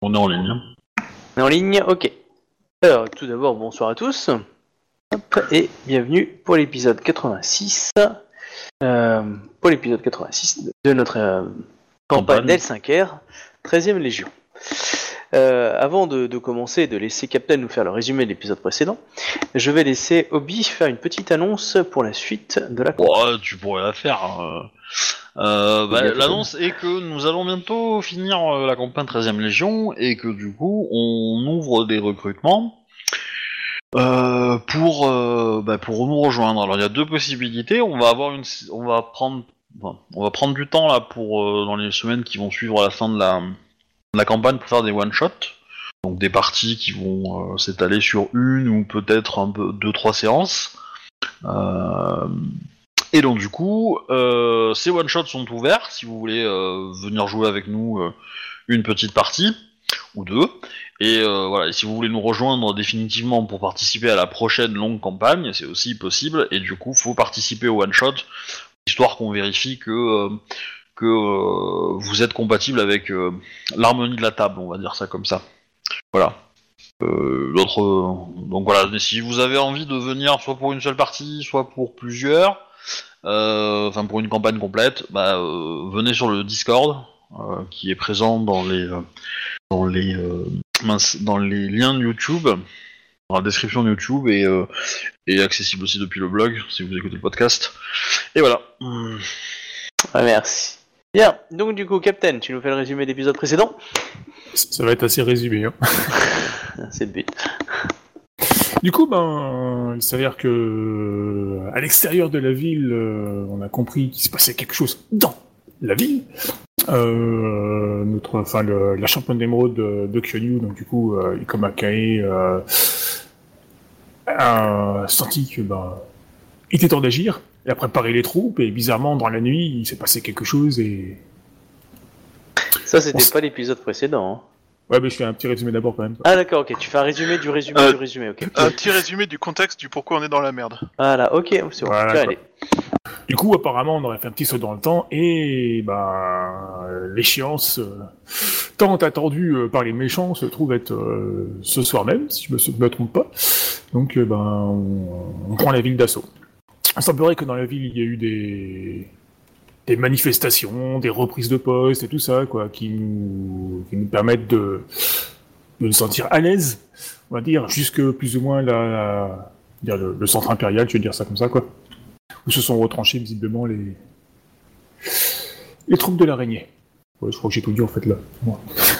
On est en ligne. On est en ligne, ok. Alors, tout d'abord, bonsoir à tous. Hop, et bienvenue pour l'épisode 86. Pour l'épisode 86 de notre campagne d'L5R, 13e Légion. Avant de commencer et de laisser Captain nous faire le résumé de l'épisode précédent, je vais laisser Obi faire une petite annonce pour la suite de la campagne. Tu pourrais la faire. L'annonce est que nous allons bientôt finir la campagne 13e Légion et que du coup on ouvre des recrutements pour nous rejoindre. Alors il y a deux possibilités. On va prendre du temps là pour dans les semaines qui vont suivre à la fin de la campagne pour faire des one shot. Donc des parties qui vont s'étaler sur une ou peut-être un peu 2-3 séances. Et donc du coup, ces one-shots sont ouverts si vous voulez venir jouer avec nous une petite partie ou deux. Et voilà, et si vous voulez nous rejoindre définitivement pour participer à la prochaine longue campagne, c'est aussi possible. Et du coup, faut participer au one-shot histoire qu'on vérifie que vous êtes compatible avec l'harmonie de la table, on va dire ça comme ça. Voilà. Donc voilà, si vous avez envie de venir soit pour une seule partie, soit pour plusieurs. Pour une campagne complète, venez sur le Discord qui est présent dans les liens de YouTube, dans la description de YouTube et accessible aussi depuis le blog si vous écoutez le podcast. Et voilà. Merci. Bien, donc du coup, Captain, tu nous fais le résumé de l'épisode précédent ? Ça va être assez résumé. Hein. C'est le but. Du coup, il s'avère que à l'extérieur de la ville, on a compris qu'il se passait quelque chose dans la ville. La championne d'émeraude de Kyonyu, donc du coup, Ikoma Kae a senti que il était temps d'agir. Elle a préparé les troupes et bizarrement, dans la nuit, il s'est passé quelque chose et... Ça, c'était pas l'épisode précédent. Hein. Ouais, mais je fais un petit résumé d'abord quand même. Ah d'accord, ok, tu fais un résumé du résumé du résumé, ok. Un petit résumé du contexte du pourquoi on est dans la merde. Voilà, ok, c'est bon, voilà, allez. Du coup, apparemment, on aurait fait un petit saut dans le temps et l'échéance tant attendue par les méchants se trouve être ce soir même, si je me trompe pas. Donc, on prend la ville d'assaut. Il semblerait que dans la ville, il y a eu des manifestations, des reprises de poste et tout ça, quoi, qui nous permettent de nous sentir à l'aise, on va dire, jusque plus ou moins le centre impérial, je vais dire ça comme ça, quoi, où se sont retranchés visiblement les troupes de l'araignée. Ouais, je crois que j'ai tout dit en fait là. Ouais.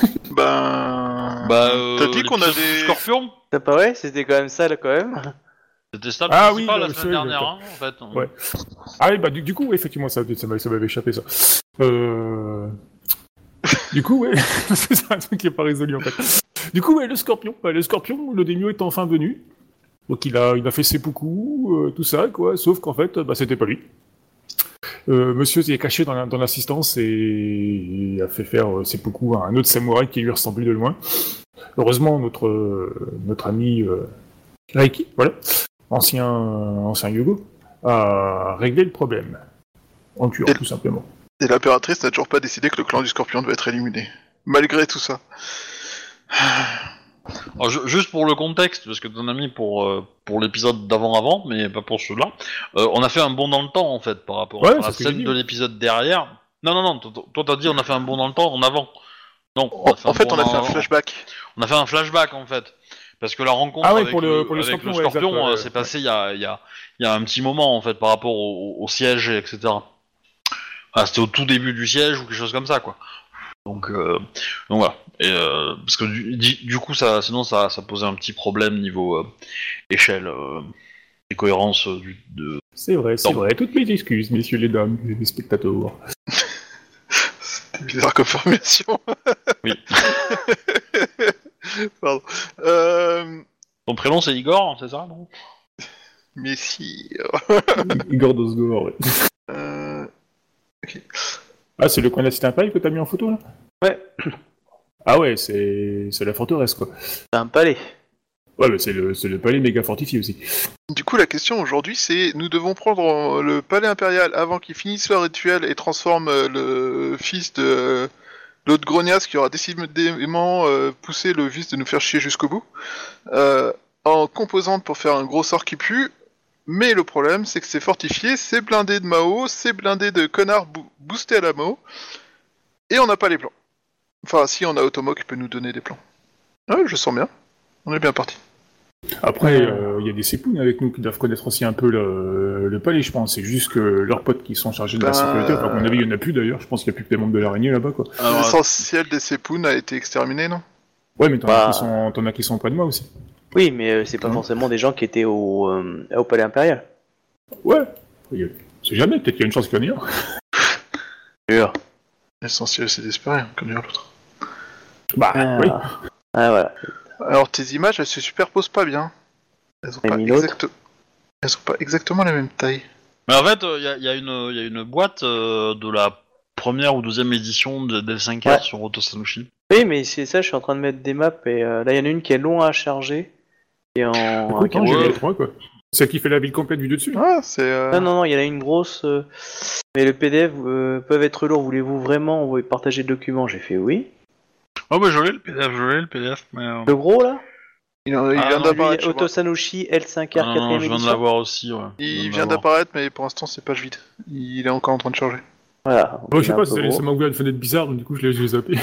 T'as dit qu'on a des scorpions. C'est pas vrai ? C'était quand même ça là quand même. C'était ça la semaine dernière, en fait. Ouais. Ah oui, du coup, effectivement, ça m'avait échappé, ça. Du coup, ouais, c'est un truc qui est pas résolu, en fait. Du coup, ouais, le scorpion, le daimyo est enfin venu. Donc il a fait seppuku, tout ça, quoi, sauf qu'en fait, c'était pas lui. Monsieur s'est caché dans l'assistance et a fait faire seppuku à un autre samouraï qui lui ressemblait de loin. Heureusement, notre ami Reiki, voilà, ancien Yugo, a réglé le problème. En tuant, tout simplement. Et l'impératrice n'a toujours pas décidé que le clan du Scorpion doit être éliminé. Malgré tout ça. Alors, juste pour le contexte, parce que t'en as mis pour l'épisode d'avant, mais pas pour celui-là, on a fait un bond dans le temps, en fait, par rapport à la scène de l'épisode derrière. Non, toi t'as dit on a fait un bond dans le temps en avant. Non, on a fait un flashback. On a fait un flashback, en fait. Parce que la rencontre avec le scorpion s'est passée il y a un petit moment, en fait, par rapport au siège, etc. Enfin, c'était au tout début du siège ou quelque chose comme ça, quoi. Donc voilà. Et, parce que du coup, sinon ça posait un petit problème niveau échelle et cohérence de... C'est vrai. Toutes mes excuses, messieurs les dames, les spectateurs. C'était bizarre comme formation. Oui. Pardon. Ton prénom c'est Igor, c'est ça, non ? Messire. Igor Dosgor, ouais. Ok. Ah, c'est le coin de la cité impériale que t'as mis en photo, là ? Ouais. Ah ouais, c'est la forteresse, quoi. C'est un palais. Ouais, mais c'est le palais méga fortifié aussi. Du coup, la question aujourd'hui, c'est nous devons prendre le palais impérial avant qu'il finisse le rituel et transforme le fils de l'autre grognasse qui aura décidément poussé le vice de nous faire chier jusqu'au bout, en composante pour faire un gros sort qui pue. Mais le problème, c'est que c'est fortifié, c'est blindé de Mao, c'est blindé de connards boostés à la Mao, et on n'a pas les plans. Enfin, si, on a Otomo qui peut nous donner des plans. Ah, je sens bien. On est bien parti. Après, il y a des Sepoun avec nous qui doivent connaître aussi un peu le palais, je pense. C'est juste que leurs potes qui sont chargés de la sécurité, enfin, à mon avis, il n'y en a plus d'ailleurs. Je pense qu'il n'y a plus que les membres de l'araignée là-bas, quoi. L'essentiel des Sepoun a été exterminé, non? Ouais, mais t'en as qui sont près de moi aussi. Oui, mais c'est pas forcément des gens qui étaient au palais impérial. Ouais, c'est jamais, peut-être qu'il y a une chance qu'il y en ait un. Sûr. L'essentiel, c'est d'espérer, comme dire l'autre. Bah, oui. Ah, voilà. Alors, tes images, elles se superposent pas bien. Elles ont pas exactement la même taille. Mais en fait, il y a une boîte de la première ou deuxième édition d'L5R sur Otosanushi. Oui, mais c'est ça, je suis en train de mettre des maps, et là, il y en a une qui est long à charger. Et en... Écoute, j'ai les trois, quoi. Celle qui fait la ville complète du dessus. Ah, c'est... Non, il y en a une grosse... mais le PDF peuvent être lourd. Voulez-vous vraiment partager le document? J'ai fait oui. Oh bah je l'ai le PDF, mais... Le gros, là? Il vient d'apparaître. Otosanushi L5R 4ème je viens de édition. l'avoir aussi, ouais. Il vient d'apparaître, mais pour l'instant, c'est page vide. Il est encore en train de charger. Voilà. Bon, je sais pas, ça m'a ouvert une fenêtre bizarre, donc du coup, je l'ai zappé.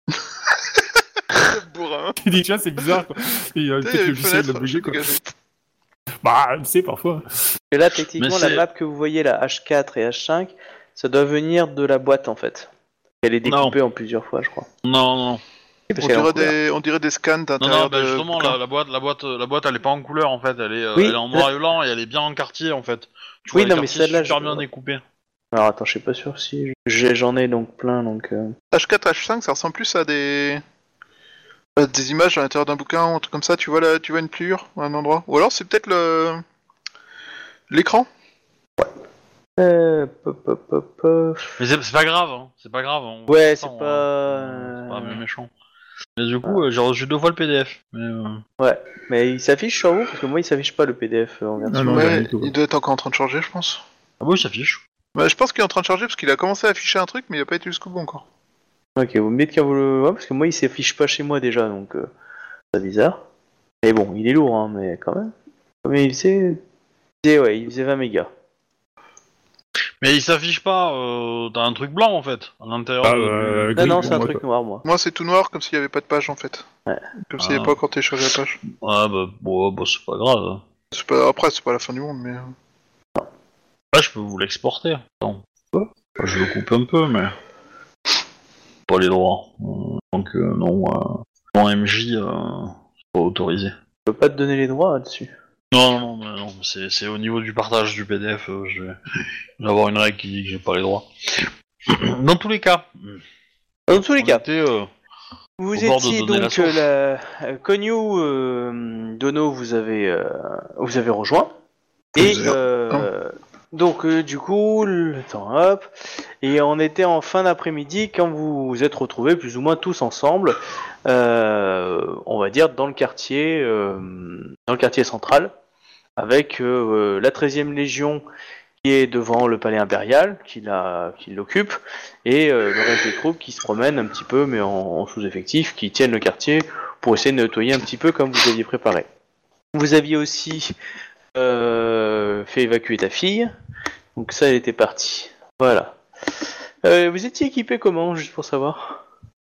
Bourrin. J'ai dit, tiens, c'est bizarre, quoi. Et peut-être le logiciel l'a bougé, quoi. Bah, tu sais, parfois. Et là, techniquement, la map que vous voyez, la H4 et H5, ça doit venir de la boîte, en fait. Elle est découpée en plusieurs fois, je crois. Non. On dirait des scans d'intérieur. Non, justement, la boîte, elle est pas en couleur, en fait. Elle est en noir et blanc, et elle est bien en quartier, en fait. Tu vois, mais celle-là, super bien découpée. Alors, attends, je suis pas sûr si... J'en ai donc plein, donc... H4, H5, ça ressemble plus à des images à l'intérieur d'un bouquin ou un truc comme ça, tu vois une pliure à un endroit. Ou alors c'est peut-être l'écran. Mais c'est pas grave, hein. C'est pas grave. Ouais, c'est pas méchant. Mais du coup, j'ai reçu 2 fois le PDF. Ouais, mais il s'affiche sur vous, parce que moi il s'affiche pas le PDF en version. Non, ouais, il doit être encore en train de charger, je pense. Ah oui, il s'affiche. Bah, je pense qu'il est en train de charger parce qu'il a commencé à afficher un truc, mais il a pas été jusqu'au bout encore. Ok, vous me dites quand vous le... Ouais, parce que moi il s'affiche pas chez moi déjà, donc c'est bizarre. Mais bon, il est lourd, hein, mais quand même. Mais il faisait 20 mégas. Mais il s'affiche pas, t'as un truc blanc en fait, à l'intérieur non, c'est un truc noir, moi. Moi c'est tout noir, comme s'il y avait pas de page en fait. Ouais. Comme s'il n'y avait pas encore téléchargé la page. Ouais, bah c'est pas grave. Après, c'est pas la fin du monde, mais... Ouais, je peux vous l'exporter. Attends. Je le coupe un peu, mais... Pas les droits. Donc non, en MJ, c'est pas autorisé. Je peux pas te donner les droits là-dessus. Non, c'est au niveau du partage du PDF, je vais avoir une règle qui dit que j'ai pas les droits. Dans tous les cas. Vous étiez donner donc Konyu, Dono, vous avez rejoint. Et donc du coup, le temps hop, et on était en fin d'après-midi quand vous vous êtes retrouvés plus ou moins tous ensemble, on va dire dans le quartier central, avec la 13e Légion qui est devant le palais impérial, qui l'occupe, et le reste des troupes qui se promènent un petit peu, mais en sous-effectif, qui tiennent le quartier pour essayer de nettoyer un petit peu comme vous aviez préparé. Vous aviez aussi fait évacuer ta fille, donc ça, elle était partie. Voilà. Vous étiez équipé comment, juste pour savoir?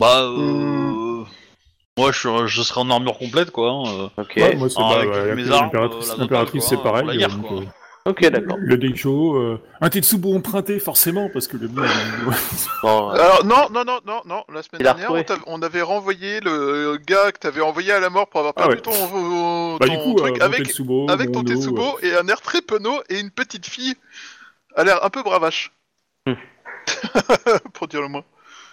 Moi, je serai en armure complète, quoi. Ok. Ouais, moi, c'est mes armes, l'impératrice, c'est pareil. pour la guerre, donc, quoi. Ok, d'accord. Le Deisho, un Tetsubo emprunté, forcément, parce que le mien... Bon, Alors, non, la semaine Il a dernière, retrouvé. on avait renvoyé le gars que t'avais envoyé à la mort pour avoir perdu ton truc avec ton Tetsubo et un air très penaud et une petite fille à l'air un peu bravache. Pour dire le moins.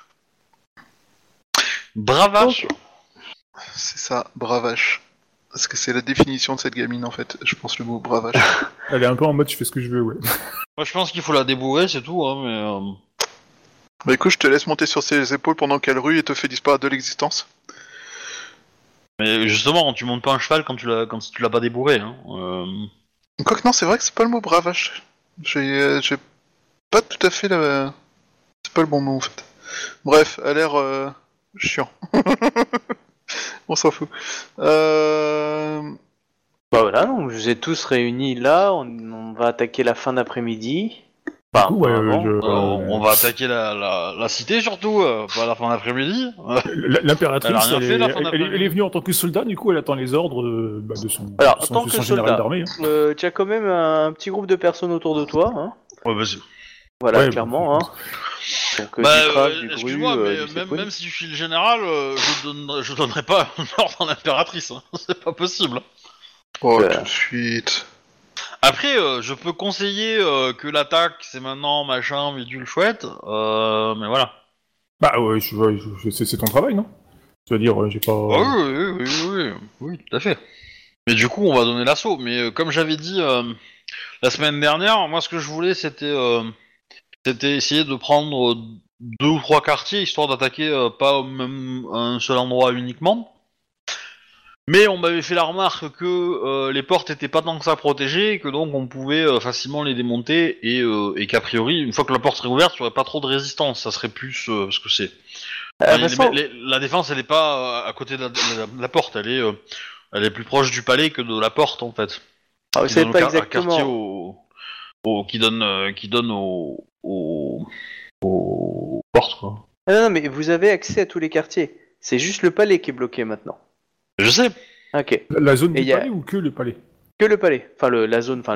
Bravache. C'est ça, bravache. Parce que c'est la définition de cette gamine en fait, je pense le mot bravache. Elle est un peu en mode je fais ce que je veux, ouais. Moi, je pense qu'il faut la débourrer, c'est tout, hein, mais... Bah écoute, je te laisse monter sur ses épaules pendant qu'elle rue et te fait disparaître de l'existence. Mais justement, tu montes pas un cheval quand tu l'as pas débourré, hein. Quoique non, c'est vrai que c'est pas le mot bravache. J'ai pas tout à fait la... C'est pas le bon mot en fait. Bref, elle a l'air chiant. On s'en fout. Bah voilà, donc vous êtes tous réunis là, on va attaquer la fin d'après-midi. Enfin, Du coup, ouais, avant. On va attaquer la cité surtout, pas à la fin d'après-midi. L'impératrice, Elle a rien fait, la fin elle d'après-midi. est venue en tant que soldat, du coup, elle attend les ordres de son, Alors, de en tant de que son général soldat, d'armée. Hein. tu as quand même un petit groupe de personnes autour de toi, hein. Ouais, vas-y. Voilà, Ouais, clairement, hein. Donc du crabe, du gru, excuse-moi, mais du même, sepoun. même si je suis le général, je donnerai pas un ordre à l'impératrice. Hein. C'est pas possible. Oh, Euh. tout de suite. Après, je peux conseiller que l'attaque, c'est maintenant, machin, bidule chouette, mais voilà. Bah ouais, c'est ton travail, non? Je veux dire, j'ai pas... Ah oui, tout à fait. Mais du coup, on va donner l'assaut. Mais comme j'avais dit la semaine dernière, moi, ce que je voulais, c'était essayer de prendre 2 ou 3 quartiers, histoire d'attaquer pas au même un seul endroit uniquement. Mais on m'avait fait la remarque que les portes étaient pas tant que ça protégées, et que donc on pouvait facilement les démonter, et qu'a priori, une fois que la porte serait ouverte, il n'y aurait pas trop de résistance. Ça serait plus... parce que c'est... De toute façon, la défense, elle est pas à côté de la porte, elle est plus proche du palais que de la porte, en fait. vous Qui savez donne pas un quartier exactement. qui donne aux portes, quoi. Ah non, mais vous avez accès à tous les quartiers. C'est juste le palais qui est bloqué maintenant. Je sais. Ok. La zone Et du y a- palais ou que le palais? Que le palais. Enfin, la zone, enfin,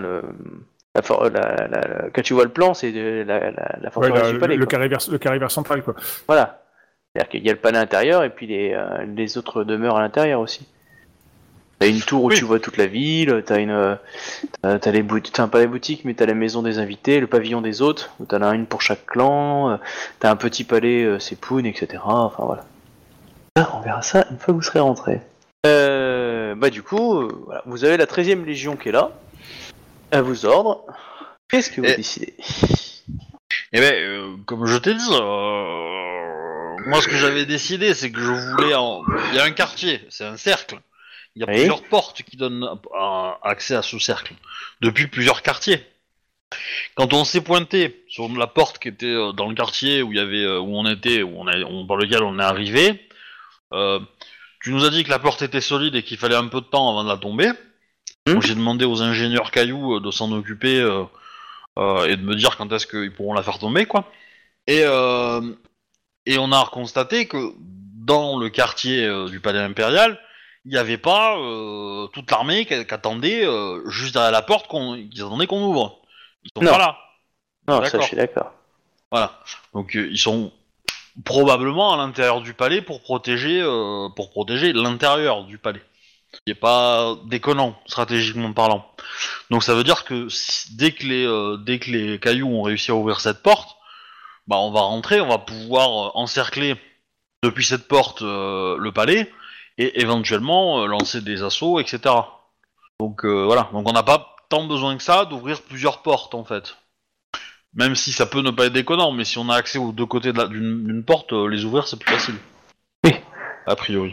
quand tu vois le plan, c'est la Ouais, forteresse du palais. le Quoi. carré vert central, quoi. Voilà. C'est-à-dire qu'il y a le palais intérieur et puis les autres demeures à l'intérieur aussi. T'as une tour où Oui. tu vois toute la ville, t'as un palais boutique, mais t'as la maison des invités, le pavillon des hôtes, où t'en as une pour chaque clan, t'as un petit palais Sepoun, etc. Enfin voilà. On verra ça une fois que vous serez rentrés. Bah du coup, voilà. Vous avez la 13e Légion qui est là, à vos ordres. Qu'est-ce que vous décidez? Eh ben, comme je t'ai dit, moi ce que j'avais décidé, c'est que je voulais... Il y a un quartier, c'est un cercle. Il y a Oui. plusieurs portes qui donnent accès à ce cercle, depuis plusieurs quartiers. Quand on s'est pointé sur la porte qui était dans le quartier où il y avait où on était, par lequel on est arrivé, tu nous as dit que la porte était solide et qu'il fallait un peu de temps avant de la tomber. Donc j'ai demandé aux ingénieurs cailloux de s'en occuper et de me dire quand est-ce qu'ils pourront la faire tomber, quoi. Et on a constaté que dans le quartier du palais impérial, il n'y avait pas toute l'armée qui attendait juste derrière la porte qu'ils attendaient qu'on ouvre. Ils sont Non. pas là. Non, ça D'accord. je suis d'accord. Voilà. Donc ils sont probablement à l'intérieur du palais pour protéger l'intérieur du palais. Ce qui est pas déconnant, stratégiquement parlant. Donc ça veut dire que dès que les cailloux ont réussi à ouvrir cette porte, bah on va rentrer, on va pouvoir encercler depuis cette porte le palais et éventuellement lancer des assauts, etc. Donc voilà. Donc on n'a pas tant besoin que ça d'ouvrir plusieurs portes en fait. Même si ça peut ne pas être déconnant, mais si on a accès aux deux côtés d'une porte, les ouvrir c'est plus facile. Oui. A priori.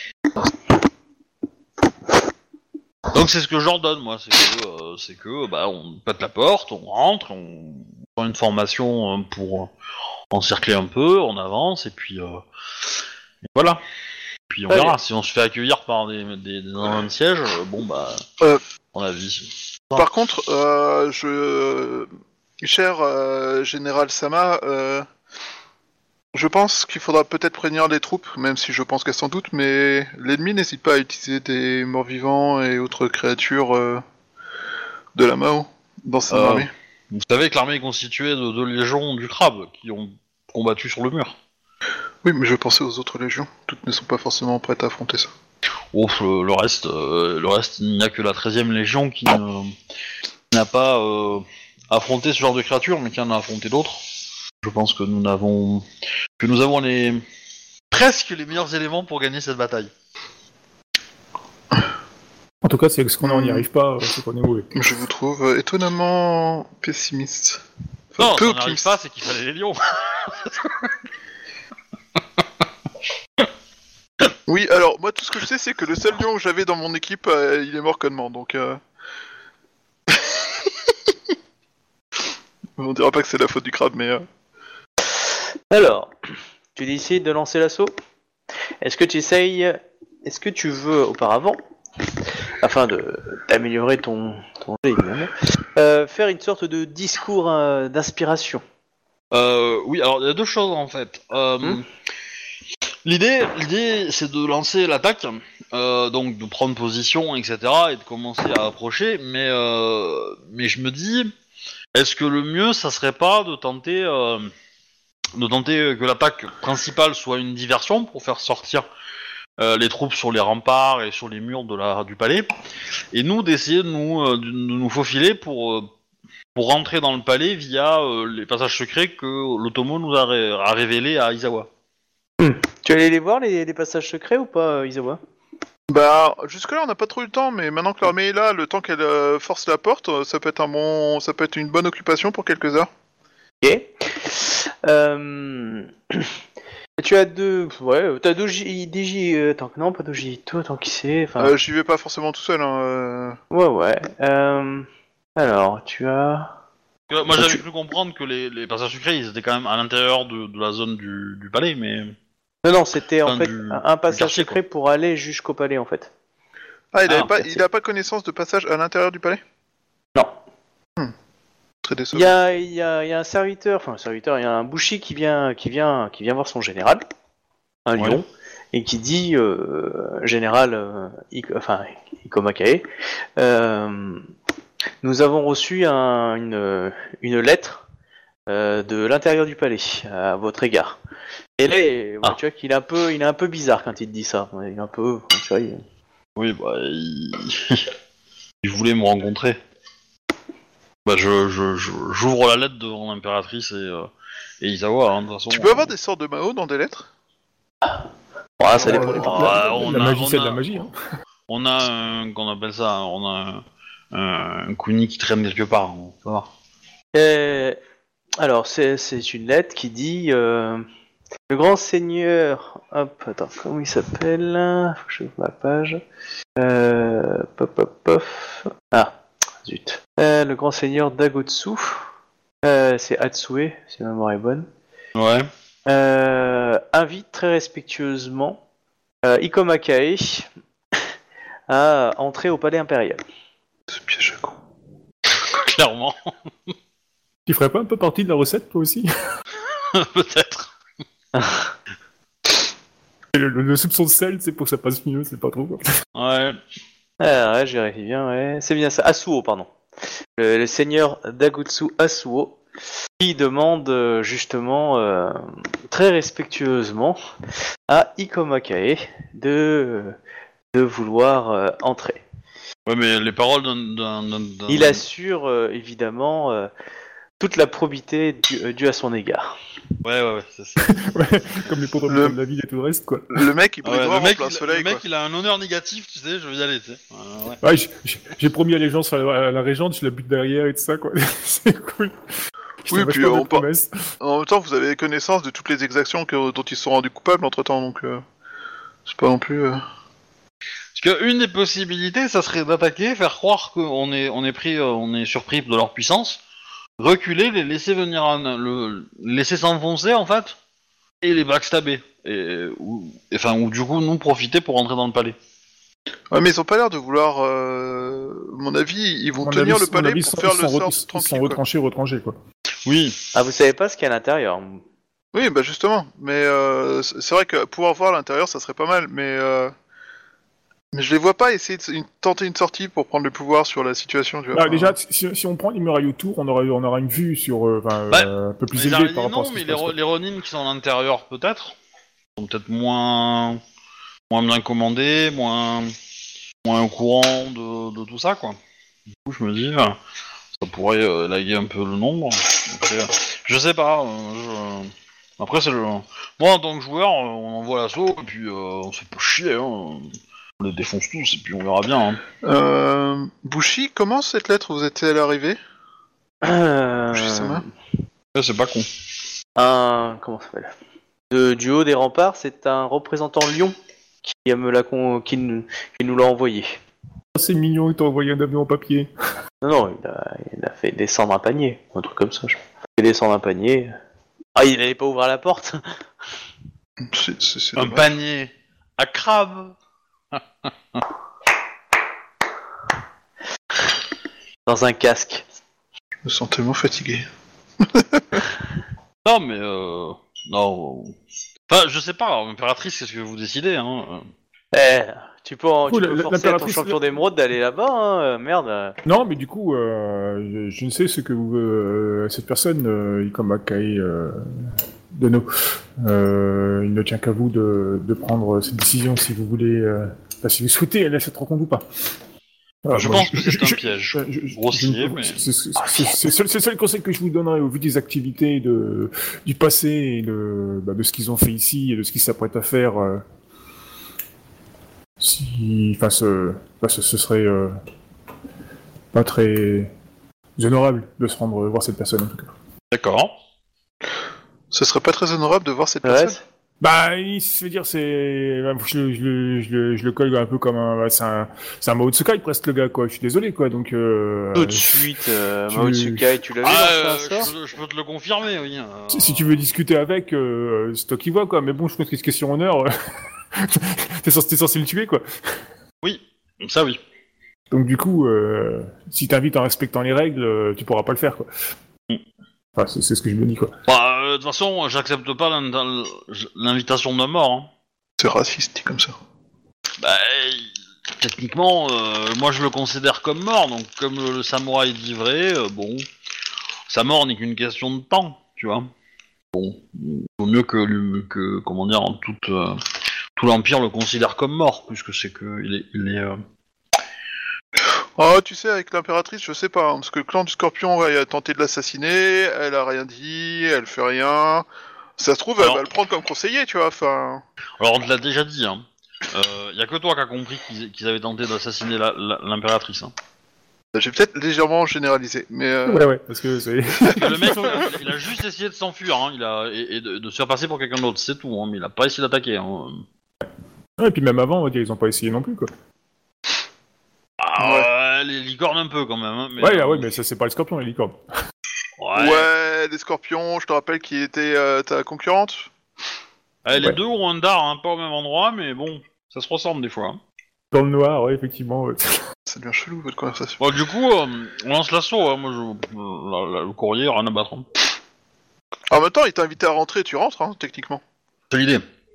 Donc c'est ce que je leur donne moi, c'est que bah on pète la porte, on rentre, on prend une formation pour encercler un peu, on avance et puis et voilà. Puis on Très verra bien. si on se fait accueillir par des agents de siège, bon bah on a vie. Par contre, cher général Sama, je pense qu'il faudra peut-être prévenir les troupes, même si je pense qu'elles s'en doutent, mais l'ennemi n'hésite pas à utiliser des morts-vivants et autres créatures de la Mao dans son armée. Vous savez que l'armée est constituée de 2 légions du crabe qui ont combattu sur le mur. Oui, mais je pensais aux autres légions. Toutes ne sont pas forcément prêtes à affronter ça. Ouf, le reste, il n'y a que la 13e légion qui n'a pas affronté ce genre de créature, mais qui en a affronté d'autres. Je pense que nous avons presque les meilleurs éléments pour gagner cette bataille. En tout cas, c'est ce qu'on n'y arrive pas, c'est qu'on est mauvais. Je vous trouve étonnamment pessimiste. Enfin, Non, peu ça n'arrive optimiste. pas, c'est qu'il fallait les lions. Oui, alors moi tout ce que je sais c'est que le seul lion que j'avais dans mon équipe, il est mort connement, donc on dira pas que c'est la faute du crabe, mais Alors, tu décides de lancer l'assaut. Est-ce que tu veux auparavant, afin d'améliorer ton jeu évidemment, faire une sorte de discours d'inspiration? Oui, alors il y a deux choses en fait. L'idée, c'est de lancer l'attaque, donc de prendre position, etc., et de commencer à approcher. Mais je me dis, est-ce que le mieux, ça serait pas de tenter que l'attaque principale soit une diversion pour faire sortir les troupes sur les remparts et sur les murs du palais, et nous d'essayer de nous faufiler pour rentrer dans le palais via les passages secrets que l'Otomo nous a révélés à Izawa. Tu es allé les voir, les passages secrets ou pas, Izawa? Bah, jusque-là, on n'a pas trop eu le temps, mais maintenant que l'armée est là, le temps qu'elle force la porte, ça peut être une bonne occupation pour quelques heures. Ok. Tu as deux... Ouais, t'as deux DJ... Attends, non, pas DJ, toi, tant qui c'est... Enfin... J'y vais pas forcément tout seul, hein. Ouais. Alors, tu as... Moi j'avais cru comprendre que les passages secrets ils étaient quand même à l'intérieur de la zone du palais, mais... Non, c'était en fait un passage quartier, secret pour aller jusqu'au palais, en fait. Ah, il a pas connaissance de passage à l'intérieur du palais? Non. Très Il décevant. y a un serviteur, il y a un boucher qui vient voir son général, un lion, et qui dit, général, Ikomakae, nous avons reçu une lettre de l'intérieur du palais à votre égard. Et là, tu vois qu'il est un peu bizarre quand il te dit ça. Il est un peu, tu vois, Oui, bah, il voulait me rencontrer. Bah, j'ouvre la lettre devant l'impératrice et Izawa, hein, de toute façon. Tu peux avoir des sortes de Mao dans des lettres? Voilà, ça dépend des La magie, c'est de la magie. Hein. On a qu'on appelle ça, on a un kuni qui traîne quelque part, on va voir. Alors, c'est une lettre qui dit le grand seigneur. Hop, attends, comment il s'appelle? Faut que je ouvre ma page. Ah, zut. Le grand seigneur Dagotsu. C'est Hatsue, si ma mémoire est bonne. Ouais. Invite très respectueusement Ikomakae à entrer au palais impérial. Ce piège à con. Clairement. Tu ferais pas un peu partie de la recette, toi aussi? Peut-être. Le soupçon de sel, c'est pour que ça passe mieux, c'est pas trop quoi. Ouais. Ouais, je vérifie bien, ouais. C'est bien ça. Asuo, pardon. Le seigneur Dagutsu Asuo qui demande justement très respectueusement à Ikomakae de vouloir entrer. Ouais, mais les paroles d'un... Il assure évidemment toute la probité due à son égard. Ouais, c'est ça. Ouais, comme les pauvres de la ville et tout le reste, quoi. Le mec, il brille Ouais, droit le mec, en plein soleil, le mec quoi. il a un honneur négatif, tu sais, je veux y aller, tu sais. Ouais. Ouais, j'ai promis allégeance à la régente, je la bute derrière et tout ça, quoi. C'est cool. Je Oui, t'arrête puis pas de on promesses. En même temps, vous avez connaissance de toutes les exactions dont ils se sont rendus coupables entre-temps, donc c'est pas non plus... Parce qu'une des possibilités, ça serait d'attaquer, faire croire qu'on est surpris de leur puissance, reculer, les laisser venir, laisser s'enfoncer en fait, et les backstabber. Ou du coup nous profiter pour rentrer dans le palais. Ouais, mais ils ont pas l'air de vouloir... À mon avis, ils vont tenir le palais pour faire le sort Ils tranquille, sont quoi. retranchés, quoi. Oui. Ah, vous savez pas ce qu'il y a à l'intérieur. Oui, bah justement. Mais c'est vrai que pouvoir voir l'intérieur, ça serait pas mal, mais je les vois pas essayer de tenter une sortie pour prendre le pouvoir sur la situation. Tu vois. Ah, déjà, si on prend les murailles autour, on aura une vue sur un peu plus Les élevée par araignées, rapport à non, ce qui mais se passe, quoi. les Ronin qui sont à l'intérieur peut-être sont peut-être moins bien commandés, moins au courant de tout ça, quoi. Du coup, je me dis, ça pourrait laguer un peu le nombre. Après, je sais pas. Après, c'est moi en tant que joueur, on envoie l'assaut et puis on se fait pas chier. Hein. On les défonce tous et puis on verra bien. Hein. Bushi, comment cette lettre vous êtes-elle arrivée Bushi-sama Ouais, c'est pas con. Comment ça s'appelle du haut des remparts, c'est un représentant lion qui nous l'a envoyé. C'est mignon, il t'a envoyé un avion en papier. Non, il a fait descendre un panier, un truc comme ça. Il a fait descendre un panier. Ah, il allait pas ouvrir la porte. C'est Un dommage. panier à crabe. Dans un casque. Je me sens tellement fatigué. Non, mais non. Enfin, je sais pas, impératrice, qu'est-ce que vous décidez, hein. Tu peux, tu Cool, peux forcer à ton l'impératrice- champion d'émeraude d'aller là-bas, hein. Merde. Non, mais du coup, je ne sais ce que cette personne, comme Akai Dono, il ne tient qu'à vous de prendre cette décision si vous voulez, si vous souhaitez aller à cette rencontre ou pas. Voilà, Je moi, pense que c'est un piège. Grossier, mais... C'est le seul conseil que je vous donnerai au vu des activités du passé et de ce qu'ils ont fait ici et de ce qu'ils s'apprêtent à faire. Ce serait pas très honorable de se rendre voir cette personne en tout cas. D'accord. Ce serait pas très honorable de voir cette Ouais, personne. Bah, je veux dire, je le colle un peu comme c'est un Mao Tsukai presque le gars quoi. Je suis désolé quoi. Donc tout de suite, tu- Mao Tsukai, tu l'as vu lancer un sort je peux te le confirmer, oui. si tu veux discuter avec, c'est toi qui vois quoi. Mais bon, je pense que c'est question honneur. t'es censé le tuer quoi. Oui, ça oui. Donc du coup, si t'invites en respectant les règles, tu pourras pas le faire quoi. Enfin, c'est ce que je me dis quoi. Bah, de toute façon, j'accepte pas l'invitation de mort. Hein. C'est raciste, dit comme ça. Bah, techniquement, moi je le considère comme mort, donc comme le samouraï dit vrai, bon, sa mort n'est qu'une question de temps, tu vois. Bon, vaut mieux que comment dire, tout l'Empire le considère comme mort, puisque c'est que il est Oh, tu sais, avec l'impératrice, je sais pas, hein, parce que le clan du Scorpion a tenté de l'assassiner, elle a rien dit, elle fait rien. Ça se trouve, Alors- elle va le prendre comme conseiller, tu vois, enfin... Alors on te l'a déjà dit, hein. Y a que toi qui as compris qu'ils avaient tenté d'assassiner l'impératrice. Hein. J'ai peut-être légèrement généralisé, mais... Ouais, parce que c'est. Le mec, il a juste essayé de s'enfuir, hein. Et de se faire passer pour quelqu'un d'autre, c'est tout. Hein. Mais il a pas essayé d'attaquer. Hein. Ouais, et puis même avant, on va dire, ils ont pas essayé non plus quoi. Les licornes un peu quand même. Hein, mais, Ouais, mais ça c'est pas le scorpion, les licornes. Ouais, les Scorpions, je te rappelle qui était ta concurrente. Les Ouais. deux ont un dard, hein, pas au même endroit, mais bon, ça se ressemble des fois. Hein. Dans le noir, ouais, effectivement. Ouais. Ça devient chelou, votre conversation. Bon, du coup, on lance l'assaut. Hein. Moi, le courrier, rien à battre. Hein. En même temps, il t'a invité à rentrer, tu rentres, hein, techniquement. C'est l'idée.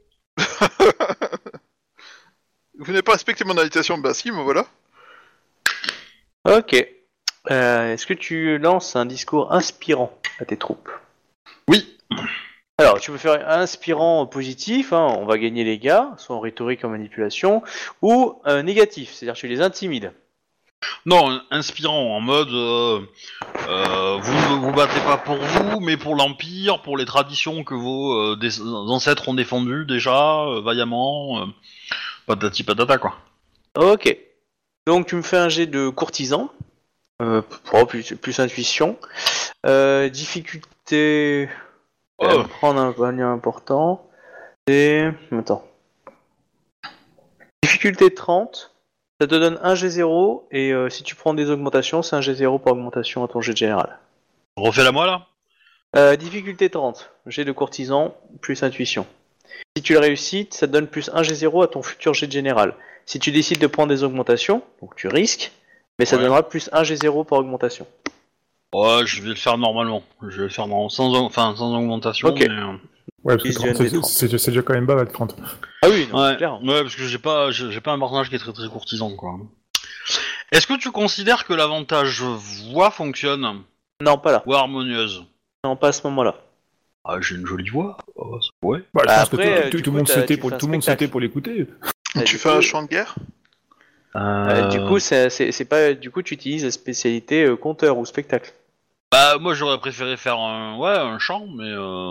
Vous n'avez pas respecté mon invitation, bah si, me voilà. Ok. Est-ce que tu lances un discours inspirant à tes troupes? Oui. Alors, tu peux faire inspirant positif, hein, on va gagner les gars, soit en rhétorique en manipulation, ou négatif, c'est-à-dire tu les intimides. Non, inspirant, en mode vous ne vous battez pas pour vous, mais pour l'Empire, pour les traditions que vos ancêtres ont défendues déjà, vaillamment, patati patata quoi. Ok. Donc tu me fais un jet de courtisan, plus intuition. Difficulté... prendre un palier important. Et... Attends. Difficulté 30. Ça te donne un G0, et si tu prends des augmentations, c'est un G0 par augmentation à ton jet général. Refais-la moi là. Difficulté 30. Jet de courtisan, plus intuition. Si tu le réussis, ça te donne plus 1 G0 à ton futur jet général. Si tu décides de prendre des augmentations, donc tu risques, mais ça donnera plus 1 G0 par augmentation. Ouais, je vais le faire normalement. Je vais le faire sans augmentation. Ok. Mais, Ouais, parce que Vision 30, des 30. c'est déjà quand même bas, avec 30. Ah oui, non, c'est ouais, clair. ouais, parce que j'ai pas un personnage qui est très très courtisan quoi. Est-ce que tu considères que l'avantage voix fonctionne Non, pas là. ou harmonieuse? Non, pas à ce moment-là. Ah, j'ai une jolie voix. Ouais. Bah, je Bah, pense après, que du tout le coup, monde souhaitait tu fais un tout le monde spectacle. souhaitait pour l'écouter. Tu fais un chant de guerre. Du coup, c'est pas. Du coup, tu utilises la spécialité conteur ou spectacle. Bah, moi j'aurais préféré faire un chant, mais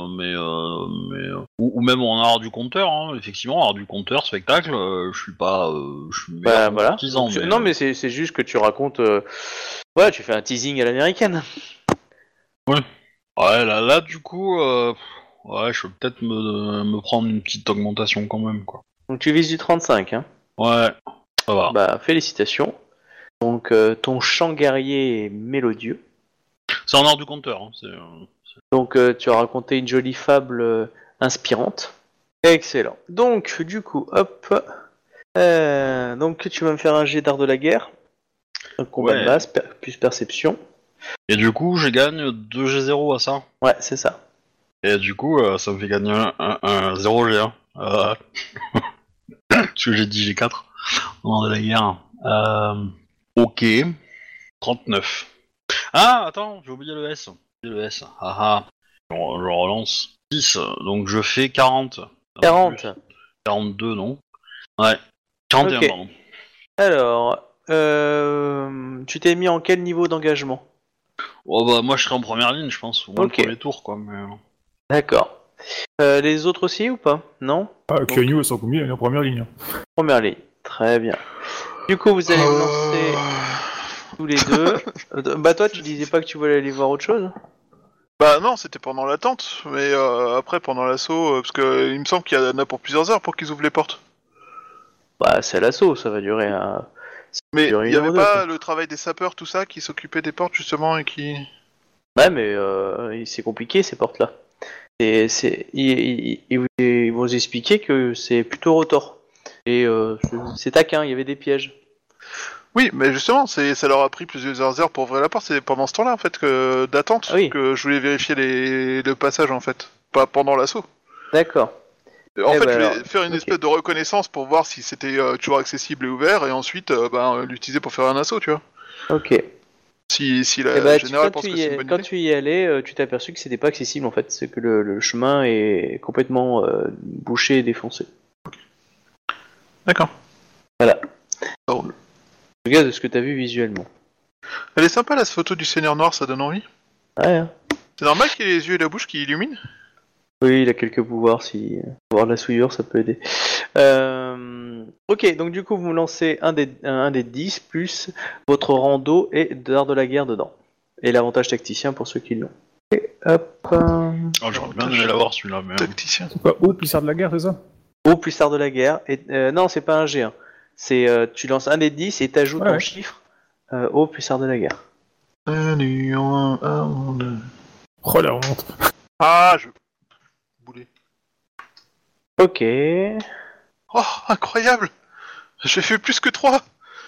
ou même en art du conteur, hein. Effectivement, art du conteur, spectacle, je suis pas, je suis Bah meilleur voilà. artisan, Donc, mais, non, mais c'est juste que tu racontes. Ouais, tu fais un teasing à l'américaine. ouais, là, du coup, ouais, je peux peut-être me prendre une petite augmentation quand même, quoi. Donc tu vises du 35, hein. Ouais, ça va. Bah, félicitations. Donc ton chant guerrier est mélodieux. C'est en art du conteur, hein. Donc tu as raconté une jolie fable inspirante. Excellent. Donc du coup, hop. Donc tu vas me faire un jet d'art de la guerre. Un combat de Ouais. base, plus perception. Et du coup, je gagne 2G0 à ça. Ouais, c'est ça. Et du coup, ça me fait gagner un 0G1. Parce que j'ai dit G4 en de la guerre. Ok. 39. Ah, attends, j'ai oublié le S. Le S. Ah ah. Je relance. 10. Donc je fais 40. 40. 42, non? Ouais. 41, Ok. pardon. Alors, tu t'es mis en quel niveau d'engagement? Oh bah, moi je serai en première ligne, je pense. Au moins Ok. le premier tour, quoi. Mais... D'accord. Les autres aussi ou pas? Non? Ah, Kenyu, elles sont combien? Elle est en première ligne. Première ligne. Très bien. Du coup, vous allez vous lancer tous les deux. Bah toi, tu disais pas que tu voulais aller voir autre chose? Bah non, c'était pendant l'attente, mais après pendant l'assaut, parce que il me semble qu'il y en a pour plusieurs heures pour qu'ils ouvrent les portes. Bah c'est l'assaut, ça va durer un... Mais durer il une y heure avait ou deux, pas quoi. le travail des sapeurs, tout ça, qui s'occupait des portes justement et qui... Ouais, mais c'est compliqué ces portes-là. Ils vont vous expliquer que c'est plutôt rotor. Et c'est taquin, il y avait des pièges. Oui, mais justement, ça leur a pris plusieurs heures pour ouvrir la porte. C'est pendant ce temps-là, en fait, d'attente, Ah oui. que je voulais vérifier le passage, en fait. Pas pendant l'assaut. D'accord. En Eh fait, ben je voulais alors, faire une ok. espèce de reconnaissance pour voir si c'était toujours accessible et ouvert, et ensuite l'utiliser pour faire un assaut, tu vois. Ok. Si Eh la ben, générale pense que c'est une bonne quand idée. tu y allais, tu t'es aperçu que c'était pas accessible en fait. C'est que le chemin est complètement bouché et défoncé. D'accord. Voilà. Drôle. Regarde ce que t'as vu visuellement. Elle est sympa, la photo du Seigneur Noir, ça donne envie. Ouais, hein. C'est normal qu'il y ait les yeux et la bouche qui illuminent. Oui, il a quelques pouvoirs. Si voir la souillure, ça peut aider. Ok, donc du coup, vous me lancez un des 10 plus votre rando et d'art de la guerre dedans. Et l'avantage tacticien pour ceux qui l'ont. Et hop. Oh, j'aurais bien aimé l'avoir celui-là, mais... Tacticien. C'est quoi, haut puissard de la guerre, c'est ça? Au plus art de la guerre. Et, non, c'est pas un G1. C'est tu lances un des 10 et t'ajoutes Ouais, ton ouais. chiffre au plus art de la guerre. Salut, un, deux. Oh la honte. Ah, je... Boulet. Ok. Oh, incroyable. J'ai fait plus que 3.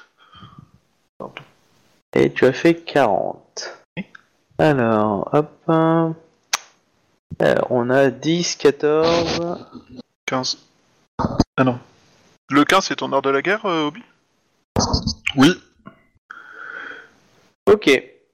Et tu as fait 40. Alors, hop. Alors, on a 10, 14. 15. Ah non. Le 15, c'est ton art de la guerre, Obi? Oui. Ok.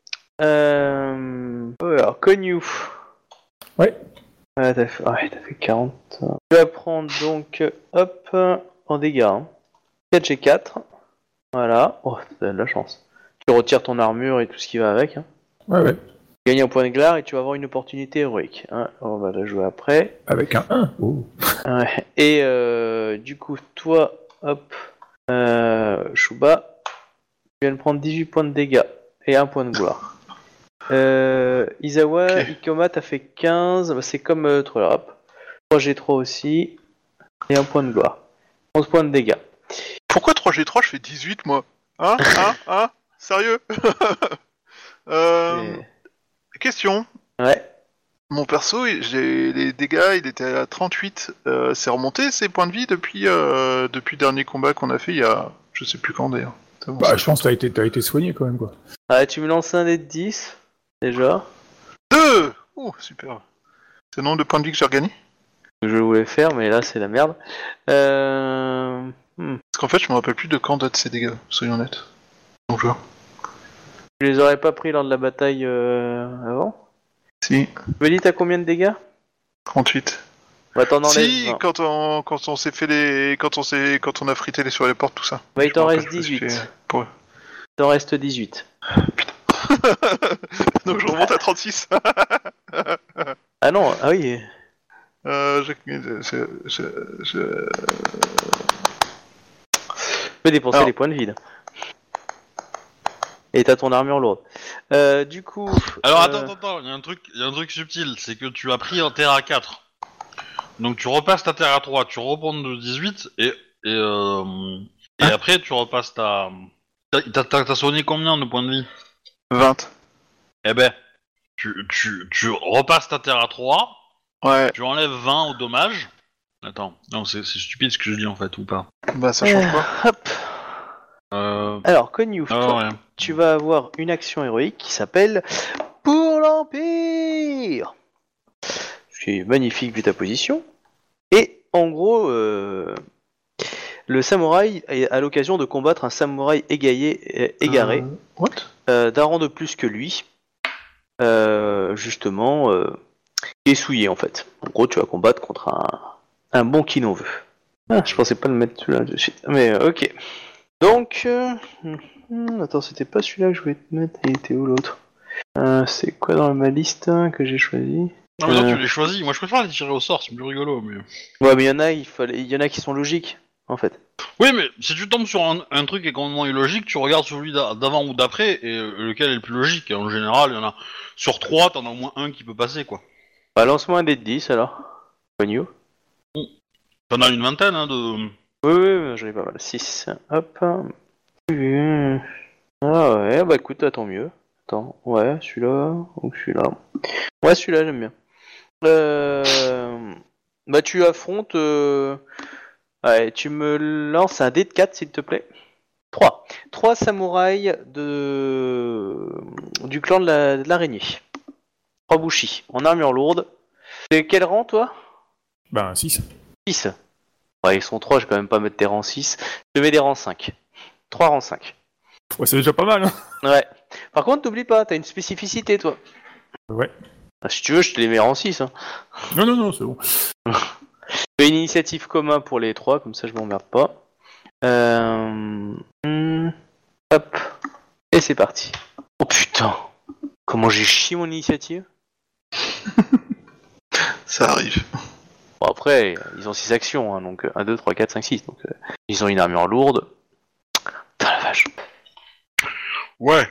Alors, Konyu. Ouais. T'as fait 40. Tu vas prendre donc, hop, en dégâts. Hein. 4G4. Voilà. Oh, t'as de la chance. Tu retires ton armure et tout ce qui va avec. Hein. Ouais, ouais. Tu gagnes un point de gloire et tu vas avoir une opportunité héroïque. Hein. On va la jouer après. Avec un 1. Oh. Ouais. Et du coup, toi, hop, Shuba, tu viens de prendre 18 points de dégâts et 1 point de gloire. Izawa, Ok. Ikoma, t'as fait 15, bah, c'est comme toi, hop. 3G3 aussi, et 1 point de gloire. 11 points de dégâts. Pourquoi 3G3, je fais 18, moi? Hein? Sérieux? Et- Question. Ouais. Mon perso, j'ai les dégâts, il était à 38. C'est remonté ces points de vie depuis le dernier combat qu'on a fait il y a... Je sais plus quand d'ailleurs. C'est bon, Bah, ça. je pense que t'as été soigné quand même, quoi. Ah, tu me lances un dé de 10, déjà. 2! Oh, super. C'est le nombre de points de vie que j'ai regagné? Je voulais faire, mais là, c'est la merde. Parce qu'en fait, je me rappelle plus de quand datent ces dégâts, soyons honnêtes. Donc, je vois. Je les aurais pas pris lors de la bataille avant. Si, Tu me dis, t'as combien de dégâts? 38. Bah, t'en enlèves Si, 20. quand on s'est fait les... Quand on a frité sur les portes, tout ça. Bah, il Je t'en me reste rappelle, je me suis 18. fait- pour eux. Il t'en reste 18. Donc je remonte à 36. Ah non, ah oui. Je... Tu peux dépenser Alors. les points de vide. Et t'as ton armure lourde. Du coup. Alors attends, il y a un truc subtil, c'est que tu as pris un terre à 4. Donc tu repasses ta terre à 3, tu reprends de 18 et après tu repasses ta... T'as soigné combien de points de vie? 20. Eh ben, tu repasses ta terre à 3, Ouais, tu enlèves 20 au dommage. Attends, non, c'est stupide ce que je dis en fait, ou pas bah ça change quoi. Hop. Alors, Konyu, toi, rien. tu vas avoir une action héroïque qui s'appelle Pour l'Empire. Ce qui est magnifique vu ta position. Et en gros, le samouraï a l'occasion de combattre un samouraï égaré, What? d'un rang de plus que lui. Justement, qui est souillé en fait. En gros, tu vas combattre contre un bon qui n'en veut. Ah, je pensais pas le mettre celui-là de suite. Mais ok. Donc, attends, c'était pas celui-là que je voulais te mettre. Il était où l'autre? C'est quoi dans ma liste que j'ai choisi? Non, mais non, tu les choisis. Moi, je préfère les tirer au sort, c'est plus rigolo. Mais... Ouais, mais il y en a qui sont logiques, en fait. Oui, mais si tu tombes sur un truc qui est complètement illogique, tu regardes celui d'avant ou d'après, et lequel est le plus logique. Et en général, il y en a sur 3, t'en as au moins un qui peut passer, quoi. Bah, lance-moi un dé de 10 alors. Konyu. T'en as une vingtaine, hein, de... Oui, j'en ai pas mal. 6. Hop. Ah ouais, bah écoute, tant mieux. Attends, ouais, celui-là, ou celui-là. Ouais, celui-là, j'aime bien. Bah tu affrontes... Ouais, tu me lances un dé de 4, s'il te plaît. 3. 3 samouraïs du clan de l'araignée. 3 bushi, en armure lourde. C'est quel rang, toi? Ben, 6. 6. Ouais, ils sont 3, je vais quand même pas mettre tes rangs 6. Je te mets des rangs 5. 3 rangs 5. Ouais, c'est déjà pas mal, hein. Ouais. Par contre, n'oublie pas, t'as une spécificité, toi. Ouais. Ah, si tu veux, je te les mets en 6. Hein. Non, c'est bon. Fais une initiative commune pour les 3, comme ça je m'emmerde pas. Hop. Et c'est parti. Oh putain. Comment j'ai chié mon initiative? Ça arrive. Bon, après, ils ont 6 actions, hein, donc 1, 2, 3, 4, 5, 6. Donc, ils ont une armure lourde. Putain la vache. Ouais.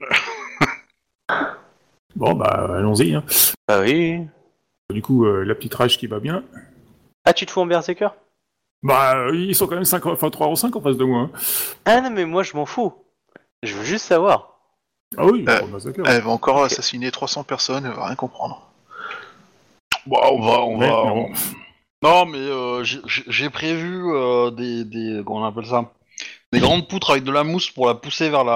Bon, bah, allons-y, hein. Bah oui. Du coup, la petite rage qui va bien. Ah, tu te fous en berserker? Bah, ils sont quand même 3 ou 5 en face de moi. Hein. Ah non, mais moi je m'en fous. Je veux juste savoir. Ah oui, bah, d'accord. Elle va encore assassiner 300 personnes, elle va rien comprendre. Bah, on Ouais, va... non. Non, mais j'ai prévu des... Comment on appelle ça? Des grandes poutres avec de la mousse pour la pousser vers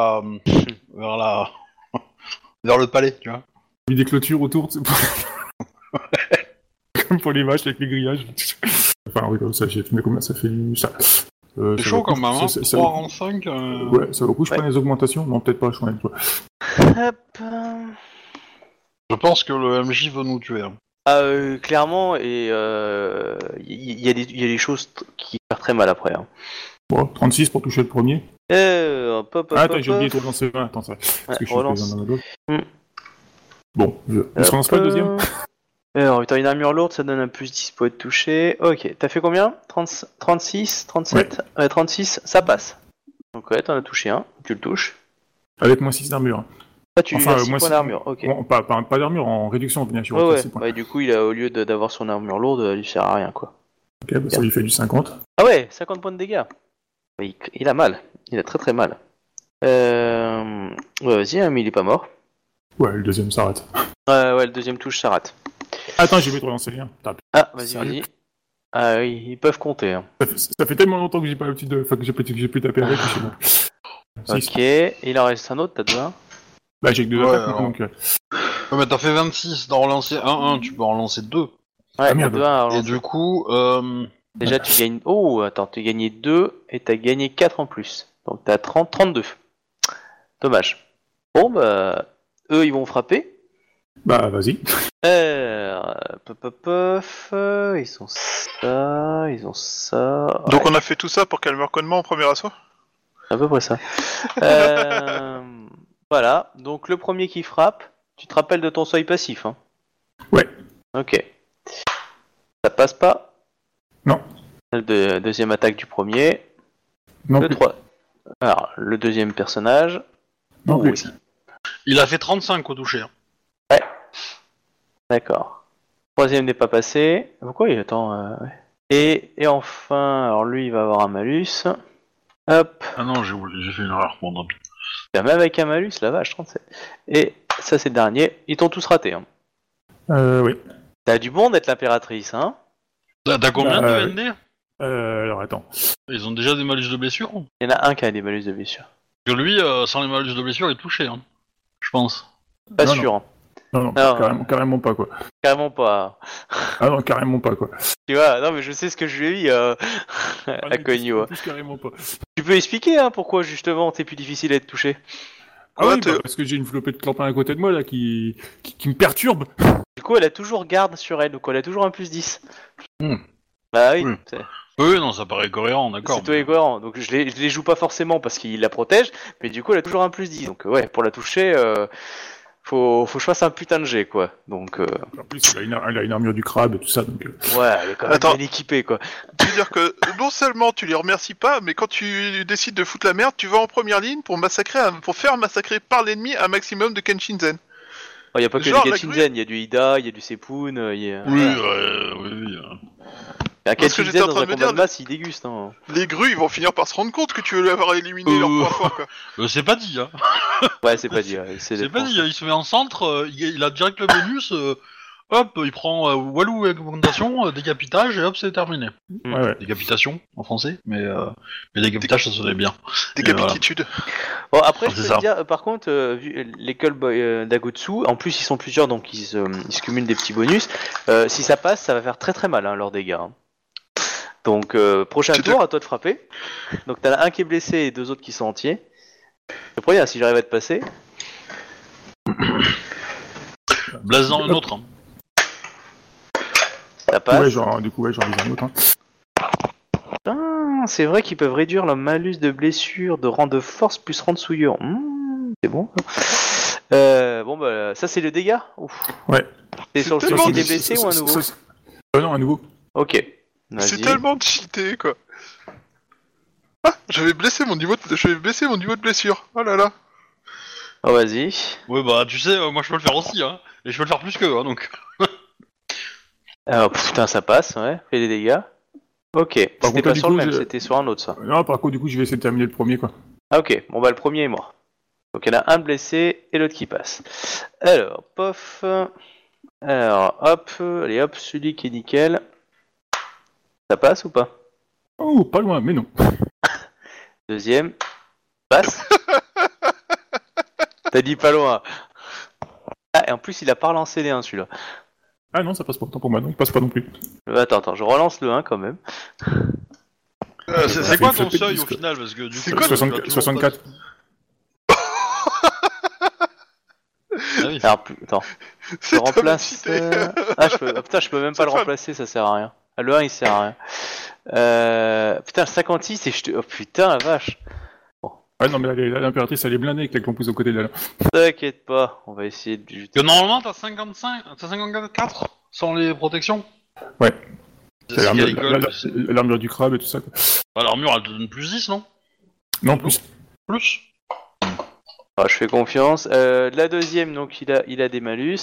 vers le palais, tu vois. Il y a des clôtures autour, tu sais, comme pour les vaches avec les grillages. Enfin, oui, comme ça, j'ai filmé combien ça fait ça. C'est chaud quand même, hein. 3 en 5. Ouais, ça vaut le coup, je prends les augmentations. Non, peut-être pas, je prends toi. Hop. Je pense que le MJ veut nous tuer. Hein. Clairement, et il y a des choses qui font très mal après. Hein. Bon, 36 pour toucher le premier. Attends, j'ai oublié de relancer un. Attends, ça. Parce que je suis relance. dans ma gauche. Bon, il se relance pas le deuxième. Alors, t'as une armure lourde, ça donne un plus 10 pour être touché. Ok, t'as fait combien? 36, 37 ouais. 36, ça passe. Donc ouais, t'en as touché un, tu le touches. Avec moins 6 d'armure. Ah, tu lui as 6 points d'armure, ok. Bon, pas d'armure, en réduction, bien sûr. Ouais, du coup, au lieu d'avoir son armure lourde, il lui sert à rien, quoi. Ok, bah ça lui fait du 50. Ah ouais, 50 points de dégâts. Il a mal, il a très très mal. Ouais, vas-y, hein, mais il est pas mort. Ouais, le deuxième s'arrête. Ouais, le deuxième touche, ça rate. Attends, j'ai oublié de relancer rien. Ah, vas-y. Ah oui, ils peuvent compter. Hein. Ça fait tellement longtemps que j'ai pas l'habitude de... Enfin, que j'ai pu taper avec, chez moi. Ok, il en reste un autre, t'as 2 1. Bah, j'ai que 2 attaques, donc... Ouais, mais t'as fait 26, d'en relancer 1, tu peux en relancer 2. Ouais, ah, merde. 2 1. Et du coup... Déjà, tu gagnes... Oh, attends, tu as gagné 2 et t'as gagné 4 en plus. Donc t'as 32. Dommage. Bon, bah... Eux, ils vont frapper. Bah, vas-y. Ils ont ça... Donc on a fait tout ça pour qu'elle meure connement en premier assaut? À peu près ça. Voilà, donc le premier qui frappe, tu te rappelles de ton seuil passif, hein? Ouais. Ok. Ça passe pas? Non. Deuxième attaque du premier. Non le plus. 3. Alors, le deuxième personnage. Non plus. Oui. Il a fait 35 au toucher. Hein. Ouais. D'accord. Troisième n'est pas passé. Pourquoi il attend ouais. Et enfin, alors lui il va avoir un malus. Hop. Ah non, j'ai fait une erreur, bon tant pis. Même avec un malus, la vache, 37. Et ça c'est le dernier. Ils t'ont tous raté. Hein. Oui. T'as du bon d'être l'impératrice, hein. T'as combien de ND? Alors attends. Ils ont déjà des malus de blessure? Il y en a un qui a des malus de blessure. Parce que lui, sans les malus de blessure, il est touché, hein. Je pense. Pas Non, sûr. Hein. Non, Alors, carrément pas, quoi. Carrément pas. Ah non, carrément pas, quoi. Tu vois, non mais je sais ce que je lui ai dit à Cogno. Plus carrément pas. Tu peux expliquer hein, pourquoi justement t'es plus difficile à être touché. Ah Ouais, oui, parce que j'ai une flopée de clampins à côté de moi, là, qui me perturbe. Du coup elle a toujours garde sur elle, donc elle a toujours un plus 10. Hmm. Bah oui, Oui. Oui, non, ça paraît cohérent, d'accord. c'est tout est cohérent. Donc je les joue pas forcément parce qu'il la protège, mais du coup elle a toujours un plus 10. Donc ouais, pour la toucher, faut que je fasse un putain de jet quoi. Donc En plus, elle a une armure du crabe et tout ça, donc... ouais, elle est quand même Attends. bien équipée quoi. Tu veux dire que non seulement tu les remercies pas, mais quand tu décides de foutre la merde, tu vas en première ligne pour faire massacrer par l'ennemi un maximum de Kenshinzen. Il y a pas que Genre, des la Kenshinzen, il y a du Ida, il y a du Sepun, il y a... Oui, voilà. oui. Un Parce que j'étais Kenshinzen en dans train un de me combat dire, de masse, il déguste hein. Les grues, ils vont finir par se rendre compte que tu veux avoir éliminé leur point fort, quoi. C'est pas dit, hein. Ouais, c'est pas dit. Ouais. C'est pas dit, il se met en centre, il a direct le bonus, hop, il prend Walou augmentation, décapitage, et hop, c'est terminé. Ouais. Décapitation, en français, mais décapitage, ça sonnait bien. Décapititude. Bon, après, C'est je peux ça. te dire, par contre, vu l'école d'Agotsu, en plus ils sont plusieurs, donc ils se cumulent des petits bonus. Si ça passe, ça va faire très très mal, hein, leurs dégâts. Hein. Donc, prochain tour, à toi de frapper. Donc, t'as un qui est blessé et deux autres qui sont entiers. Le premier, si j'arrive à te passer. Blaze dans un autre. Hein. Ça passe. Ouais, j'en vise un autre. Hein. Ah, c'est vrai qu'ils peuvent réduire leur malus de blessure de rang de force plus rang de souillure. C'est bon. Bon, bah, ça c'est le dégât. Ouf. Ouais. C'est sur le tellement celui qui était blessé ou un nouveau Non, un nouveau. Ok. C'est Vas-y. tellement cheaté, quoi. Ah, j'avais baissé mon niveau de blessure. Oh là là. Oh, vas-y. Ouais, bah, tu sais, moi je peux le faire aussi, hein. Et je peux le faire plus qu'eux, hein, donc. Alors, putain, ça passe, ouais. Fais des dégâts. Ok. C'était contre, pas du sur coup, le même, je- c'était sur un autre, ça. Non, par contre, du coup, je vais essayer de terminer le premier, quoi. Ah, ok. Bon, bah, le premier est mort. Donc, il y en a un blessé et l'autre qui passe. Alors, pof. Alors, hop. Allez, hop. Celui qui est nickel. Ça passe ou pas? Oh, pas loin, mais non. Deuxième. Passe. T'as dit pas loin. Ah, et en plus, il a pas relancé les 1, celui-là. Ah non, ça passe pas autant pour moi, donc il passe pas non plus. Attends, je relance le 1 quand même. C'est fait quoi une ton flopée de seuil au disques. final? Parce que du C'est coup, quoi, tu vas 64. toujours 64. pas- Ah oui. Alors, attends. Je C'est remplace. cheaté. Ah, je peux même pas C'est le fun. remplacer, ça sert à rien. Ah, le 1 il sert à rien. Putain, le 56 et je te. Oh putain, la vache. Ah non, mais l'impératrice, elle est blindée avec la campus au côté d'elle. T'inquiète pas, on va essayer de. Parce que normalement, t'as 54 sans les protections. Ouais. C'est C'est quelle école? l'armure du crabe et tout ça, quoi. Bah, l'armure, elle te donne plus 10, non? Non, plus. Plus? Ah, je fais confiance. La deuxième, donc il a des malus.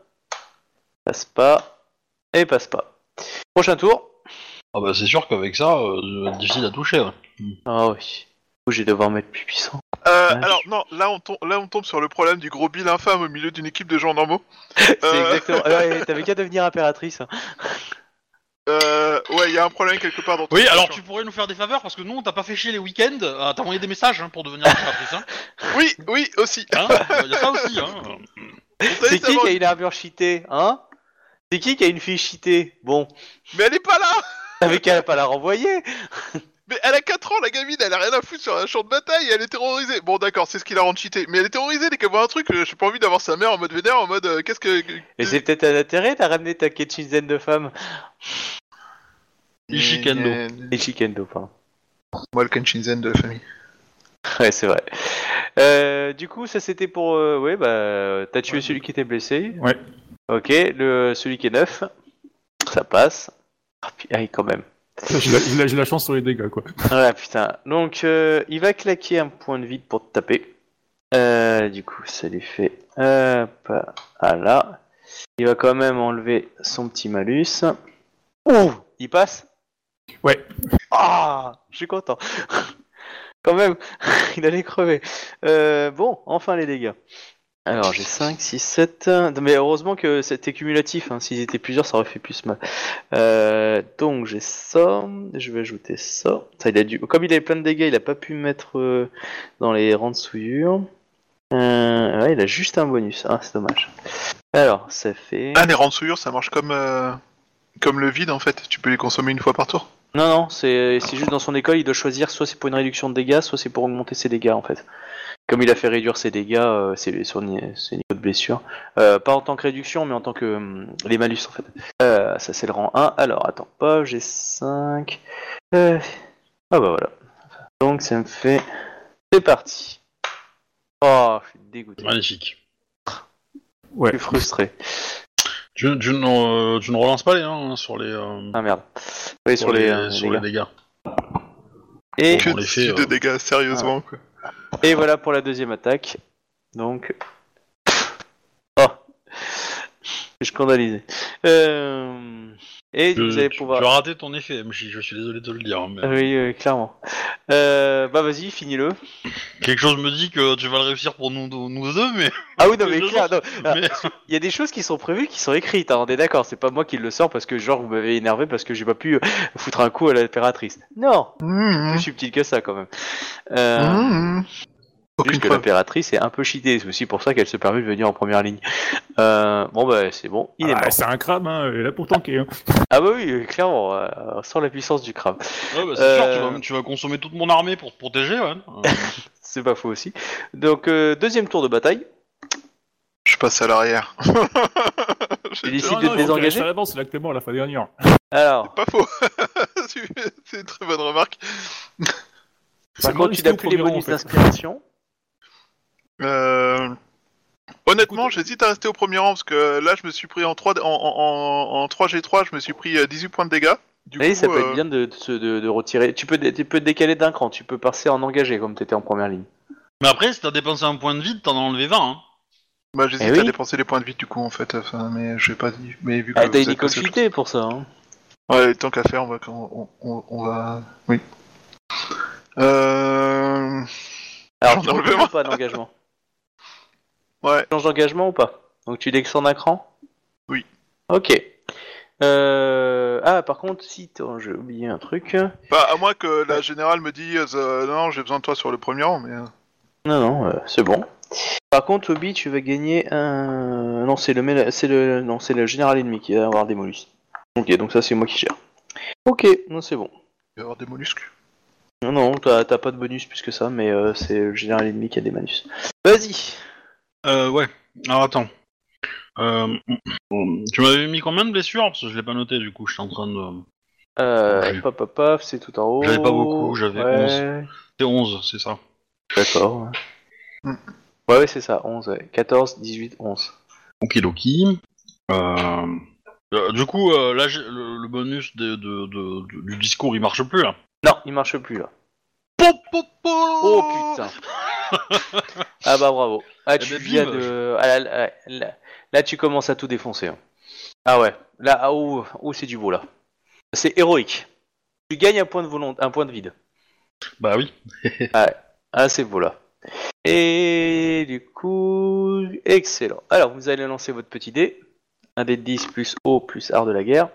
Passe pas. Et passe pas. Prochain tour. Ah bah, c'est sûr qu'avec ça, ça va être difficile à toucher, ouais. Ah oui. Du coup, je vais devoir mettre plus puissant. Alors non, là on tombe sur le problème du gros Bill infâme au milieu d'une équipe de gens normaux. C'est exactement. Ouais, t'avais qu'à devenir impératrice. Hein. Ouais, il y a un problème quelque part dans ton Oui, alors situation. tu pourrais nous faire des faveurs parce que nous on t'a pas fait chier les week-ends à t'envoyer des messages hein, pour devenir impératrice. Hein. Oui, aussi. Hein y a ça aussi. Hein. C'est qui a une armure cheatée, hein? C'est qui a une fille cheatée? Bon, Mais elle est pas là. t'avais qu'à pas la renvoyer. Mais elle a 4 ans, la gamine, elle a rien à foutre sur un champ de bataille, elle est terrorisée. Bon d'accord, c'est ce qui la rend cheatée. Mais elle est terrorisée dès qu'elle voit un truc, j'ai pas envie d'avoir sa mère en mode vénère, en mode qu'est-ce que... Et c'est peut-être un intérêt, t'as ramené ta Kenshinzen de femme. Ishikendo. Et Shikendo, pardon. Moi le Kenshinzen de la famille. Ouais, c'est vrai. Du coup, ça c'était pour... ouais, bah, t'as tué celui qui était blessé. Ouais. Ok, celui qui est neuf. Ça passe. Ah, quand même. J'ai la chance sur les dégâts, quoi. Ouais, putain. Donc, il va claquer un point de vide pour te taper. Du coup, ça lui fait... Hop, là. Il va quand même enlever son petit malus. Ouh, il passe? Ouais. Ah, je suis content. Quand même, il allait crever. Bon, enfin les dégâts. Alors j'ai 5, 6, 7. Mais heureusement que c'était cumulatif, hein. S'ils étaient plusieurs, ça aurait fait plus mal. Donc j'ai ça. Je vais ajouter ça. Comme il avait plein de dégâts, il a pas pu mettre dans les rangs de souillure. Ouais, il a juste un bonus. Ah, c'est dommage. Alors, ça fait. Ah, les rangs de souillure, ça marche comme le vide en fait. Tu peux les consommer une fois par tour. Non, c'est juste dans son école, il doit choisir soit c'est pour une réduction de dégâts, soit c'est pour augmenter ses dégâts en fait. Comme il a fait réduire ses dégâts, ses niveaux de blessure. Pas en tant que réduction, mais en tant que les malus en fait. Ça c'est le rang 1. Alors, attends pas, j'ai 5. Ah bah voilà. Donc ça me fait. C'est parti. Oh, je suis dégoûté. Magnifique. Je suis frustré. Tu ne relances pas les 1 sur les. Ah merde. Oui, sur les dégâts. Et, Que on les fait, de dégâts, sérieusement quoi. et voilà pour la deuxième attaque. Donc. Oh. Je suis scandalisé. Et vous allez pouvoir. Tu as raté ton effet, MJ, je suis désolé de te le dire. Mais... Oui, clairement. Bah vas-y, finis-le. Quelque chose me dit que tu vas le réussir pour nous deux, mais... Ah oui, non mais clair, non. Mais- Il y a des choses qui sont prévues, qui sont écrites, hein, on est d'accord, c'est pas moi qui le sors parce que genre vous m'avez énervé parce que j'ai pas pu foutre un coup à l'impératrice. Non, plus subtil que ça quand même. Aucune Juste que preuve. l'impératrice est un peu cheatée, c'est aussi pour ça qu'elle se permet de venir en première ligne. Bon bah c'est bon, il est mort. C'est un crabe, hein, il est là pour tanker. Hein. Ah bah oui, clairement, sans la puissance du crabe. Ouais, bah c'est sûr, tu vas consommer toute mon armée pour te protéger, ouais. C'est pas faux aussi. Donc deuxième tour de bataille. Je passe à l'arrière. Tu décides Non, de non, te désengager. Ça avance, c'est là que t'es mort la fois dernière. Alors, Pas faux. C'est une très bonne remarque. par contre, tu n'as plus les bonus d'inspiration. Honnêtement, j'hésite à rester au premier rang parce que là, je me suis pris en 3G3, je me suis pris 18 points de dégâts. Du Oui, coup, ça peut être bien de retirer. Tu peux te décaler d'un cran, tu peux passer en engagé comme tu étais en première ligne. Mais après, si t'as dépensé un point de vide, t'en as enlevé 20, hein. Bah, j'hésite Eh oui. à dépenser les points de vie du coup en fait. Enfin, mais je vais pas dit. Mais vu que Ah, t'as vous une êtes école passé- cheatée pour ça, hein. Ouais, tant qu'à faire, on va. Oui. Alors, J'en tu ai enlevé continues un. ou pas d'engagement? Ouais. Change d'engagement ou pas? Donc tu descends d'un cran? Oui. Ok. Ah, par contre, si j'ai oublié un truc. Bah, à moins que la générale me dise non, j'ai besoin de toi sur le premier rang, mais. Non, c'est bon. Par contre, Obi, tu vas gagner un. Non, c'est le général ennemi qui va avoir des mollusques. Ok, donc ça c'est moi qui gère. Ok, non, c'est bon. Il va y avoir des mollusques. Non, t'as pas de bonus plus que ça, mais c'est le général ennemi qui a des bonus. Vas-y. Ouais. Alors, attends. Tu m'avais mis combien de blessures? Parce que je l'ai pas noté, du coup, j'étais en train de... Paf, c'est tout en haut. J'avais pas beaucoup, j'avais 11. C'est 11, c'est ça. D'accord. Ouais, c'est ça, 11, ouais. 14, 18, 11. Okidoki. Du coup, là, le bonus du discours, il marche plus, là. Non, il marche plus là. Oh putain. Ah bah bravo. Ah, tu ben, viens bim. de. Ah, là, tu commences à tout défoncer. Hein. Ah ouais. Là, c'est du beau là. C'est héroïque. Tu gagnes un point de vide. Bah oui. Ah, c'est beau là. Et du coup, excellent. Alors, vous allez lancer votre petit dé. Un dé de 10 plus O plus art de la guerre.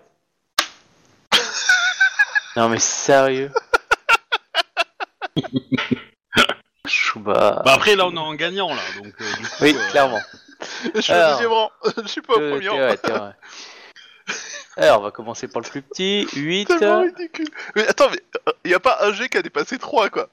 Non mais sérieux. Chouba. Bah après, là, on est en gagnant, là, donc... du coup, Oui, clairement. Je suis Alors. au deuxième rang. Je suis pas au premier rang. T'es vrai. Alors, on va commencer par le plus petit. 8. Tellement ridicule. Mais attends, mais y a pas un G qui a dépassé 3 quoi.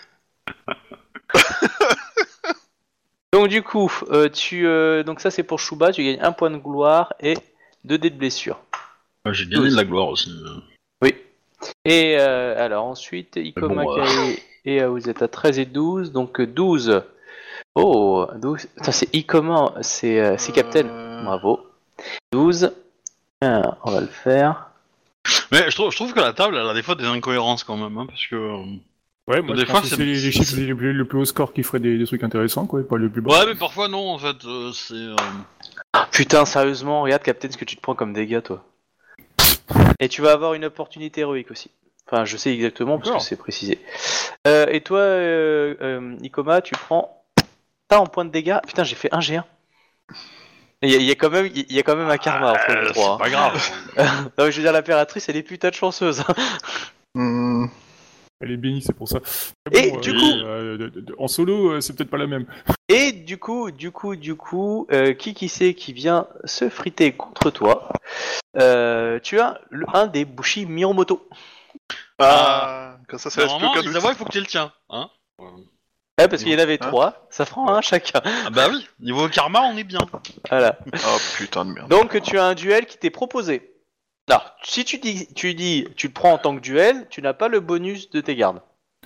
Donc du coup, donc ça c'est pour Chouba, tu gagnes un point de gloire et 2 dés de blessure. j'ai gagné de la gloire aussi. Oui. Et alors ensuite, Ikoma, bon, Kae et vous êtes à 13 et 12, donc 12. Oh, 12. Ça c'est Ikoma, c'est Captain. Bravo. 12. Alors, on va le faire. Mais je trouve que la table, elle a des fois des incohérences quand même, hein, parce que... Ouais, moi Des je fois, pense que c'est- c'est les chiffres le plus haut score qui ferait des trucs intéressants, quoi, et pas le plus bas. Ouais, mais parfois non, en fait, c'est... Putain, sérieusement, regarde Captain ce que tu te prends comme dégâts, toi. Et tu vas avoir une opportunité héroïque aussi. Enfin, je sais exactement parce que D'accord. c'est précisé. Et toi, Ikoma, tu prends T'as en point de dégâts. Putain, j'ai fait 1 G1. Il y a quand même un karma entre les trois. C'est pas grave. Non, mais je veux dire, l'impératrice, elle est putain de chanceuse. Elle est bénie, c'est pour ça. Et Mais du coup, en solo, c'est peut-être pas la même. Et du coup, qui c'est qui vient se friter contre toi? Tu as un des Bushi Miromoto. Comme ça laisse plus Normalement, aucun les doute. savoir, il faut que tu le tiens. Hein Ouais, parce qu'il y en avait 3, ça prend un chacun. Ah bah oui, niveau karma, on est bien. Voilà. Oh putain de merde. Donc tu as un duel qui t'est proposé. Alors, si tu le prends en tant que duel, tu n'as pas le bonus de tes gardes.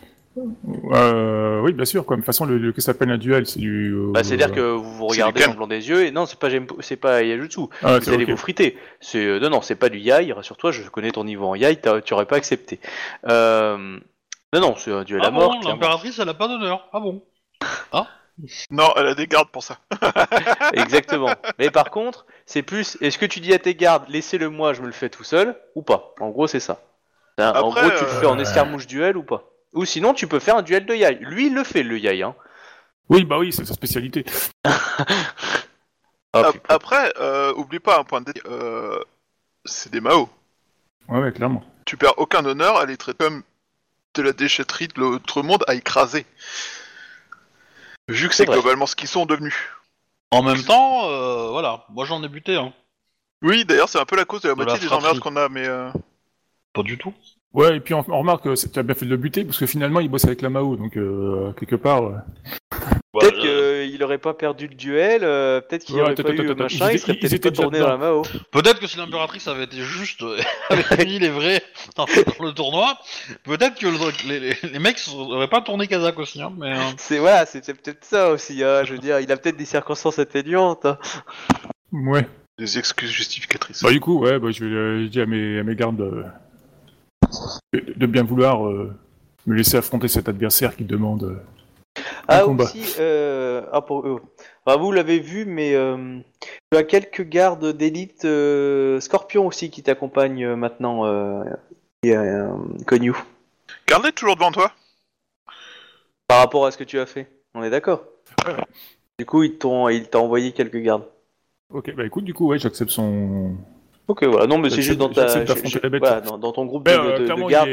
Oui, bien sûr. Quoi. De toute façon, que ça s'appelle un duel, c'est du. C'est-à-dire que vous vous regardez du en blanc des yeux et non, c'est pas Yajutsu. Ah, Vous allez ok. vous friter. Non, c'est pas du Yai. Rassure-toi, je connais ton niveau en Yai, tu aurais pas accepté. Non, c'est un duel Ah à mort. bon, clairement. l'impératrice, elle a pas d'honneur. Ah bon. Non, elle a des gardes pour ça. Exactement. Mais par contre, c'est plus, est-ce que tu dis à tes gardes, laissez-le moi, je me le fais tout seul, ou pas? En gros, c'est ça. En Après, gros, tu le fais en escarmouche duel ou pas? Ou sinon, tu peux faire un duel de Yai. Lui, il le fait, le Yai. Hein. Oui, bah oui, c'est sa spécialité. Après, oublie pas un point de c'est des Mao. Ouais, clairement. Tu perds aucun honneur, elle est traitée comme de la déchetterie de l'autre monde à écraser. Vu que c'est vrai. globalement ce qu'ils sont devenus. En même temps, voilà, moi j'en ai buté, hein. Oui, d'ailleurs, c'est un peu la cause de la De la moitié des fratrie. emmerdes qu'on a, mais... Pas du tout. Ouais, et puis on remarque, tu as bien fait de le buter, parce que finalement, il bosse avec la Mao, donc quelque part... Peut-être qu'il aurait pas perdu le duel, peut-être qu'il Ouais, aurait attends, pas eu attends, machin, ils il serait étaient peut-être pas déjà tourné dans la Mao. Peut-être que si l'impératrice avait été juste, avait mis les vrais dans le tournoi, peut-être que les mecs auraient pas tourné Kazakh aussi, hein, mais... C'est peut-être ça aussi, hein, je veux dire, il a peut-être des circonstances atténuantes. Hein. Ouais. Des excuses justificatrices. Bah du coup, ouais, bah, je dis à mes gardes de bien vouloir me laisser affronter cet adversaire qui demande un combat. Aussi, vous l'avez vu, mais tu as quelques gardes d'élite Scorpion aussi qui t'accompagnent maintenant, Konyu. Garde-les toujours devant toi. Par rapport à ce que tu as fait, on est d'accord? Ouais. Du coup, il t'a envoyé quelques gardes. Ok, bah écoute, du coup, ouais, j'accepte son... Ok, voilà. Non, mais c'est juste dans j'accepte d'affronter la bête. voilà, dans ton groupe Mais, de clairement, gardes,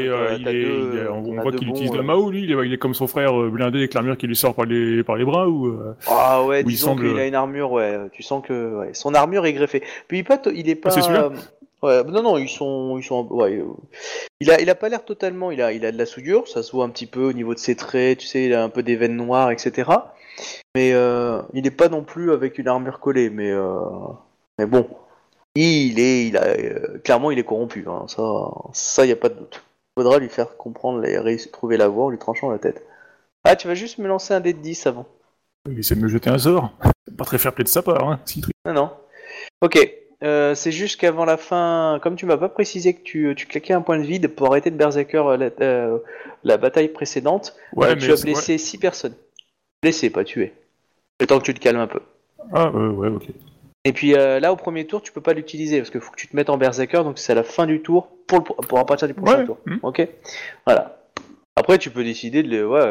on voit qu'il utilise la Mao, lui, il est comme son frère blindé avec l'armure qui lui sort par les bras, ou... Ah ouais, où il disons semble- qu'il a une armure, ouais. Tu sens que son armure est greffée. Puis il est pas. c'est celui-là Ouais, non, ils sont, ouais. Il a pas l'air totalement. Il a de la soudure, ça se voit un petit peu au niveau de ses traits. Tu sais, il a un peu des veines noires, etc. Mais il est pas non plus avec une armure collée. Mais bon, clairement, il est corrompu. Hein. Ça, y a pas de doute. Faudra lui faire comprendre, trouver la voie en lui tranchant la tête. Ah, tu vas juste me lancer un dé de 10 avant. Il essaie de me jeter un sort. C'est pas très fair-play de sa part, hein, si Non. Ok. C'est juste qu'avant la fin, comme tu m'as pas précisé que tu claquais un point de vide pour arrêter de berserker la bataille précédente, Ouais, tu as blessé 6 personnes. Blessé, pas tué. Le temps que tu te calmes un peu. Ah, ouais, ok. Et puis là, au premier tour, tu peux pas l'utiliser parce qu'il faut que tu te mettes en berserker, donc c'est à la fin du tour pour à partir du prochain Ouais. tour. Ok. Voilà. Après, tu peux décider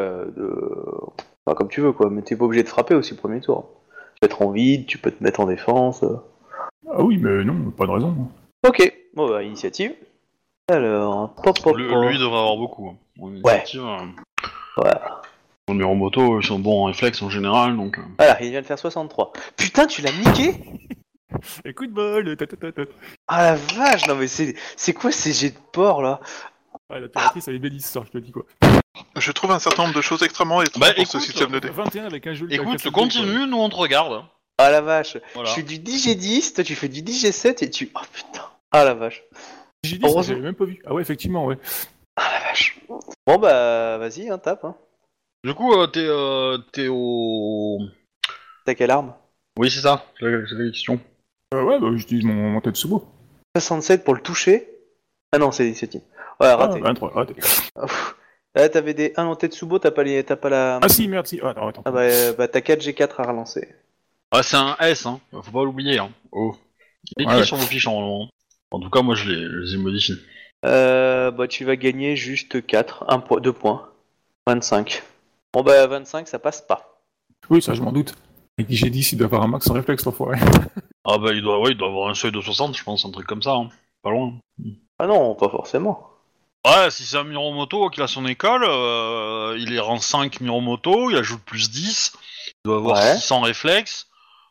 enfin, comme tu veux, quoi. Mais t'es pas obligé de frapper aussi au premier tour. Tu peux être en vide, tu peux te mettre en défense. Ah oui, mais non, pas de raison. Ok, bon bah initiative. Alors, Lui devrait avoir beaucoup. Hein. Bon, initiative, Voilà. Les numéros moto, ils sont bons en réflexe en général, donc... Voilà, il vient de faire 63. Putain, tu l'as niqué? Écoute, bol, Ah la vache, non mais c'est quoi ces jets de porc là? Ah, la thératrice, elle est belle histoire, je te dis quoi. Je trouve un certain nombre de choses extrêmement étranges Bah, pour ce écoute, système de dés. 21 avec un joli... Écoute, continue, nous on te regarde. Ah la vache, Voilà. je fais du 10G10, toi tu fais du 10G7 et tu... Oh putain, ah la vache. J'ai dit ça, j'avais même pas vu. Ah ouais, effectivement, ouais. Ah la vache. Bon bah vas-y, hein, tape. Hein. Du coup, t'es au... T'as quelle arme? Oui, c'est ça, c'est la question. Ouais, bah j'utilise mon Tetsubo. 67 pour le toucher. Ah non, c'est 17ème. Ouais, raté. 23, raté. Là t'avais des 1 en Tetsubo, t'as pas la... Ah si, merde, si. Ah, attends. Ah bah t'as 4G4 à relancer. Ah, c'est un S, hein, faut pas l'oublier, hein. Oh. Il est écrit Ouais. sur vos fiches, normalement. En tout cas, moi je les ai modifiés. Bah tu vas gagner juste 2 points. 25. Bon bah 25 ça passe pas. Oui, ça je m'en doute. Et qui j'ai dit s'il doit avoir un max en réflexe, l'enfoiré. Ah bah il doit avoir un seuil de 60, je pense, un truc comme ça, hein. Pas loin. Ah non, pas forcément. Ouais, si c'est un Miromoto qui a son école, il est rang 5 Miromoto, il ajoute plus 10, il doit avoir Ouais. 600 réflexes,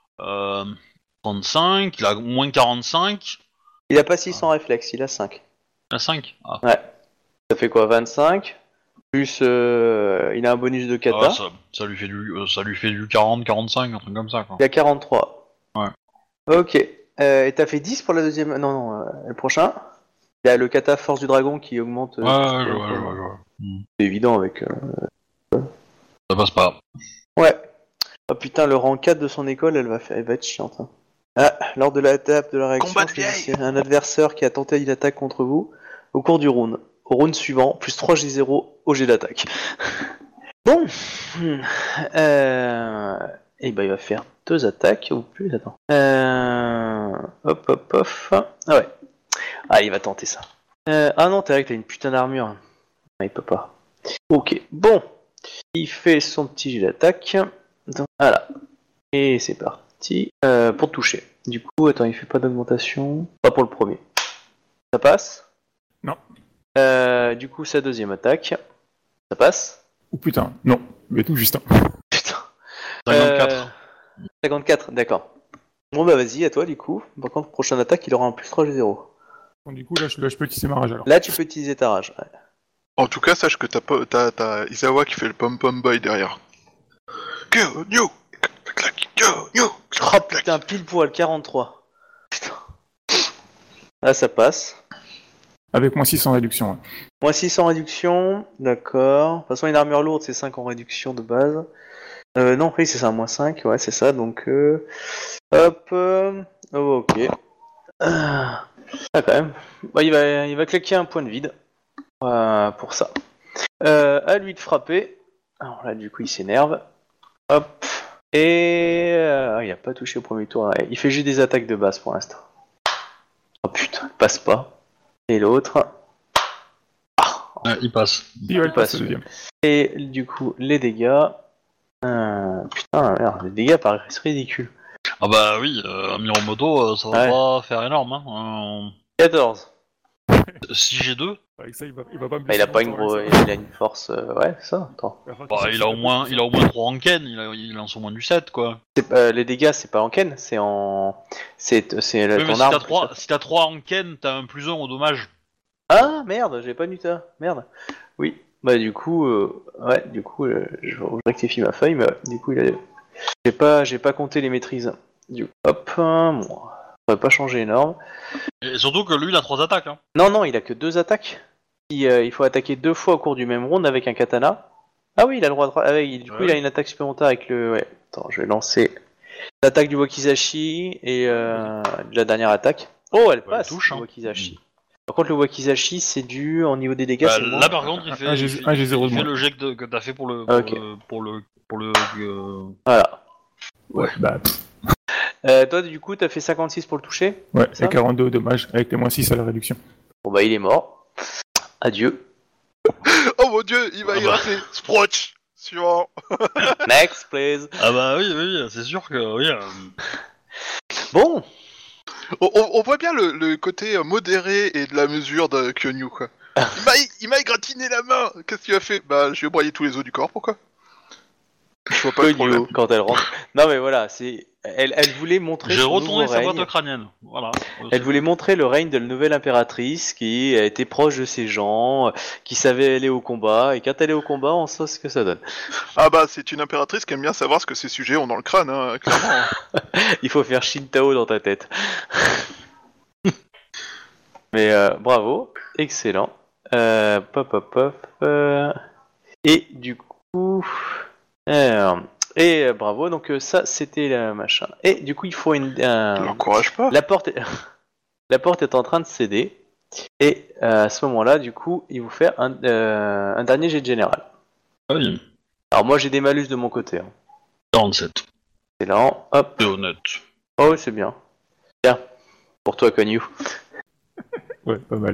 35, il a moins 45, Il a pas 600 réflexes, il a 5. il a 5. Ah. Ouais. Ça fait quoi, 25 plus il a un bonus de kata. Ah, ça lui fait du 40, 45, un truc comme ça, quoi. Il a 43. Ouais. Ok. Et t'as fait 10 pour la deuxième. Non, le prochain. Il y a le kata force du dragon qui augmente. Ouais, je vois. C'est évident avec. Ça passe pas. Ouais. Oh putain, le rang 4 de son école, elle va être chiante. Hein. Ah, lors de l'étape de la réaction, Combat de choisissez un adversaire qui a tenté une attaque contre vous au cours du round. Au round suivant, plus 3 G0 au jet d'attaque. Bon. Et ben il va faire 2 attaques ou plus, attends. Hop. Ah ouais. Ah, il va tenter ça. Ah non, t'es vrai que t'as une putain d'armure. Ah, il peut pas. Ok, bon. Il fait son petit jet d'attaque. Voilà. Et c'est parti. Pour toucher. Du coup, attends, il fait pas d'augmentation. Pas pour le premier. Ça passe ? Non. Du coup, sa deuxième attaque. Ça passe ? Oh putain, non. Mais tout juste. Putain. 54. 54, d'accord. Bon bah vas-y, à toi du coup. Par contre, prochaine attaque, il aura un plus 3 G0. Donc, du coup, là, je peux utiliser ma rage alors. Là, tu peux utiliser ta rage. Ouais. En tout cas, sache que t'as Izawa qui fait le pom-pom boy derrière. Go, new! Go, new! Oh putain, pile poil, 43. Putain. Là, ça passe. Avec moins 6 en réduction. Ouais. Moins 6 en réduction, d'accord. De toute façon, une armure lourde, c'est 5 en réduction de base. Non, oui, c'est ça, moins 5, ouais, c'est ça, donc... Hop... Oh, ok. Ah, quand même. Bah, il va claquer un point de vide. Pour ça. À lui de frapper. Alors là, du coup, il s'énerve. Hop. Et... il a pas touché au premier tour. Ouais. Il fait juste des attaques de base pour l'instant. Oh putain, il passe pas. Et l'autre... Il passe. Il passe passe, le deuxième. Et du coup, les dégâts... putain, merde, les dégâts paraissent ridicules. Ah bah oui, un Miromoto, ça va Ouais. pas faire énorme, hein. 14. Si j'ai 2, Avec ça, il va pas me Bah, il a pas une longtemps, grosse... avec ça. Il a une force... Ouais, c'est ça, attends. il a au moins 3 en Ken, il lance au moins du 7, quoi. Les dégâts, c'est pas en Ken, c'est en... C'est Oui, mais ton si arme. t'as 3 en Ken, t'as un plus 1 au dommage. Ah, merde, j'ai pas lu ça. Merde. Oui. Bah, du coup... Ouais, du coup, je rectifie ma feuille, mais du coup, il a... J'ai pas compté les maîtrises. Du coup, hop, bon... Ça va pas changer énorme. Et surtout que lui, il a 3 attaques, hein. Non, il a que 2 attaques. Il faut attaquer 2 fois au cours du même round avec un katana. Ah oui, il a le droit de... du coup, il a une attaque supplémentaire avec le... Ouais, attends, je vais lancer l'attaque du Wakizashi et la dernière attaque. Oh, elle passe, touche, le hein. Wakizashi. Par contre, le Wakizashi, c'est dû au niveau des dégâts, Bah, c'est moins. là, par contre, il fait, Un il G- fait- un G0 il de fait moins. le jet que t'as fait pour le... Ok. Pour le Voilà. Ouais, bah, Toi, du coup, t'as fait 56 pour le toucher. ouais, ça et 42 dommage, avec les moins 6 à la réduction. Bon, bah, il est mort. Adieu. Oh mon dieu, il va y bah. rester. Sproch! Suivant. Next, please. Ah bah oui, c'est sûr que... Oui, Bon. On voit bien le côté modéré et de la mesure de Kyonyu, quoi. Il m'a égratigné la main. Qu'est-ce qu'il a fait? Bah, je lui ai broyé tous les os du corps, pourquoi? Je vois pas le problème. Quand elle rentre. Non, mais voilà, c'est... Elle voulait montrer j'ai son retourné nouveau sa règne. boîte crânienne. Voilà. Elle voulait montrer le règne de la nouvelle impératrice qui était proche de ses gens, qui savait aller au combat, et quand elle est au combat, on sait ce que ça donne. Ah bah, c'est une impératrice qui aime bien savoir ce que ces sujets ont dans le crâne, hein, clairement. Il faut faire Shintao dans ta tête. Mais bravo, excellent. Et du coup... bravo, donc ça c'était la machin. Et du coup il faut une... Je l'encourage pas. La porte est en train de céder. Et à ce moment-là, du coup, il vous fait un dernier jet de général. Oui, Alors moi j'ai des malus de mon côté. Hein. 47. Excellent. Hop. C'est honnête. Oh c'est bien. Tiens. Pour toi, Konyu. Ouais, pas mal.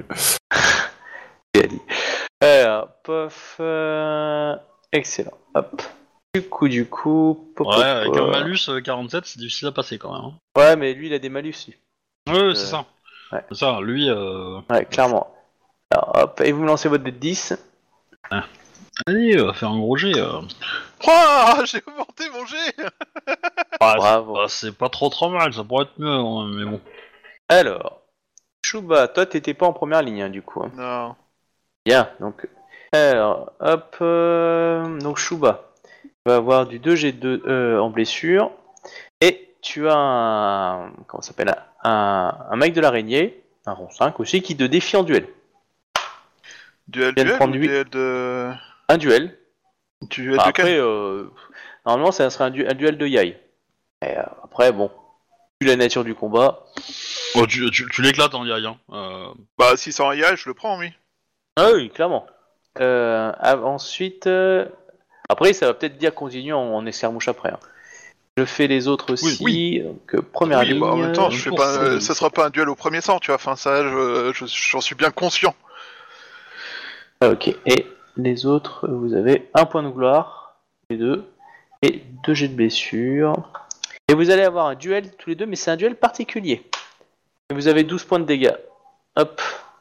Alors, pof. Excellent. Hop. Du coup... Ouais, avec un malus 47, c'est difficile à passer quand même. Hein. Ouais, mais lui, il a des malus, lui. Ouais, c'est ça. Ouais. C'est ça, lui... Ouais, clairement. Alors, hop, et vous me lancez votre dé de 10. Allez, va faire un gros jet. Oh, j'ai augmenté mon jet. Bravo. C'est pas trop mal, ça pourrait être mieux, hein, mais bon. Alors, Chouba, toi, t'étais pas en première ligne, hein, du coup. Hein. Non. Bien, donc... Alors, hop... Donc, Chouba va avoir du 2G2 en blessure. Et tu as un... Comment ça s'appelle un mec de l'araignée, un rond 5 aussi, qui te défie en duel. Duel Vient de ou prendre lui. duel de... Un duel. Duel Bah, de après, quel normalement, ça serait un duel de Yai. Et après, bon, vu la nature du combat... Oh, tu l'éclates en Yai, hein. Bah, si c'est en IA, je le prends, oui. Ah oui, clairement. Ensuite... Après, ça va peut-être dire continue en escarmouche après. Hein. Je fais les autres aussi. Oui. Donc, première Oui, ligne... bah, en même temps, je une fais course, pas, ça sera pas un duel au premier sang, tu vois. Enfin, ça, j'en suis bien conscient. Ok, et les autres, vous avez un point de gloire, les deux, et 2 jets de blessure. Et vous allez avoir un duel tous les deux, mais c'est un duel particulier. Et vous avez 12 points de dégâts. Hop.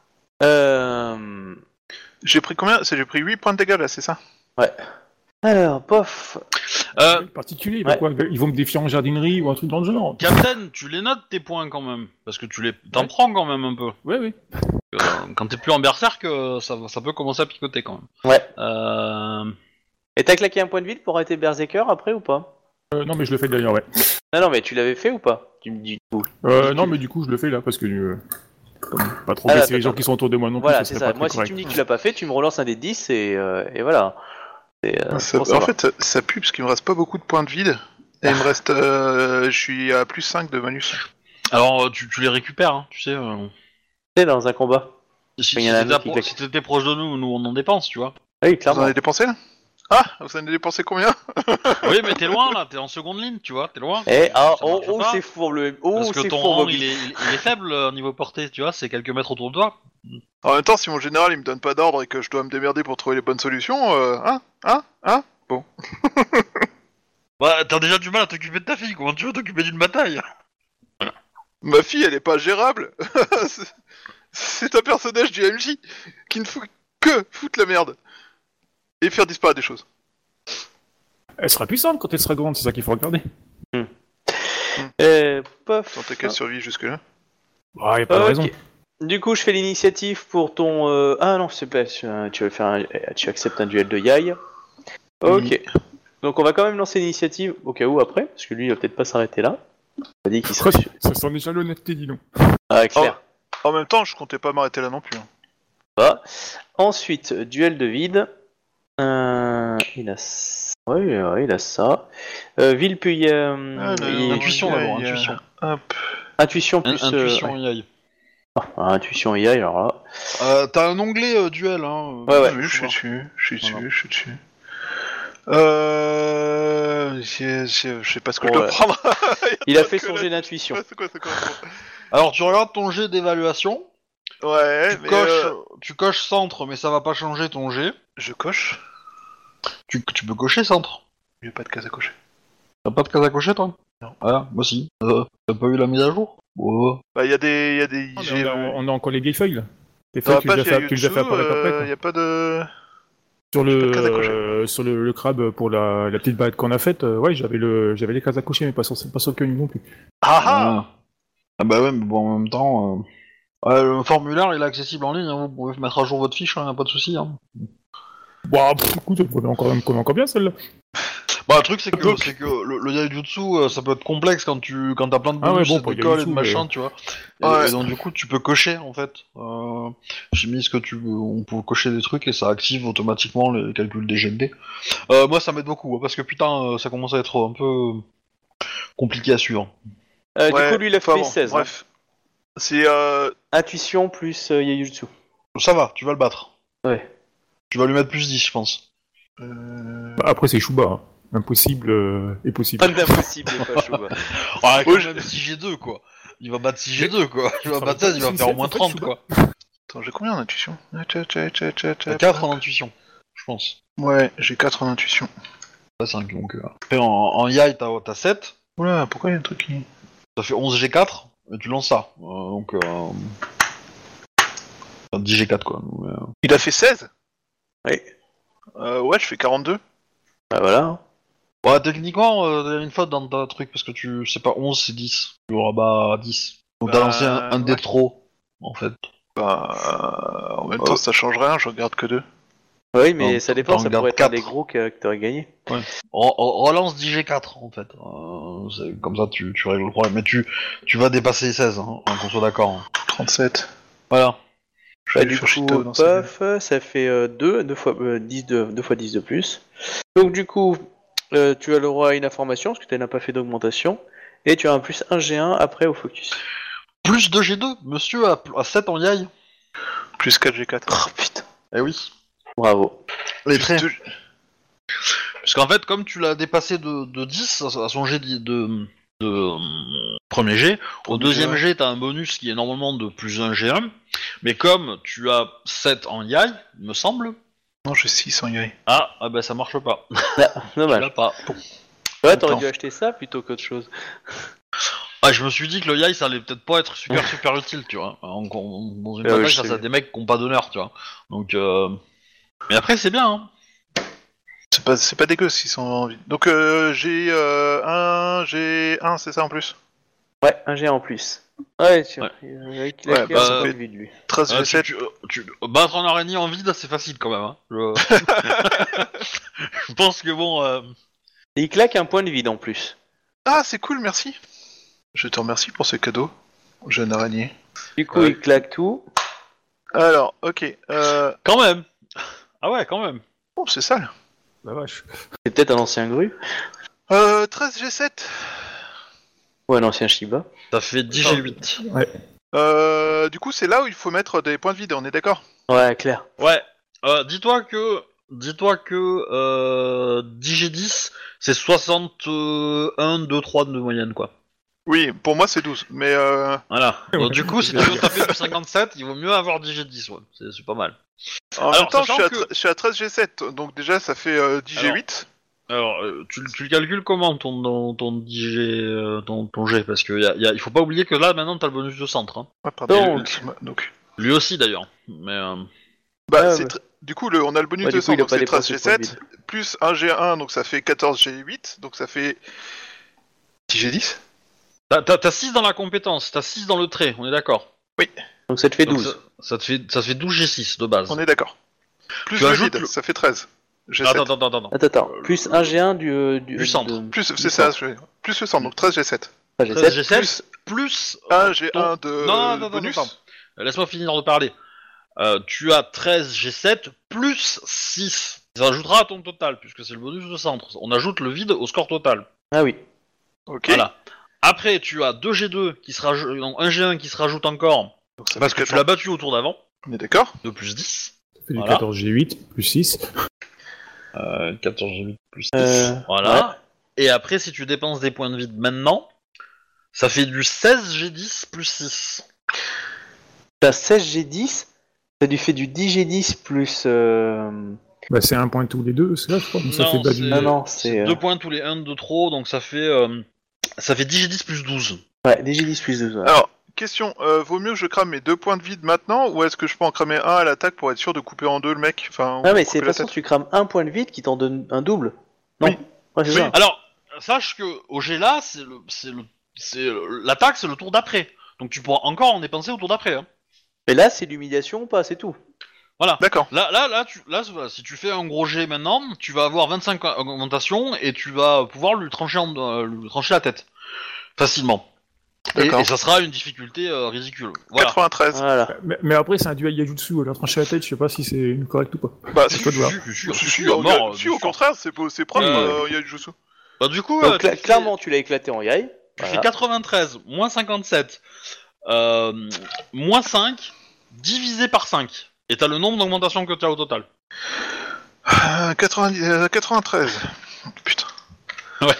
J'ai pris combien? J'ai pris 8 points de dégâts là, c'est ça? Ouais. Alors, pof. Particulier, ouais. quoi, ils vont me défier en jardinerie ou un truc dans le genre. Captain, tu les notes tes points quand même, parce que t'en Ouais. prends quand même un peu. Oui. Quand t'es plus en berserk, ça peut commencer à picoter quand même. Ouais. Et t'as claqué un point de vide pour arrêter Berserker après ou pas? Non, mais je le fais d'ailleurs, ouais. Non, mais tu l'avais fait ou pas? Tu me dis du coup. Non, mais du coup, je le fais là, parce que... comme pas trop Ah, blesser là, les gens attends. qui sont autour de moi non plus, Voilà, ça c'est serait ça. pas Moi, très si correct. tu me dis que tu l'as pas fait, tu me relances un des 10 et voilà. Pour En savoir. fait, ça pue parce qu'il me reste pas beaucoup de points de vide. Et il me reste. Je suis à plus 5 de malus. Alors, tu les récupères, hein, tu sais. C'est dans un combat. Si Il y en a un autre qui si t'étais proche de nous, on en dépense, tu vois. Ah oui, Vous en clairement. avez dépensé là? Ah, vous en avez dépensé combien? Oui, mais t'es loin là, t'es en seconde ligne, tu vois, t'es loin. Eh, Ça marche pas, c'est fourbe le. Oh, Parce que c'est ton fourbe. rang, il est faible au niveau portée, tu vois, c'est quelques mètres autour de toi. En même temps, si mon général il me donne pas d'ordre et que je dois me démerder pour trouver les bonnes solutions, Bah, t'as déjà du mal à t'occuper de ta fille, comment tu veux t'occuper d'une bataille? ma fille elle est pas gérable. C'est un personnage du MJ qui ne fout que foutre la merde et faire disparaître des choses. Elle sera puissante quand elle sera grande, c'est ça qu'il faut regarder. Pof. Tant qu'elle survit jusque là. Ah, y a pas de Ok. raison. Du coup, je fais l'initiative pour ton. Ah non, c'est pas. Tu vas faire tu acceptes un duel de Yai. Ok. Donc, on va quand même lancer l'initiative au cas où après, parce que lui, il va peut-être pas s'arrêter là. On a dit qu'il serait. Ça sent déjà l'honnêteté, dis donc. Ah, clair. En même temps, je comptais pas m'arrêter là non plus. Hein. Pas. Ensuite, duel de vide. Il a. Ouais, il a ça. Ville puis. Intuition d'abord, intuition. Hop. Intuition plus. Intuition, Yai. Intuition et Yai, alors là. T'as un onglet duel, hein. Ouais. Oui, je suis dessus. Voilà. Je suis dessus. Je sais pas ce que je dois Ouais. prendre. Il a fait son jet d'intuition. C'est quoi Alors, tu regardes ton jet d'évaluation, Ouais, mais tu coches centre, mais ça va pas changer ton jet. je coche. Tu peux cocher centre. Il n'y a pas de case à cocher. T'as pas de case à cocher, toi? Non. Ah, moi si. T'as pas eu la mise à jour? Ouais. Bah, il y a des. On a encore les vieilles feuilles, là. Les Dans feuilles, la page, tu les as fait apparaître après, quoi. il y a pas de. Sur pas de case à sur le crabe pour la petite balade qu'on a faite, ouais, j'avais les cases à cocher, mais pas sur le quenu non plus. Ah Ah bah ouais, mais bon, en même temps... le formulaire, il est accessible en ligne, hein, vous pouvez mettre à jour votre fiche, hein, pas de soucis. Hein. Bah, écoute, elle connaît encore bien celle-là. Bah, le truc, c'est que le Yaijutsu, ça peut être complexe quand t'as plein de bonus pour de colle et de Yaijutsu, machin, tu vois. Ouais. Et donc, du coup, tu peux cocher, en fait. J'ai mis ce que tu veux, on peut cocher des trucs et ça active automatiquement les calculs des GND. Moi, ça m'aide beaucoup, hein, parce que putain, ça commence à être un peu compliqué à suivre. Du coup, lui, il a fait 16. Bref. C'est. Intuition plus Yaijutsu. Ça va, tu vas le battre. Ouais. Tu vas lui mettre plus 10, je pense. Bah, après, c'est Shuba. Hein. Impossible et possible. Pas d'impossible, pas Chouba. Ouais, quand Oui, même 6G2, quoi. Il va battre 6G2, quoi. Il va battre 16, il va faire au moins 30, quoi. Attends, j'ai combien en intuition? T'as 4 en intuition, je pense. Ouais, j'ai 4 en intuition. Pas 5, donc... Après, en Yai, t'as 7. Oula, pourquoi il y a un truc qui... Ça fait 11 G4, et tu lances ça. Donc... Enfin, 10 G4, quoi. Mais, Il a fait 16 Oui. Ouais, je fais 42. Bah voilà. Ouais, techniquement, t'as une faute dans ta truc, parce que tu... C'est pas 11, c'est 10. Tu rabats 10. Donc t'as lancé un dé de trop, en fait. Bah, en même temps, ça change rien, je regarde que 2. Oui, mais Non, ça dépend, t'en ça regardes pourrait être un 4. des gros que t'aurais gagné. Relance 10 G4, en fait. Comme ça, tu règles le problème. Mais tu vas dépasser 16, hein, qu'on soit d'accord. Hein. 37. Voilà. Je Bah, vais du faire coup, Cheeto dans sa paf, ça fait 2 fois 10 de plus. Donc du coup, tu as le droit à une information, parce que tu n'as pas fait d'augmentation, et tu as un plus 1 G1 après au focus. Plus 2 G2, monsieur a 7 en Yai. Plus 4 G4. Oh putain. Eh oui. Bravo. Les Plus traits. 2... Parce qu'en fait, comme tu l'as dépassé de 10 à son jet de premier jet, au deuxième jet, t'as un bonus qui est normalement de plus 1 G1, mais comme tu as 7 en Yai, il me semble... Non, j'ai 6 en Yai. Ah bah ça marche pas. Ah, Tu l'as dommage. pas. Ouais, t'aurais Attends. dû acheter ça plutôt qu'autre chose. Ah, je me suis dit que le Yai ça allait peut-être pas être super utile, tu vois. Dans une bataille, je ça sais a des mecs qui ont pas d'honneur, tu vois. Donc, mais après c'est bien, hein. C'est pas dégueu s'ils sont en vie. Donc j'ai 1, c'est ça en plus. Ouais, un G1 en plus. Ouais, tiens. Ouais. Il a Ouais, claqué bah, un ça point fait- de vie de lui. 13 G7. Battre un araignée en vide, c'est facile quand même. Hein. Je pense que bon. Et il claque un point de vide en plus. Ah, c'est cool, merci. Je te remercie pour ce cadeau, jeune araignée. Du coup, Ouais. il claque tout. Alors, ok. Quand même. Ah ouais, quand même. Oh, c'est sale. La vache. C'est peut-être un ancien grue. 13 G7. Ou un ancien Shiba. Ça fait 10 G8. Ouais. Du coup, c'est là où il faut mettre des points de vide, on est d'accord? Ouais, clair. Ouais. Dis-toi que 10 G10, c'est 61, 2, 3 de moyenne, quoi. Oui, pour moi c'est 12, mais Voilà. Donc, du coup, si tu veux taper du 57, il vaut mieux avoir 10 G10, ouais. C'est pas mal. en Alors, même temps sachant que- je suis à 13 G7, donc déjà ça fait 10 Alors, G8. Alors, tu le calcules comment ton 10 G, ton G? Parce que il faut pas oublier que là, maintenant, t'as le bonus de centre. Hein. Ouais, pardon, Donc. Lui aussi, d'ailleurs. Mais Bah, Ouais, c'est ouais. Du coup, on a le bonus Ouais, de du coup, il a 100, donc pas c'est 13 dépensé de points de G7, plus 1 G1, donc ça fait 14 G8, donc ça fait 10 G10. t'as 6 dans la compétence, t'as 6 dans le trait, on est d'accord. Donc ça te fait Donc 12. ça te fait 12 G6 de base. On est d'accord. Plus Tu le ajoutes vide, le- ça fait 13 G7. Attends. Attends. Plus un G1 du centre. Plus, du c'est ça, centre. plus le 100, donc 13 G7. Enfin, G7. 13 G7 plus 1 G1 ton- de Non, bonus. attends. Laisse-moi finir de parler. Tu as 13 G7 plus 6. Ça ajoutera à ton total, puisque c'est le bonus de centre. On ajoute le vide au score total. Ah oui. Ok. Voilà. Après, tu as 2 G2 qui se rajoutent, donc un G1 qui se rajoute encore, Donc ça parce fait que tu 14. l'as battu au tour d'avant, On est d'accord? de plus 10. Ça fait du Voilà. 14 G8 plus 6. 14 G8 plus 10. Euh, Voilà. Et après, si tu dépenses des points de vide maintenant, ça fait du 16 G10 plus 6. T'as 16 G10. Ça lui fait du 10 G10 plus. Bah, c'est un point tous les deux, c'est là, je crois. Donc ça Non, fait pas du. Non, non, C'est c'est. 2 points tous les 1 de trop, donc ça fait 10 G10 plus 12. Ouais, des G10 plus 12. Ouais. Alors, question, vaut mieux que je crame mes 2 points de vide maintenant, ou est-ce que je peux en cramer un à l'attaque pour être sûr de couper en deux le mec? Enfin, Ah, mais couper c'est de la toute façon, tête. tu crames un point de vide qui t'en donne un double. Non. Oui. Ouais, c'est Oui. ça. Alors, sache que au G-là, l'attaque, c'est le tour d'après. Donc tu pourras encore en dépenser au tour d'après. Hein. Mais là, c'est l'humiliation ou pas, c'est tout. Voilà. D'accord. Là, voilà, si tu fais un gros G maintenant, tu vas avoir 25 augmentations et tu vas pouvoir lui trancher la tête. Facilement. D'accord. Et ça sera une difficulté ridicule. Voilà. 93. Voilà. Mais après, c'est un duel Yajutsu, alors trancher la tête, je sais pas si c'est correct ou pas. Bah, C'est si, pas de voir. Si, à mort, si, bien au sûr. contraire, c'est propre, Ouais. Yajutsu. Bah, du coup, Donc, tu fais- clairement, tu l'as éclaté en Yai. Tu fais 93, moins 57, moins 5, divisé par 5. Et t'as le nombre d'augmentations que tu as au total. 93. Putain. Ouais.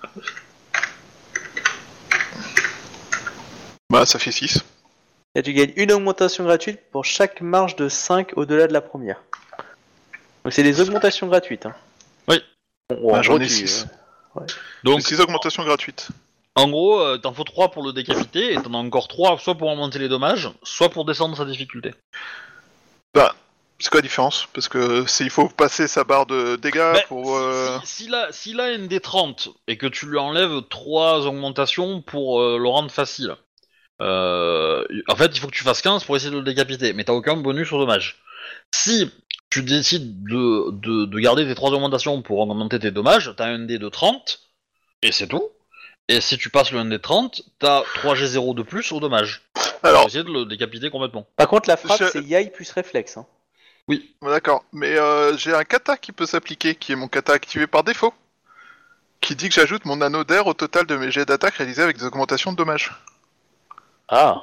Bah, ça fait 6. Et tu gagnes une augmentation gratuite pour chaque marge de 5 au-delà de la première. Donc c'est des augmentations gratuites. Hein. Bon, en Bah, j'en gros, ai tu- 6. Donc, 6 augmentations gratuites. en gros, t'en faut 3 pour le décapiter, et t'en as encore 3 soit pour augmenter les dommages, soit pour descendre sa difficulté. Bah, c'est quoi la différence? Parce que il faut passer sa barre de dégâts pour... S'il a une D30 et que tu lui enlèves 3 augmentations pour le rendre facile, en fait, il faut que tu fasses 15 pour essayer de le décapiter, mais t'as aucun bonus au dommage. Si tu décides de garder tes 3 augmentations pour augmenter tes dommages, t'as un dé de 30, et c'est tout. Et si tu passes le 1 dé de 30, t'as 3G0 de plus au dommage. Alors, Pour essayer de le décapiter complètement. Par contre, la frappe, Je- c'est Yai plus réflexe. Hein. d'accord. Mais j'ai un kata qui peut s'appliquer, qui est mon kata activé par défaut. Qui dit que j'ajoute mon anneau d'air au total de mes jets d'attaque réalisés avec des augmentations de dommages. Ah.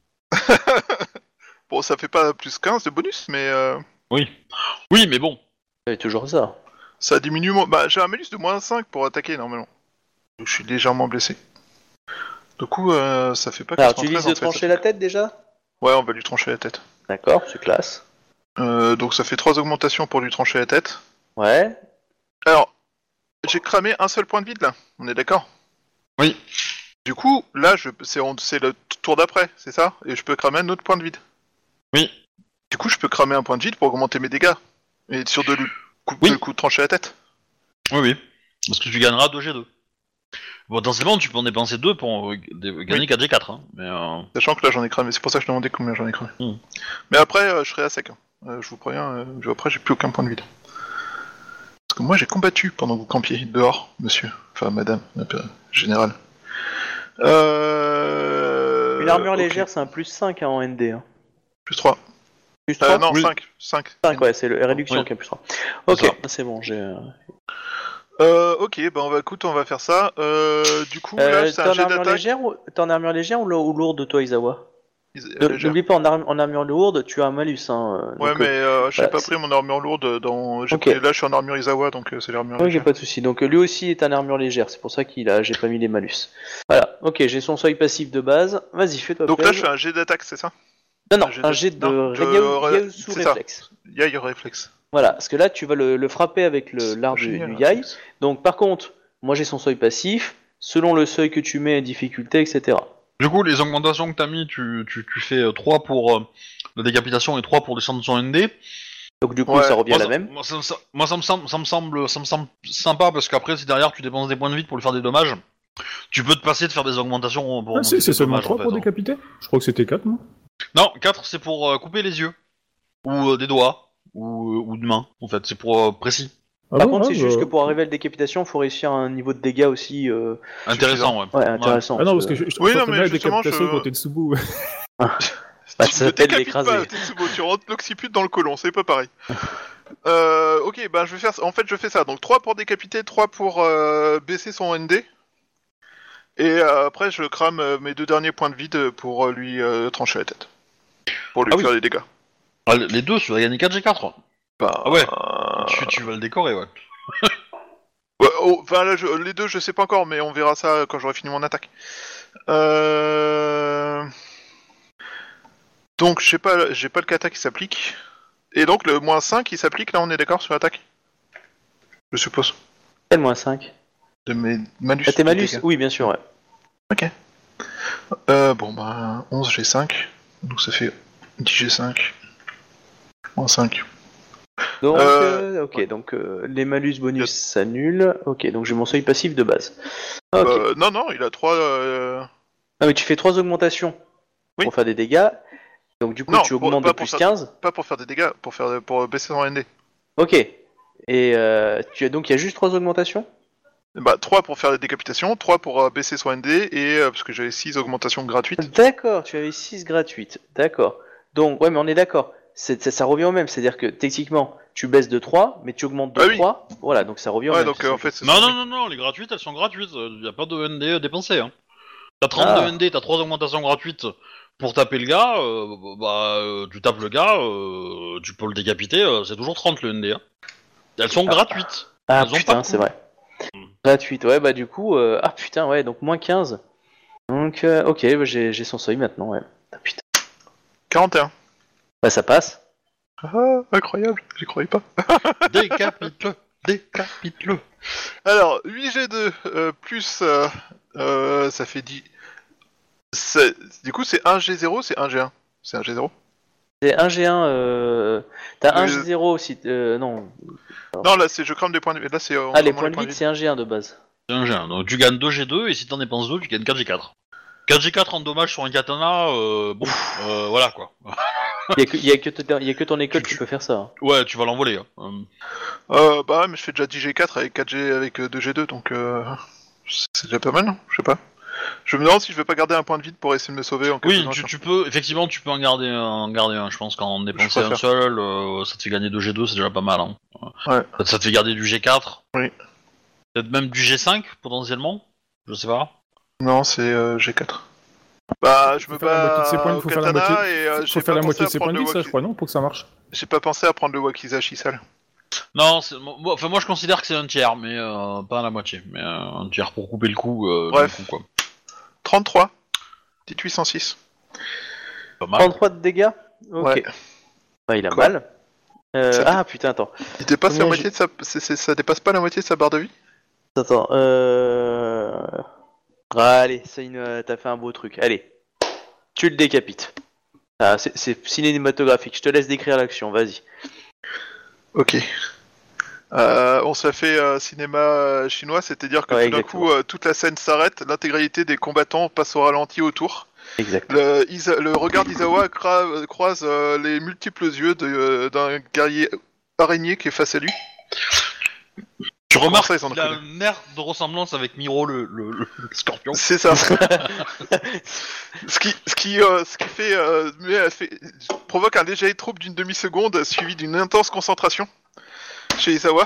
Bon, ça fait pas plus 15 de bonus, mais Oui, mais bon. C'est toujours ça. ça diminue mon... Bah, j'ai un malus de moins 5 pour attaquer, normalement. Donc, je suis légèrement blessé. Du coup, ça fait pas Alors, 93, tu vises en de fait. trancher la tête déjà? Ouais, on va lui trancher la tête. D'accord, c'est classe. Donc ça fait 3 augmentations pour lui trancher la tête. Ouais. Alors, j'ai cramé un seul point de vide, là. On est d'accord? Oui. Du coup, là, c'est le tour d'après, c'est ça? Et je peux cramer un autre point de vide. Oui. Du coup, je peux cramer un point de vide pour augmenter mes dégâts. Et être sûr de lui Oui. de coup de trancher la tête. Oui. Parce que tu gagneras 2G2. Potentiellement, tu peux en dépenser 2 pour gagner 4G4. Hein. Mais, Sachant que là, j'en ai cramé. C'est pour ça que je demandais combien j'en ai cramé. Mm. Mais après, je serai à sec. Hein. Je vous préviens, après, j'ai plus aucun point de vide. Parce que moi, j'ai combattu pendant que vous campiez dehors, monsieur. Enfin, madame, général. Une armure ok. légère, c'est un plus 5 hein, en ND. Hein. Plus 3. Plus 3 Non, Oui. 5. 5. 5, ouais, c'est la réduction Oui. qui est plus 3. Ok, ça. c'est bon, j'ai... Ok, bah écoute, on va faire ça. Du coup, là, c'est t'es un en jet armure d'attaque. légère ou lourde, toi, Isawa? Légère. N'oublie pas, en armure lourde, tu as un malus. Hein, Ouais, donc, mais j'ai voilà, pas c'est- pris mon armure lourde dans. Ok. Là, je suis en armure Izawa, donc c'est l'armure Oui, légère. pas de souci. Donc lui aussi est en armure légère, c'est pour ça j'ai pas mis les malus. Voilà, ok, j'ai son seuil passif de base. Vas-y, fais-toi Donc là, plaisir. je fais un jet d'attaque, c'est ça? Non, un un jet jet de- de non, Ryao sous c'est ça. réflexe. Yai réflexe. Voilà, parce que là, tu vas le frapper avec l'arbre Génial, du Yai. réflexe. Donc par contre, moi j'ai son seuil passif, selon le seuil que tu mets, difficulté, etc. Du coup, les augmentations que t'as mis, tu fais 3 pour la décapitation et 3 pour descendre son ND. Donc du coup, Ouais, ça revient à Moi, la même. Moi, ça me semble sympa parce qu'après, si derrière tu dépenses des points de vie pour lui faire des dommages, tu peux te passer de faire des augmentations pour augmenter C'est tes seulement dommages, 3 en fait, pour hein. décapiter? Je crois que c'était 4, non? Non, 4 c'est pour couper les yeux. Ou des doigts. Ou de main, en fait. C'est pour précis. Ah Par bon, contre, ah, c'est juste bah- que pour arriver à la décapitation, il faut réussir un niveau de dégâts aussi Intéressant, ouais. intéressant. Ah non, parce que je Oui, non, pensais mais bien à justement, décapitation je- quand t'es dessous. Bah, Tu ça ne s'appelle décapites l'écraser. pas, Tetsubo, tu rentres l'occiput dans le côlon, c'est pas pareil. Ok, bah je vais faire. En fait, je fais ça. Donc 3 pour décapiter, 3 pour baisser son ND. Et après, je crame mes 2 derniers points de vide pour lui trancher la tête. Pour lui Ah oui. faire des dégâts. Ah, les deux, tu vas gagner 4G4. Bah, Ah ouais. Tu vas le décorer, ouais. ouais, enfin, là, les deux, je sais pas encore, mais on verra ça quand j'aurai fini mon attaque. Donc, j'ai pas le kata qui s'applique. Et donc, le moins 5 qui s'applique, là, on est d'accord sur l'attaque? Je suppose. Quel moins 5? De mes malus. Ah, tes de malus? dégâts. Oui, bien sûr, ouais. Ok. Bon, bah, 11 G5. Donc, ça fait 10 G5. Moins 5. Donc, ok, ouais. donc les malus bonus s'annulent. Ok, donc j'ai mon seuil passif de base. Ok. Non, il a 3... Ah, mais tu fais 3 augmentations Oui. pour faire des dégâts. Donc du coup, Non, tu augmentes de pas pour plus ça. 15. Pas pour faire des dégâts, pour baisser son ND. Ok. Et donc il y a juste 3 augmentations? Bah, 3 pour faire des décapitations, 3 pour baisser son ND, et parce que j'avais 6 augmentations gratuites. D'accord, tu avais 6 gratuites. D'accord. Donc, ouais, mais on est d'accord. Ça revient au même, c'est-à-dire que techniquement, tu baisses de 3, mais tu augmentes de Ah oui. 3. Voilà, donc ça revient au Ouais, même. donc en fait, c'est Non, ça, non, oui. non, les gratuites, elles sont gratuites. Y a pas de ND dépensé, hein. T'as 30 Ah. de ND, t'as 3 augmentations gratuites pour taper le gars, tu tapes le gars, tu peux le décapiter, c'est toujours 30 le ND, hein. Elles sont gratuites. Ah Elles ont pas putain, de c'est coût. vrai. Gratuite, ouais, bah du coup, ah putain, ouais, donc moins 15. Donc, ok, bah, j'ai son seuil maintenant, ouais. Ah putain. 41. Bah ça passe. Ah, incroyable, j'y croyais pas. Décapite-le. Décapite-le. Alors, 8G2 plus... ça fait 10... Du coup, c'est 1G0, c'est 1G1. C'est 1G0. C'est 1G1, t'as Oui. 1G0 aussi, non. Non, là, c'est je crame des points de vie. Là, c'est... Ah, les points de vide, c'est 1G1 de base. C'est un G1. Donc tu gagnes 2G2 et si t'en dépenses 2, tu gagnes 4G4. 4G4 en dommage sur un katana, voilà quoi. Il y a que ton école qui peut faire ça. Hein. Ouais, tu vas l'envoler. Bah ouais, mais je fais déjà 10G4 avec 4G avec 2G2, donc c'est déjà pas mal, non? Je sais pas. Je me demande si je vais pas garder un point de vide pour essayer de me sauver en cas de Oui, danger. tu peux, effectivement, tu peux en garder un. Je pense qu'en dépenser un préfère. seul, ça te fait gagner 2G2, c'est déjà pas mal. Hein. Ouais. Ça te fait garder du G4. Oui. Peut-être même du G5, potentiellement. Je sais pas. Non, c'est G4. Bah, je me Faut faire la moitié de ses bats points, au faut faire la katana moitié- et Faut j'ai faire pas la pensé moitié à de ses points prendre de le vie, ça, je crois, non, pour que ça marche. J'ai pas pensé à prendre le wakizashi sale. Non, enfin moi je considère que c'est un tiers, mais pas à la moitié. Mais un tiers pour couper le coup. Bref. Du coup, quoi. 33. Dites 806. Pas mal. 33 de dégâts. Ok. Ouais. Ouais, il a Quoi mal. Ça Ah putain, attends. Il dépasse la Combien moitié de sa... ça dépasse pas la moitié de sa barre de vie? Attends. Allez, t'as fait un beau truc. Allez. Tu le décapites. Ah, c'est cinématographique. Je te laisse décrire l'action, vas-y. Ok. On se la fait cinéma chinois, c'est-à-dire que Ouais, tout d'un exactement. coup, toute la scène s'arrête, l'intégralité des combattants passe au ralenti autour. Exact. Le regard d'Isawa croise les multiples yeux d'un guerrier araignée qui est face à lui. Tu Comment remarques ça, ils en ont qu'il a connu un air de ressemblance avec Miro le scorpion. C'est ça. ce qui provoque un léger trouble d'une demi-seconde suivi d'une intense concentration chez Izawa.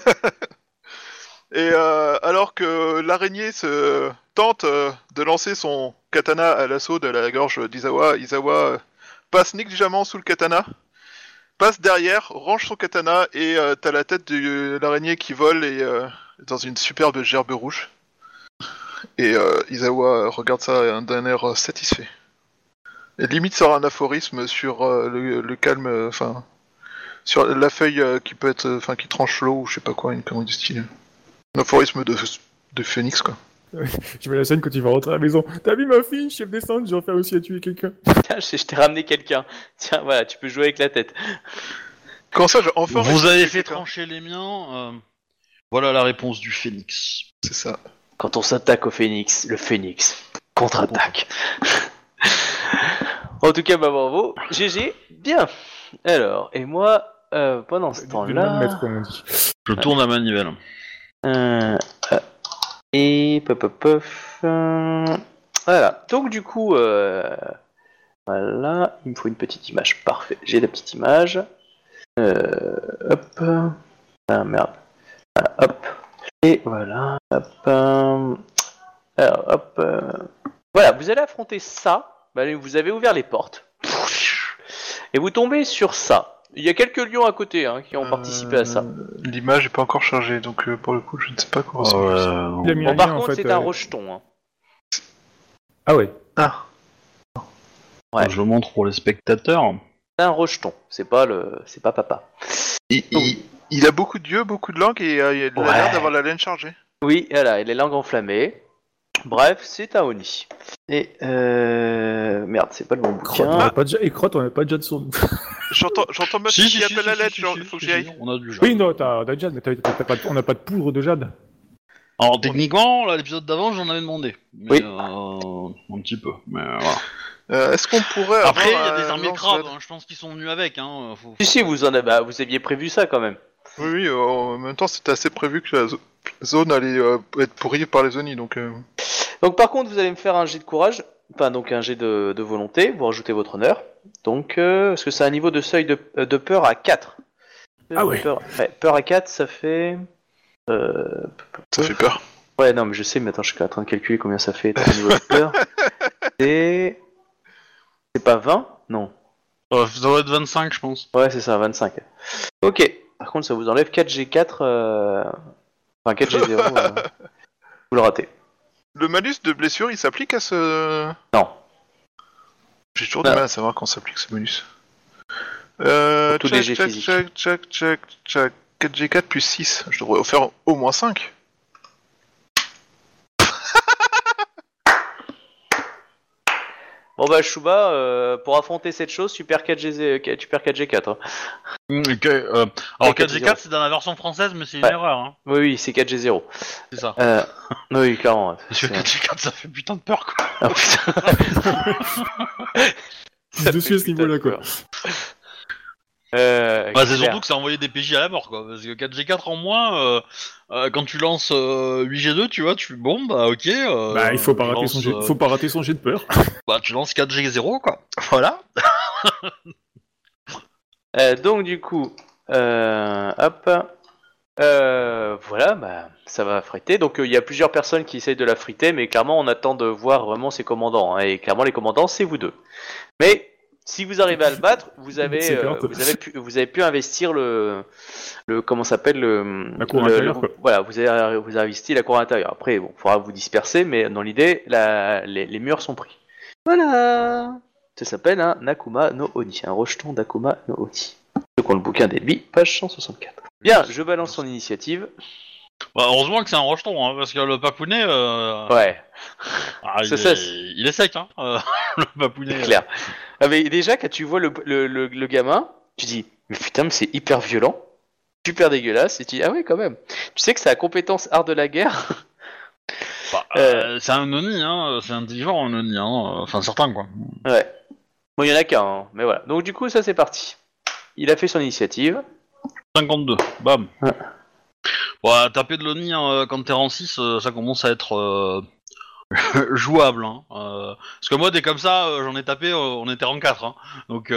Et alors que l'araignée se tente de lancer son katana à l'assaut de la gorge d'Izawa, Izawa passe négligemment sous le katana, passe derrière, range son katana et t'as la tête de l'araignée qui vole et dans une superbe gerbe rouge. Et Izawa regarde ça d'un air satisfait. Et limite sort un aphorisme sur le calme, enfin sur la feuille qui peut être, enfin qui tranche l'eau ou je sais pas quoi, une connerie du style. Un aphorisme de Phoenix quoi. Tu vois la scène quand il va rentrer à la maison. T'as vu ma fille, chef descente, j'ai enfin aussi à tuer quelqu'un. Tiens, je t'ai ramené quelqu'un. Tiens, voilà, tu peux jouer avec la tête. Comment ça, j'ai enfin Vous réussi à avez tuer fait quelqu'un. trancher les miens. Voilà la réponse du phénix. C'est ça. Quand on s'attaque au phénix, le phénix contre-attaque. En tout cas, bah bravo. GG, bien. Alors, et moi, pendant ce Du temps-là... même maître, comme on dit. Je tourne à manivelle. Et voilà. Donc du coup, voilà, il me faut une petite image. Parfait. J'ai la petite image. Hop. Ah merde. Voilà, hop. Et voilà. Hop. Alors hop. Voilà. Vous allez affronter ça. Allez, vous avez ouvert les portes. Et vous tombez sur ça. Il y a quelques lions à côté hein, qui ont participé à ça. L'image est pas encore chargée, donc pour le coup, je ne sais pas comment Il a mis Bon, un par lien, en contre, fait, c'est un rejeton. Hein. Ah ouais. Ah, Ouais. Je le montre pour les spectateurs. C'est un rejeton. C'est pas papa. il a beaucoup de yeux, beaucoup de langues et il a l'air Ouais. d'avoir la laine chargée. Oui, voilà, et les langues enflammées. Bref, c'est un Oni. Et merde, c'est pas le bon Crotte, on bouquin. a pas déjà... Et Crotte, on a pas déjà de son. J'entends ma fille qui appelle à l'aide, faut que j'y aille. On a du jade. Oui, non, t'as Jade, mais on n'a pas de poudre de Jade. Alors techniquement, là, l'épisode d'avant, j'en avais demandé. Mais, Oui. un petit peu. Mais voilà. Est-ce qu'on pourrait Après, il y avoir a des un armées de lance-jade crabes. Je pense qu'ils sont venus avec. Hein. Si, vous aviez prévu ça quand même. Oui, en même temps, c'était assez prévu que la zone allait être pourrie par les Oni, donc... Donc par contre, vous allez me faire un jet de courage, enfin donc un jet de volonté, vous rajoutez votre honneur. Donc, parce que c'est un niveau de seuil de peur à 4. Ah ouais. Peur à 4, ça fait... Ça fait peur. Ouais, non, mais je sais, mais attends, je suis en train de calculer combien ça fait ton niveau de peur. C'est pas 20 ? Non. Ça doit être 25, je pense. Ouais, c'est ça, 25. Ok. Par contre, ça vous enlève 4G4... Enfin, 4G0, vous le ratez. Le malus de blessure, il s'applique à ce... Non. J'ai toujours du Ah. mal à savoir quand s'applique ce malus. Tous les jets physiques. Check. 4G4 plus 6. Je devrais faire au moins 5. Bon bah Chouba, pour affronter cette chose, tu perds 4G4. Hein. Alors 4G0. 4G4 c'est dans la version française, mais c'est une Ouais. erreur. Hein. Oui, c'est 4G0. C'est ça. Oui, clairement. Ouais. Parce que 4G4 ça fait putain de peur quoi. Ah, putain. Ça Dessus fait à ce putain niveau-là, de quoi. peur. Bah, c'est clair. surtout que ça a envoyé des PJ à la mort quoi. Parce que 4G4 en moins, quand tu lances 8G2, tu vois, bon bah ok. Bah, il faut pas tu rater lances, son jet. Faut pas rater son jet de peur. Bah tu lances 4G0 quoi. Voilà. Donc du coup, hop, voilà, bah ça va friter. Donc il y a plusieurs personnes qui essayent de la friter, mais clairement on attend de voir vraiment ses commandants. Hein, et clairement les commandants c'est vous deux. Mais si vous arrivez à le battre, vous avez pu investir le comment ça s'appelle La cour intérieure, quoi. voilà, vous avez investi la cour intérieure. Après bon, faudra vous disperser, mais dans l'idée les murs sont pris. Voilà. Ça s'appelle un Nakuma no Oni, un rejeton d'Akuma no Oni. Ceux qui ont le bouquin d'Elbi, page 164. Bien, je balance son initiative. Bah, heureusement que c'est un rejeton, hein, parce que le papounet, Ouais, il, il est sec, hein, le papounet. c'est clair. Ah, mais déjà, quand tu vois le gamin, tu dis, mais putain, mais c'est hyper violent, super dégueulasse, et tu dis, ah ouais, quand même. Tu sais que c'est la compétence art de la guerre. Bah, c'est un Oni, hein, c'est intelligent un Oni, hein, enfin certain quoi. Ouais. Bon, il y en a qu'un, hein, mais voilà. Donc du coup, ça c'est parti. Il a fait son initiative. 52, bam. Ouais. Bon, taper de l'Oni quand t'es en 6, ça commence à être jouable. Hein. Parce que moi, dès comme ça, j'en ai tapé, on était en 4. Hein. Donc,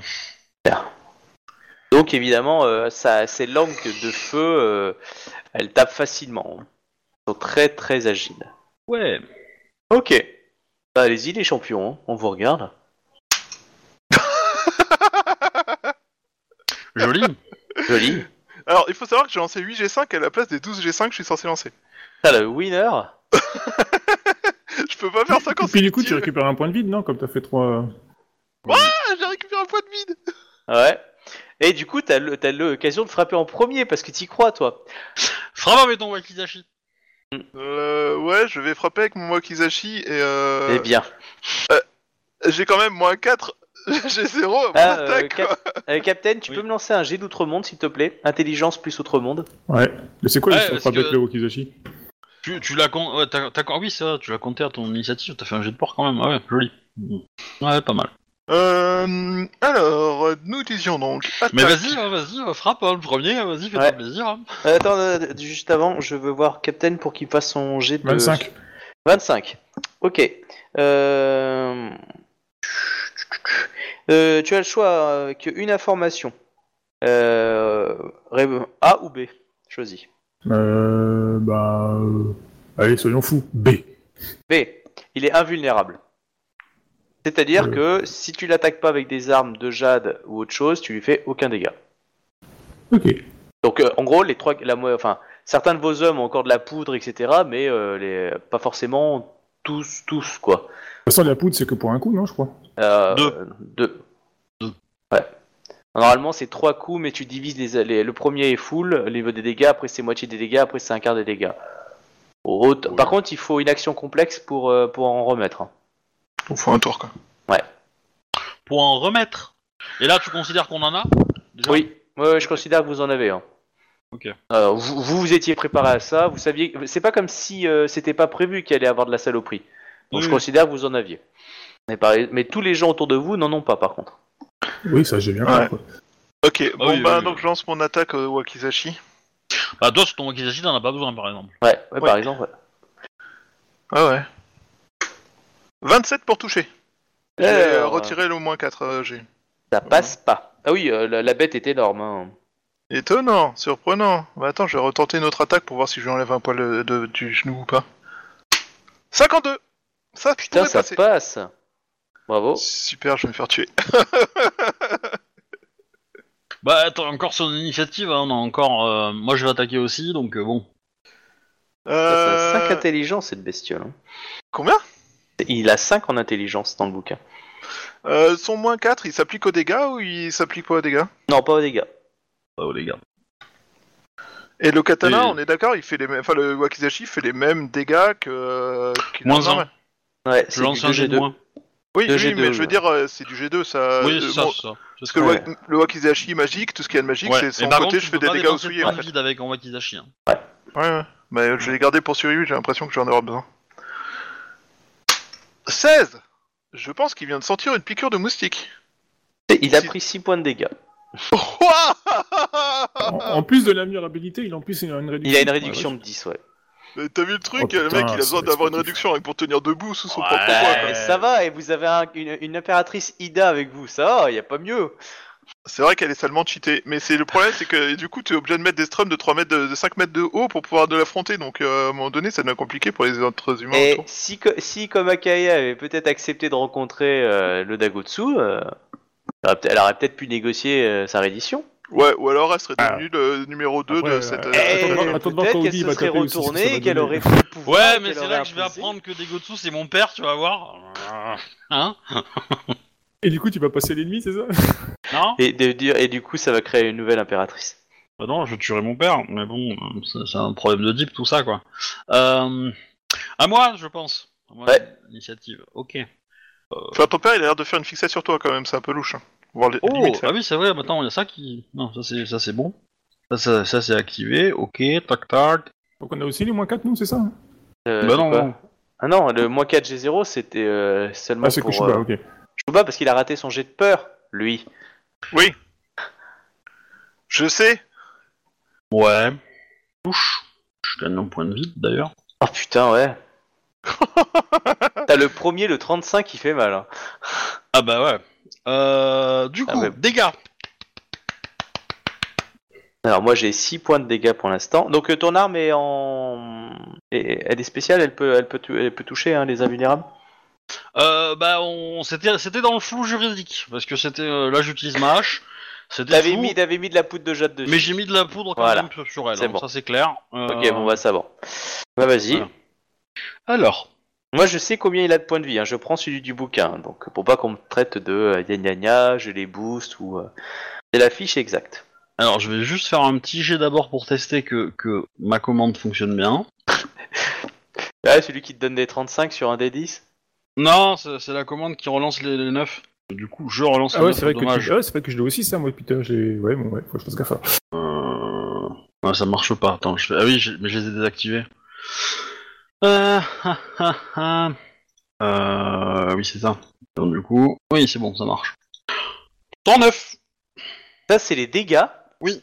Donc évidemment, ces langues de feu, elles tapent facilement. Hein. Ils sont très très agiles. ouais. Ok. Bah, allez-y les champions, hein. On vous regarde. Joli. Joli. Alors, il faut savoir que j'ai lancé 8G5 à la place des 12G5 que je suis censé lancer. Ah, le winner. Je peux pas faire ça quand Et puis c'est du coup, tu utile. récupères un point de vide, non? Comme t'as fait 3... Ah, j'ai récupéré un point de vide. Ouais. Et du coup, t'as l'occasion de frapper en premier parce que t'y crois, toi. Frappe avec ton Wakizashi. Ouais, je vais frapper avec mon Wakizashi et Eh bien. j'ai quand même moins 4. J'ai 0 à mon Ah, attaque, quoi. Captain, tu Oui. peux me lancer un jet d'outre-monde, s'il te plaît. Intelligence plus outre-monde. Ouais. Mais c'est quoi Ouais, l'histoire de parce frapper que- avec le Wakizashi? Tu l'as compté. Ouais, oui, c'est ça, tu l'as compté à ton initiative, t'as fait un jet de port quand même. Ouais, joli. Ouais, pas mal. Alors, nous disions donc attaque. Mais vas-y, frappe, hein, le premier, vas-y, fais-toi Ouais. plaisir. Hein. Attends, juste avant, je veux voir Captain pour qu'il fasse son jet de... 25. 25. Ok. Tu as le choix qu'une information. A ou B. Choisis. Allez, soyons fous. B. B. Il est invulnérable. C'est-à-dire que si tu l'attaques pas avec des armes de jade ou autre chose, tu lui fais aucun dégât. Ok. Donc en gros, certains de vos hommes ont encore de la poudre, etc. Mais pas forcément tous quoi. De toute façon, la poudre, c'est que pour un coup, non, je crois. Deux. Ouais. Normalement, c'est 3 coups, mais tu divises le premier est full, niveau des dégâts, après c'est moitié des dégâts, après c'est un quart des dégâts. Par contre, il faut une action complexe pour en remettre. Hein. Il faut un tour, quoi. Pour en remettre. Et là, tu considères qu'on en a déjà. Oui, ouais, je considère que vous en avez. Hein. Ok. Vous étiez préparé à ça, vous saviez. C'est pas comme si c'était pas prévu qu'il allait avoir de la saloperie. Donc Oui. je considère que vous en aviez. Mais tous les gens autour de vous n'en ont pas, par contre. Oui, ça, j'ai bien Ouais. compris. Ok, bon oui, oui. donc je lance mon attaque au Wakizashi. Bah, toi, sur ton Wakizashi, t'en as pas besoin, par exemple. Ouais. Par exemple. Ouais. Ah ouais. 27 pour toucher. Je vais Alors, retirer le moins 4 G. ça passe pas. Ah oui, la bête est énorme. Hein. Étonnant, surprenant. Bah attends, je vais retenter une autre attaque pour voir si je lui enlève un poil du genou ou pas. 52. Ça Putain, pourrait ça passer. passe. Bravo. Super, je vais me faire tuer. Bah, attends, encore sur l'initiative, hein, on a encore. Moi, je vais attaquer aussi, donc bon. Ça a 5 intelligences, cette bestiole. Hein. Combien Il a 5 en intelligence dans le bouquin. Son moins 4, il s'applique aux dégâts ou il s'applique pas aux dégâts? Non, pas aux dégâts. Oh, les gars. Et le katana, Et- on est d'accord, il fait les mêmes... Enfin, le wakizashi fait les mêmes dégâts que... qu'il Moins lance normal. Ouais, Je c'est du lance un jet de 2G2. moins. Oui, De oui, G2, mais je veux ouais. dire, c'est du G2, ça... Oui, c'est ça, bon, c'est ça. parce que Ouais. le wakizashi magique, tout ce qui est de magique, Ouais. c'est Et son par côté, contre, je tu fais peux des pas dégâts au dépenser de souillé, points en de fait. vide avec un wakizashi. Hein. Ouais. Bah, je vais les garder pour Suryu, j'ai l'impression que j'en aurai besoin. 16. Je pense qu'il vient de sentir une piqûre de moustique. Il a Si- pris 6 points de dégâts. En plus de la vulnérabilité, il a en plus une réduction. Il a une réduction de 10, ouais. Mais t'as vu le truc, Oh, le putain, mec il a besoin c'est d'avoir une explosif. réduction pour tenir debout sous son Ouais. propre poids. quoi. Ça va, et vous avez une impératrice Ida avec vous, ça, y a pas mieux. C'est vrai qu'elle est salement cheatée, mais c'est le problème, c'est que du coup tu es obligé de mettre des strums de 3 mètres, de 5 mètres de haut pour pouvoir de l'affronter, donc à un moment donné ça devient compliqué pour les autres humains Et autour. si comme Akaya avait peut-être accepté de rencontrer le Dagotsu, elle aurait peut-être pu négocier sa reddition. Ouais, ou alors elle serait Ah. devenue le numéro 2 Après, de cette... attends de voir Peut-être quand qu'elle Audi se va serait taper aussi ce que ça retournée va et qu'elle donner. aurait pris le pouvoir. Ouais, et mais qu'elle c'est aurait là que je vais imposé. apprendre que Degotsu c'est mon père, tu vas voir. Hein? Et du coup, tu vas passer l'ennemi, c'est ça? Non? Et du coup, ça va créer une nouvelle impératrice. Bah non, je tuerai mon père, mais bon, c'est un problème de deep tout ça quoi. À moi, je pense. À moi, Ouais. l'initiative. Ok. Enfin ton père il a l'air de faire une fixette sur toi quand même, c'est un peu louche. Hein. Voir les Oh, limites. ah oui, c'est vrai. Attends, il y a ça qui. Non, ça c'est bon. Ça c'est activé. Ok, tac tac. Donc on a aussi les moins 4, nous, c'est ça? Bah De non, quoi non. Ah non, le moins 4 G0, c'était seulement Ah, c'est pour Kushuba, ok. Shuba parce qu'il a raté son jet de peur, lui. Oui. Je sais. Ouais. Touche. Je gagne un point de vie d'ailleurs. Oh putain, ouais. T'as le premier, le 35 qui fait mal. Hein. Ah bah ouais. Du coup, Ah ouais. dégâts. Alors moi j'ai 6 points de dégâts pour l'instant. Donc ton arme est en... elle est spéciale, elle peut toucher hein, les invulnérables. Bah c'était dans le flou juridique parce que c'était là j'utilise ma hache. C'était flou. T'avais mis de la poudre de jade dessus. Mais j'ai mis de la poudre quand Voilà. même sur elle. C'est hein, bon. Ça c'est clair. Ok, bon bah ça va. Bah vas-y. Voilà. Alors. Moi je sais combien il a de points de vie, hein. Je prends celui du bouquin. Donc pour pas qu'on me traite de gna gna gna, je les booste ou... C'est la fiche exacte. Alors, je vais juste faire un petit jet d'abord pour tester que ma commande fonctionne bien. Ah, celui qui te donne des 35 sur un des 10. Non, c'est la commande qui relance les 9. Du coup, je relance Ah les ouais, 9, c'est vrai, dommage. c'est vrai que je l'ai aussi, ça, moi, putain, j'ai... Ouais, bon, ouais, faut que je fasse gaffe. Ouais, ça marche pas. Attends, je fais... Ah oui, mais je les ai désactivés. Oui, c'est ça. Donc, du coup... Oui, c'est bon, ça marche. 109. Ça c'est les dégâts. Oui.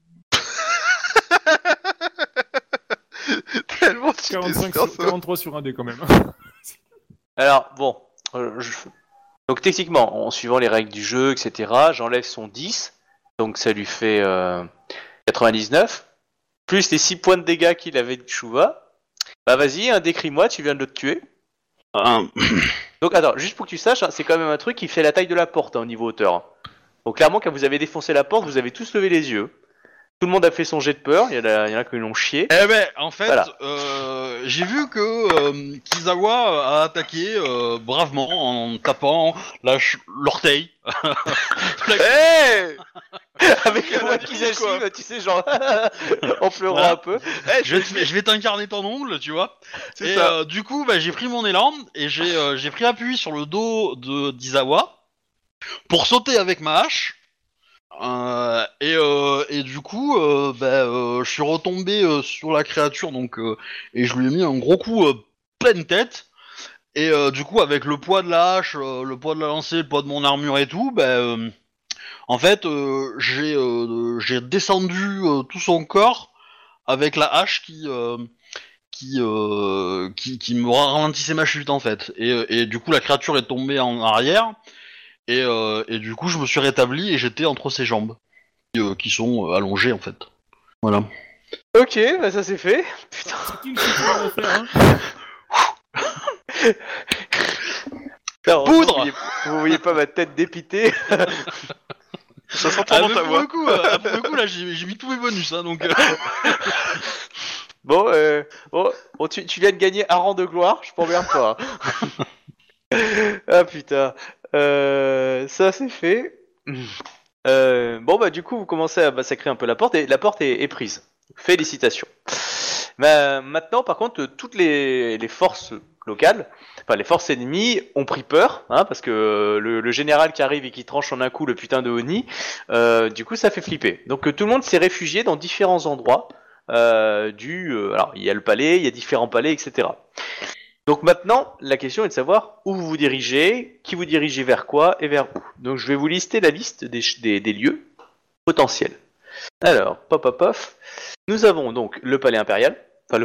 Tellement cheaté 45 sur sur, ça. 43 sur un dé, quand même. Alors, bon. Donc techniquement, en suivant les règles du jeu, etc., j'enlève son 10. Donc ça lui fait 99. Plus les 6 points de dégâts qu'il avait de Shuva. Bah vas-y, décris-moi, tu viens de le tuer. Donc attends, juste pour que tu saches, hein, c'est quand même un truc qui fait la taille de la porte hein, au niveau hauteur. Donc clairement, quand vous avez défoncé la porte, vous avez tous levé les yeux. Tout le monde a fait son jet de peur, il y en a qui l'ont chié. Eh ben, en fait, Voilà. j'ai vu que Kizawa a attaqué bravement en tapant l'orteil. Hey Avec le Elle a voix dit, qui quoi. s'agit, tu sais, genre en pleurant Voilà. un peu. je vais t'incarner ton ongle, tu vois. C'est Et ça. du coup, bah, j'ai pris mon élan et j'ai pris appui sur le dos d'Izawa pour sauter avec ma hache. Et du coup, je suis retombé sur la créature donc et je lui ai mis un gros coup pleine tête. Et du coup, avec le poids de la hache, le poids de la lancée, le poids de mon armure et tout, en fait, j'ai descendu tout son corps avec la hache qui me ralentissait ma chute en fait. Et du coup, la créature est tombée en arrière. Et du coup, je me suis rétabli et j'étais entre ses jambes, qui sont allongées en fait. Voilà. Ok, bah ça c'est fait. Putain. C'est une chose à faire, hein. Poudre. Vous voyez pas ma tête dépitée. Ça s'entend dans mais ta pour voix. le coup, là, j'ai mis tous mes bonus, hein, donc. Bon, tu viens de gagner un rang de gloire, je m'emmerde pas. Ah putain. Ça c'est fait. Bon bah du coup vous commencez à massacrer un peu la porte et la porte est prise. Félicitations. Bah, maintenant, par contre, toutes les forces locales, enfin les forces ennemies, ont pris peur, hein, parce que le général qui arrive et qui tranche en un coup le putain de Oni, du coup, ça fait flipper. Donc tout le monde s'est réfugié dans différents endroits. Alors, il y a le palais, il y a différents palais, etc. Donc maintenant, la question est de savoir où vous vous dirigez, qui vous dirigez vers quoi et vers où. Donc je vais vous lister la liste des lieux potentiels. Alors, pop. Nous avons donc le palais impérial,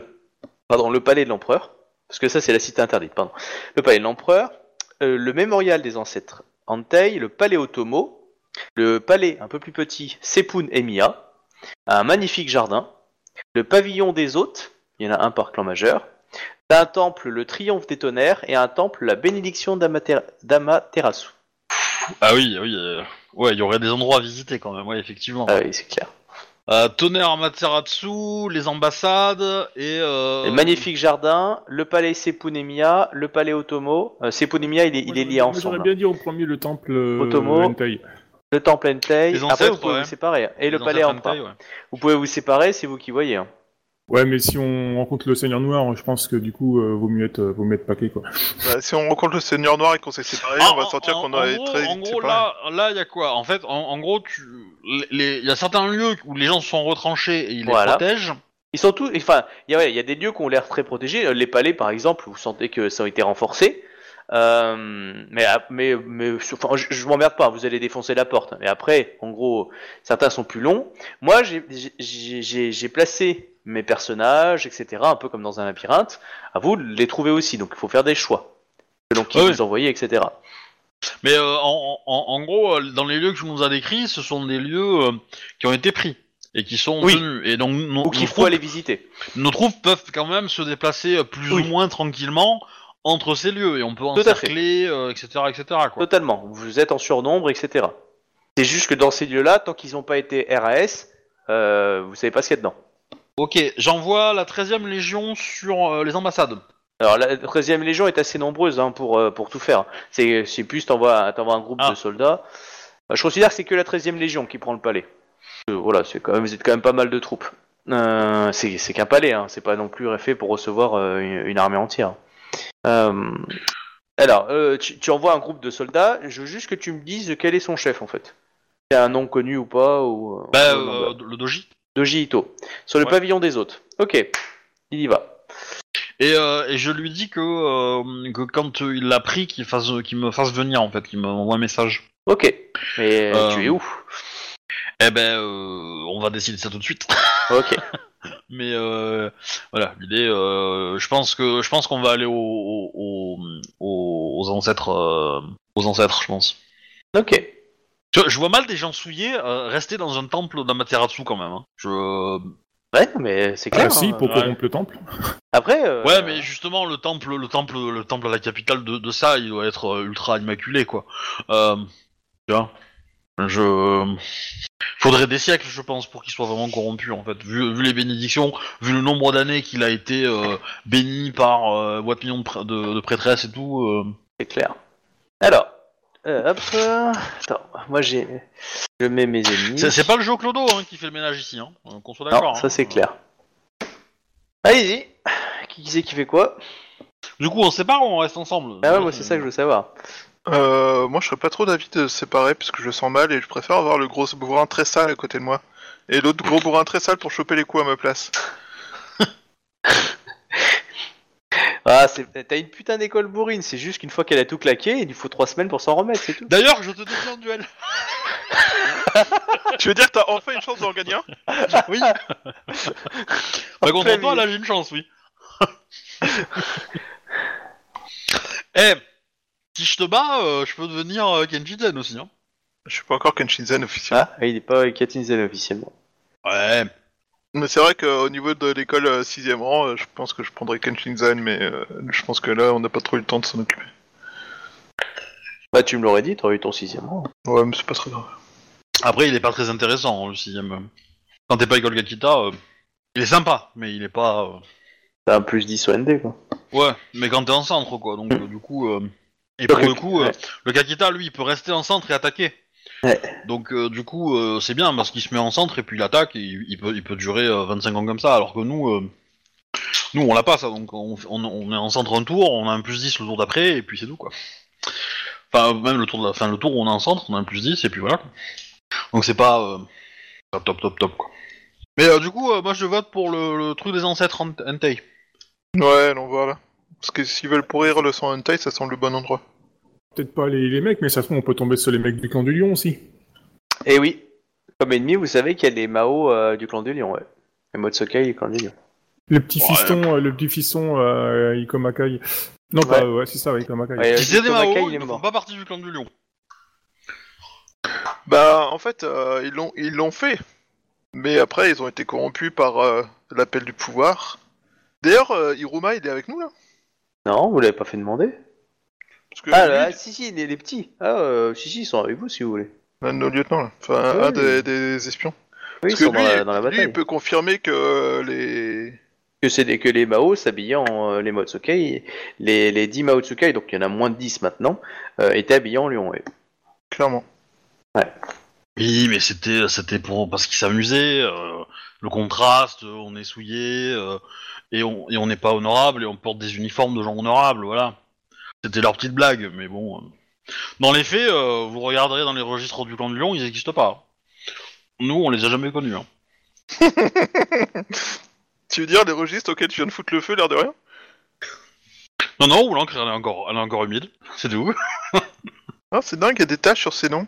le palais de l'empereur, parce que ça c'est la cité interdite, pardon. Le palais de l'empereur, le mémorial des ancêtres Antei, le palais Otomo, le palais un peu plus petit Sepun Emiya, un magnifique jardin, le pavillon des hôtes, il y en a un par clan majeur, un temple le triomphe des tonnerres et un temple la bénédiction d'Amaterasu. Ah oui, ouais, il y aurait des endroits à visiter quand même, ouais, effectivement. Ah oui, c'est clair. Tonnerre Amaterasu, les ambassades et... Le magnifique jardin, le palais Sepunemiya, le palais Otomo. Sepunemiya, il est lié ensemble. J'aurais bien dit en premier le temple Otomo, Entei. le temple Entei. Les Après, ancêtres, vous pouvez ouais. vous séparer. Et les le palais ancêtres Empereur. Entei, ouais. Vous pouvez vous séparer, c'est vous qui voyez. Hein. Ouais, mais si on rencontre le Seigneur Noir, je pense que du coup, vaut mieux être paquet, quoi. Bah, si on rencontre le Seigneur Noir et qu'on s'est séparés, on va sentir qu'on a été très En gros, séparés. là, il y a quoi? En fait, en gros, il y a certains lieux où les gens se sont retranchés et ils les protègent. Ils sont tous, enfin, il y a des lieux qui ont l'air très protégés. Les palais, par exemple, vous sentez que ça a été renforcé. Mais enfin, je m'emmerde pas. Vous allez défoncer la porte. Mais après, en gros, certains sont plus longs. Moi, j'ai placé mes personnages, etc. Un peu comme dans un labyrinthe. À vous de les trouver aussi. Donc, il faut faire des choix. Selon qui vous envoyez, etc. Mais en gros, dans les lieux que je nous a décrits, ce sont des lieux qui ont été pris et qui sont tenus. Et donc, ou qu'il faut aller visiter. Nos troupes peuvent quand même se déplacer plus ou moins tranquillement entre ces lieux et on peut encercler, etc., quoi. Totalement. Vous êtes en surnombre, etc. C'est juste que dans ces lieux-là, tant qu'ils n'ont pas été RAS, vous savez pas ce qu'il y a dedans. Ok, j'envoie la 13e Légion sur les ambassades. Alors la 13e Légion est assez nombreuse hein, pour tout faire. C'est plus t'envoies un groupe de soldats. Je considère que c'est que la 13e Légion qui prend le palais. Voilà, vous êtes quand même pas mal de troupes. C'est qu'un palais, hein, c'est pas non plus fait pour recevoir une armée entière. Alors, tu envoies un groupe de soldats, je veux juste que tu me dises quel est son chef en fait. C'est un nom connu ou pas ou, le Doji. Doji Ito. Sur le pavillon des hôtes. Ok, il y va. Et je lui dis que quand il l'a pris, qu'il me fasse venir en fait, qu'il m'envoie un message. Ok, mais tu es où? Eh ben, on va décider ça tout de suite. Ok. Mais voilà, l'idée, je pense qu'on va aller aux ancêtres, je pense. Ok. Je vois mal des gens souillés rester dans un temple d'Amaterasu quand même. Hein. Ouais, mais c'est clair. Ah si, pour corrompre le temple. Après. Ouais, mais justement, le temple à la capitale de ça, il doit être ultra immaculé, quoi. Tu vois. Faudrait des siècles, je pense, pour qu'il soit vraiment corrompu, en fait. Vu les bénédictions, vu le nombre d'années qu'il a été béni par boîte million de prêtresses et tout. C'est clair. Alors, hop. Attends, moi je mets mes ennemis. C'est pas le jeu Clodo hein, qui fait le ménage ici, hein. Qu'on soit d'accord. Non, ça c'est clair. Allez-y. Qui c'est qui fait quoi? Du coup, on se sépare ou on reste ensemble? Ah ouais, moi c'est ça que je veux savoir. Moi je serais pas trop d'avis de séparer parce que je sens mal et je préfère avoir le gros bourrin très sale à côté de moi. Et l'autre gros bourrin très sale pour choper les coups à ma place. T'as une putain d'école bourrine, c'est juste qu'une fois qu'elle a tout claqué, il lui faut 3 semaines pour s'en remettre, c'est tout. D'ailleurs, je te défie en duel. Tu veux dire que t'as enfin une chance d'en gagner un? Oui. Bah contre toi, là j'ai une chance, oui. Si je te bats, je peux devenir Kenshin aussi, hein. Je suis pas encore Kenshin officiellement. Ah, il est pas Kenshin officiellement. Ouais. Mais c'est vrai qu'au niveau de l'école 6ème rang, je pense que je prendrais Kenshin, mais je pense que là on n'a pas trop eu le temps de s'en occuper. Bah tu me l'aurais dit, t'aurais eu ton 6ème rang. Ouais, mais c'est pas très grave. Après, il est pas très intéressant, le 6ème. Quand t'es pas école Gakita, il est sympa, mais il est pas... T'as un plus 10 au ND, quoi. Ouais, mais quand t'es en centre, quoi, donc du coup... Et pour le coup, ouais. le Kakita, lui, il peut rester en centre et attaquer. Ouais. Donc du coup, c'est bien parce qu'il se met en centre et puis il attaque et il peut durer 25 ans comme ça, alors que nous on l'a pas ça, donc on est en centre un tour, on a un plus 10 le tour d'après et puis c'est tout quoi. Enfin même le tour où on est en centre, on a un plus 10 et puis voilà quoi. Donc c'est pas top quoi. Mais du coup, moi je vote pour le truc des ancêtres Entei. Ouais, on voit là. Parce que s'ils veulent pourrir le sang hentai, ça semble le bon endroit. Peut-être pas les mecs, mais ça se trouve, on peut tomber sur les mecs du clan du lion aussi. Et oui, comme ennemi, vous savez qu'il y a les Mao du clan du lion, ouais. Les Motsukai du clan du lion. Le petit fiston, Ikomakai. Non, Ouais. pas, ouais, c'est ça, Ikomakai. Ouais, C'est des Ikomakai, Mao, il est ils ne font mort. pas partie du clan du lion. Bah, en fait, ils l'ont fait. Mais après, ils ont été corrompus par l'appel du pouvoir. D'ailleurs, Iruma, il est avec nous, là Non, vous l'avez pas fait demander. Parce que Ah, lui, là, si, les petits. Ah, si, ils sont avec vous si vous voulez. un de nos lieutenants, là. Enfin, Oui. un des espions. Oui, ils Parce que sont lui, dans la lui, bataille. il peut confirmer que les... Que les Mao s'habillaient en les Motsukai. Les 10 Mao-tsukai, donc il y en a moins de 10 maintenant, étaient habillés en lion, ouais. Clairement. Oui, mais c'était parce qu'ils s'amusaient. Le contraste, on est souillé et on n'est pas honorable et on porte des uniformes de gens honorables, voilà. C'était leur petite blague, mais bon. Dans les faits, vous regarderez dans les registres du clan du lion, ils n'existent pas. Nous, on les a jamais connus. Hein. Tu veux dire les registres auxquels tu viens de foutre le feu, l'air de rien? Non, ou l'encre, elle est encore humide. C'est tout. Ah, c'est dingue, il y a des taches sur ces noms.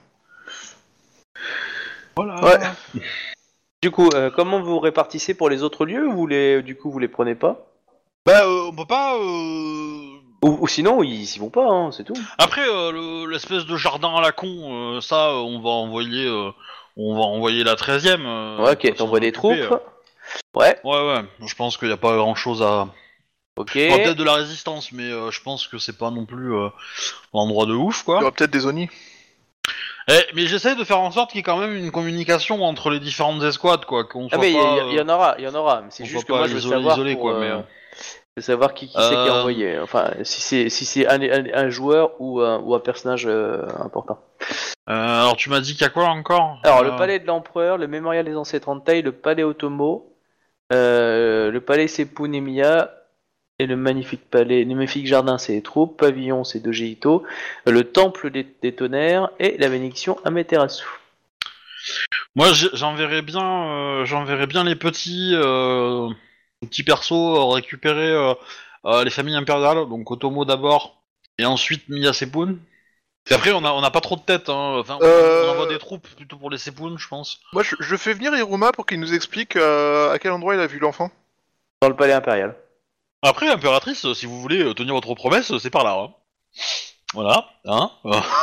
Voilà. Ouais. Du coup, comment vous répartissez pour les autres lieux ou vous les prenez pas? Bah, on peut pas. Ou sinon, ils y vont pas, hein, c'est tout. Après, l'espèce de jardin à la con, ça, on va envoyer la 13ème. Ouais, ok, t'envoies des troupes. Ouais, Ouais, je pense qu'il n'y a pas grand chose à. ok. Il y aura peut-être de la résistance, mais je pense que c'est pas non plus l'endroit de ouf, Il y quoi. aura peut-être des Oni. Mais j'essaie de faire en sorte qu'il y ait quand même une communication entre les différentes escouades, quoi. Qu'on soit Ah mais pas. il y en aura. Mais c'est qu'on juste soit que pas moi je veux savoir isolé, pour, quoi, mais. je veux savoir qui c'est qui a envoyé. Enfin, si c'est un joueur ou un personnage important. Alors tu m'as dit qu'il y a quoi encore Alors le palais de l'empereur, le mémorial des ancêtres Entei, le palais Otomo, le palais Sepun Emiya et le magnifique jardin c'est les troupes, pavillon c'est Doji Ito, le temple des tonnerres et la bénédiction Amaterasu. Moi j'enverrais bien les petits persos récupérer les familles impériales, donc Otomo d'abord et ensuite Miya Sepun. Et après on a pas trop de tête, hein. Enfin on envoie des troupes plutôt pour les Sepun, je pense. Moi, je fais venir Iruma pour qu'il nous explique à quel endroit il a vu l'enfant. Dans le palais impérial. Après l'impératrice, si vous voulez tenir votre promesse, c'est par là. Hein. Voilà, hein.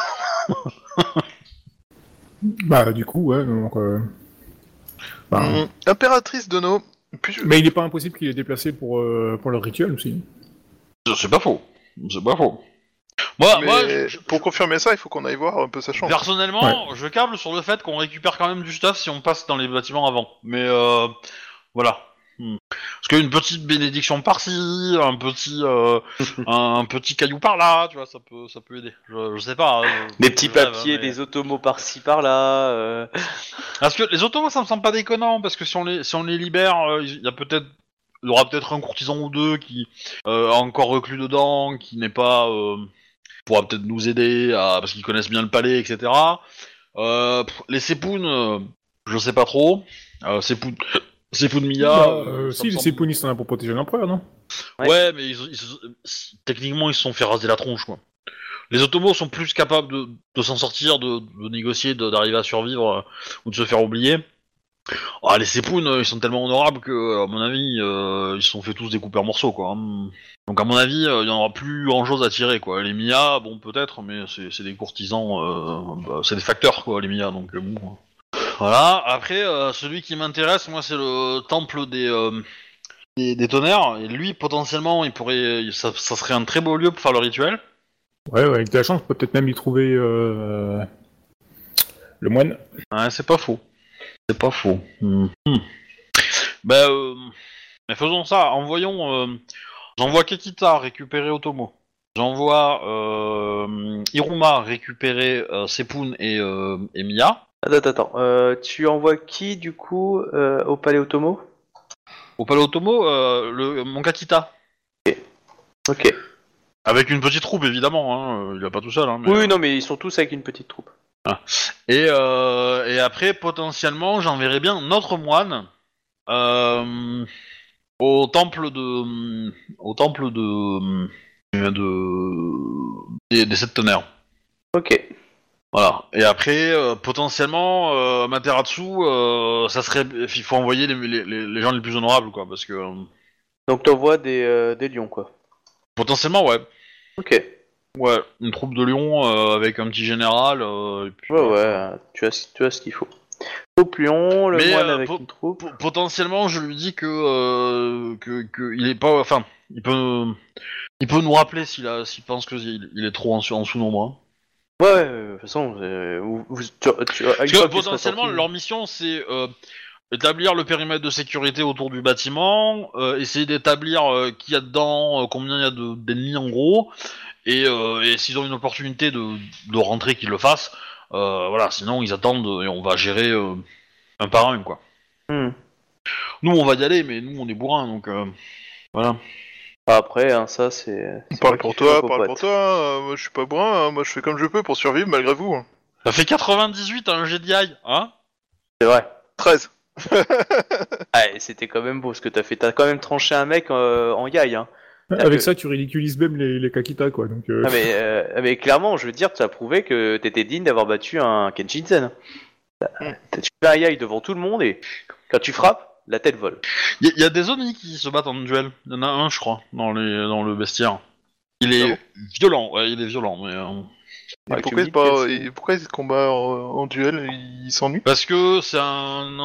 Bah, du coup, ouais, donc... bah, Impératrice Dono. Mais il est pas impossible qu'il ait déplacé pour le rituel aussi. C'est pas faux. Moi, Mais pour confirmer ça, il faut qu'on aille voir un peu sa chambre. personnellement, je câble sur le fait qu'on récupère quand même du stuff si on passe dans les bâtiments avant. Mais voilà. Parce qu'une petite bénédiction par-ci, un petit caillou par-là, tu vois, ça peut aider. Je sais pas. Des petits je rêve, papiers, mais- des automos par-ci par-là. Parce que les automos, ça me semble pas déconnant, parce que si on les libère, il y aura peut-être un courtisan ou deux qui a encore reclus dedans, qui n'est pas pourra peut-être nous aider parce qu'ils connaissent bien le palais, etc. Les Sepun, je sais pas trop. Sepun Miya. ça Si, me les semble- Séponistes en a pour protéger l'empereur, non? Ouais, mais techniquement ils se sont fait raser la tronche, quoi. Les Ottomos sont plus capables de s'en sortir, de négocier, d'arriver à survivre ou de se faire oublier. Ah, les Sepun, ils sont tellement honorables que, à mon avis, ils se sont fait tous découper en morceaux, quoi. Donc à mon avis, il y en aura plus grand chose à tirer, quoi. Les Mia, bon peut-être, mais c'est des courtisans, c'est des facteurs, quoi, les Mia, donc bon. Voilà. Après, celui qui m'intéresse, moi, c'est le temple des tonnerres. Et lui, potentiellement, ça serait un très beau lieu pour faire le rituel. Ouais, avec de la chance, on peut peut-être même y trouver le moine. Ouais, c'est pas faux. C'est pas faux. Ben, mais faisons ça. J'envoie Kekita récupérer Otomo. j'envoie Iruma récupérer Sepun et Mia. Attends. Tu envoies qui du coup au palais Otomo? Au Palais Otomo, mon Kakita. Ok. Avec une petite troupe évidemment, hein. Il va pas tout seul. Hein, mais, Oui, non, mais ils sont tous avec une petite troupe. Et après, potentiellement, j'enverrai bien notre moine au temple des sept tonnerres. Ok. Voilà. Et après, potentiellement, Materatsu, ça serait, il faut envoyer les gens les plus honorables, quoi, parce que Donc t'envoies des lions, quoi. potentiellement, ouais, Ok. une troupe de lions avec un petit général. Et puis, Ouais, tu as ce qu'il faut. Troupe lion, le Mais, moine avec une troupe. potentiellement, je lui dis que il est pas, enfin, il peut nous rappeler s'il pense qu'il est trop en sous-nombre. Hein. Ouais, de toute façon, Parce que potentiellement, leur mission, c'est établir le périmètre de sécurité autour du bâtiment, essayer d'établir qui y a dedans, combien il y a d'ennemis en gros, et s'ils ont une opportunité de rentrer, qu'ils le fassent. Voilà, sinon ils attendent et on va gérer un par un, quoi. Nous, on va y aller, mais nous, on est bourrins, donc voilà. Après, hein, ça, c'est... Parle pour toi, moi je suis pas bourrin, hein. Moi je fais comme je peux pour survivre malgré vous. Hein. Ça fait 98 à un jet d'IA, hein? C'est vrai. 13. Ah, et c'était quand même beau ce que t'as fait. T'as quand même tranché un mec en yai, hein. Avec ça, tu ridiculises même les Kakita, quoi. Donc, Mais clairement, je veux dire, tu as prouvé que t'étais digne d'avoir battu un Kenshinsen. Tu fais un yai devant tout le monde et quand tu frappes, la tête vole. Il y a des Oni qui se battent en duel. Il y en a un, je crois, dans le bestiaire. Il est violent, ouais, il est violent, mais... Ouais, Pourquoi ils se combattent en duel? Ils s'ennuient? Parce que c'est un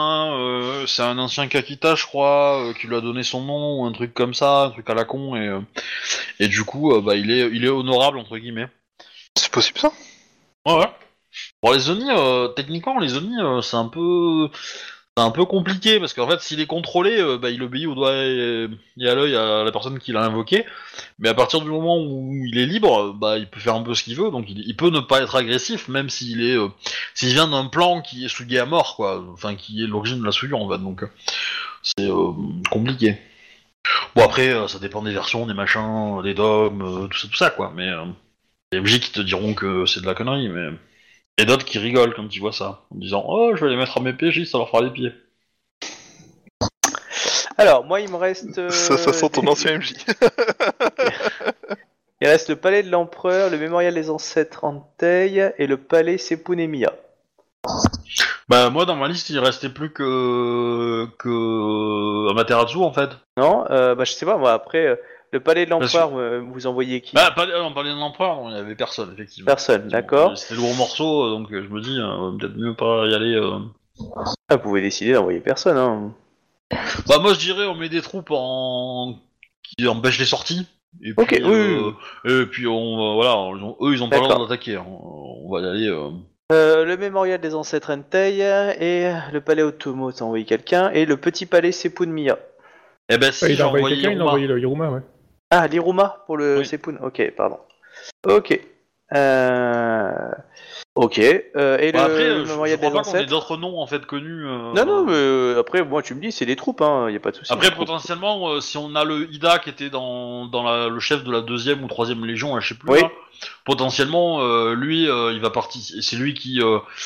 ancien Kakita, je crois, qui lui a donné son nom ou un truc comme ça, un truc à la con, et du coup, il est honorable entre guillemets. C'est possible ça? Ouais. Bon, les Oni, techniquement, les Oni, c'est un peu compliqué parce qu'en fait, s'il est contrôlé, il obéit au doigt et à l'œil à la personne qui l'a invoqué. Mais à partir du moment où il est libre, il peut faire un peu ce qu'il veut. Donc il peut ne pas être agressif, même s'il vient d'un plan qui est souillé à mort, quoi. Enfin, qui est l'origine de la souillure, en fait. Donc c'est compliqué. Bon après, ça dépend des versions, des machins, des dogmes, tout ça, quoi. Mais il y a des MJ qui te diront que c'est de la connerie, mais. Et d'autres qui rigolent quand ils voient ça, en disant « Oh, je vais les mettre à mes PJ, ça leur fera les pieds. » Alors, moi, il me reste... Ça sent ton ancien MJ. Il reste le palais de l'empereur, le mémorial des ancêtres Antei et le palais Sepunemia. Moi, dans ma liste, il restait plus que Amaterasu, en fait. Non, je sais pas, moi, après, le palais de l'empereur, vous envoyez qui? Palais de l'empereur, non, il n'y avait personne, effectivement. Personne, d'accord. C'était le gros morceau, donc je me dis, peut-être mieux pas y aller... Ah, vous pouvez décider d'envoyer personne, hein. Moi, je dirais, on met des troupes qui empêchent les sorties. Et puis, Ok, oui. Et puis, eux, ils ont pas le droit d'attaquer. Hein. On va y aller... Le mémorial des ancêtres Entei et le palais Otomo, t'as envoyé quelqu'un, et le petit palais Sepunmiya. Eh ben si, il a envoyé quelqu'un, il a envoyé le Hiruma, ouais. Ah, l'Iruma pour le Sepun, ok, pardon. Ok. Ok. Et après, le je mémorial crois des pas qu'on ait ancêtres. d'autres noms en fait connus. Non, mais après, moi tu me dis, c'est des troupes, hein, y a pas de souci. Après, potentiellement, si on a le Ida qui était dans le chef de la 2e ou 3e légion, je sais plus, Oui. là, potentiellement, lui, il va partir. C'est lui qui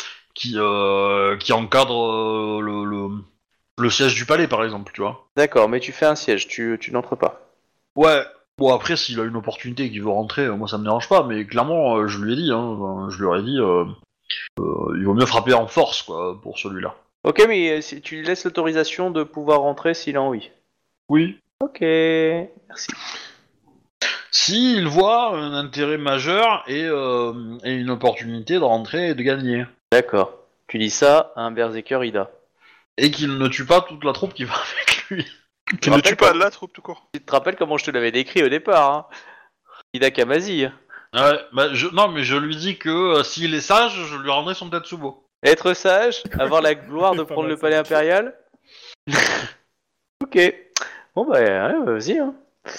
encadre le siège du palais, par exemple, tu vois. D'accord, mais tu fais un siège, tu n'entres pas. Ouais. Bon, après, s'il a une opportunité et qu'il veut rentrer, moi ça me dérange pas, mais clairement, je lui ai dit, je lui aurais dit, il vaut mieux frapper en force, quoi, pour celui-là. Ok, mais si tu lui laisses l'autorisation de pouvoir rentrer s'il a envie. Oui. Ok, merci. S'il voit un intérêt majeur et une opportunité de rentrer et de gagner. D'accord. Tu dis ça à un Berserker Ida. Et qu'il ne tue pas toute la troupe qui va avec lui. Qui ne tue pas la troupe tout court. Tu te rappelles comment je te l'avais décrit au départ, hein? Ida Kamazi. Ouais, non, mais je lui dis que s'il est sage, je lui rendrai son Tetsubo. Être sage, avoir la gloire de prendre le palais impérial. Ok. Bon ouais, vas-y. Hein.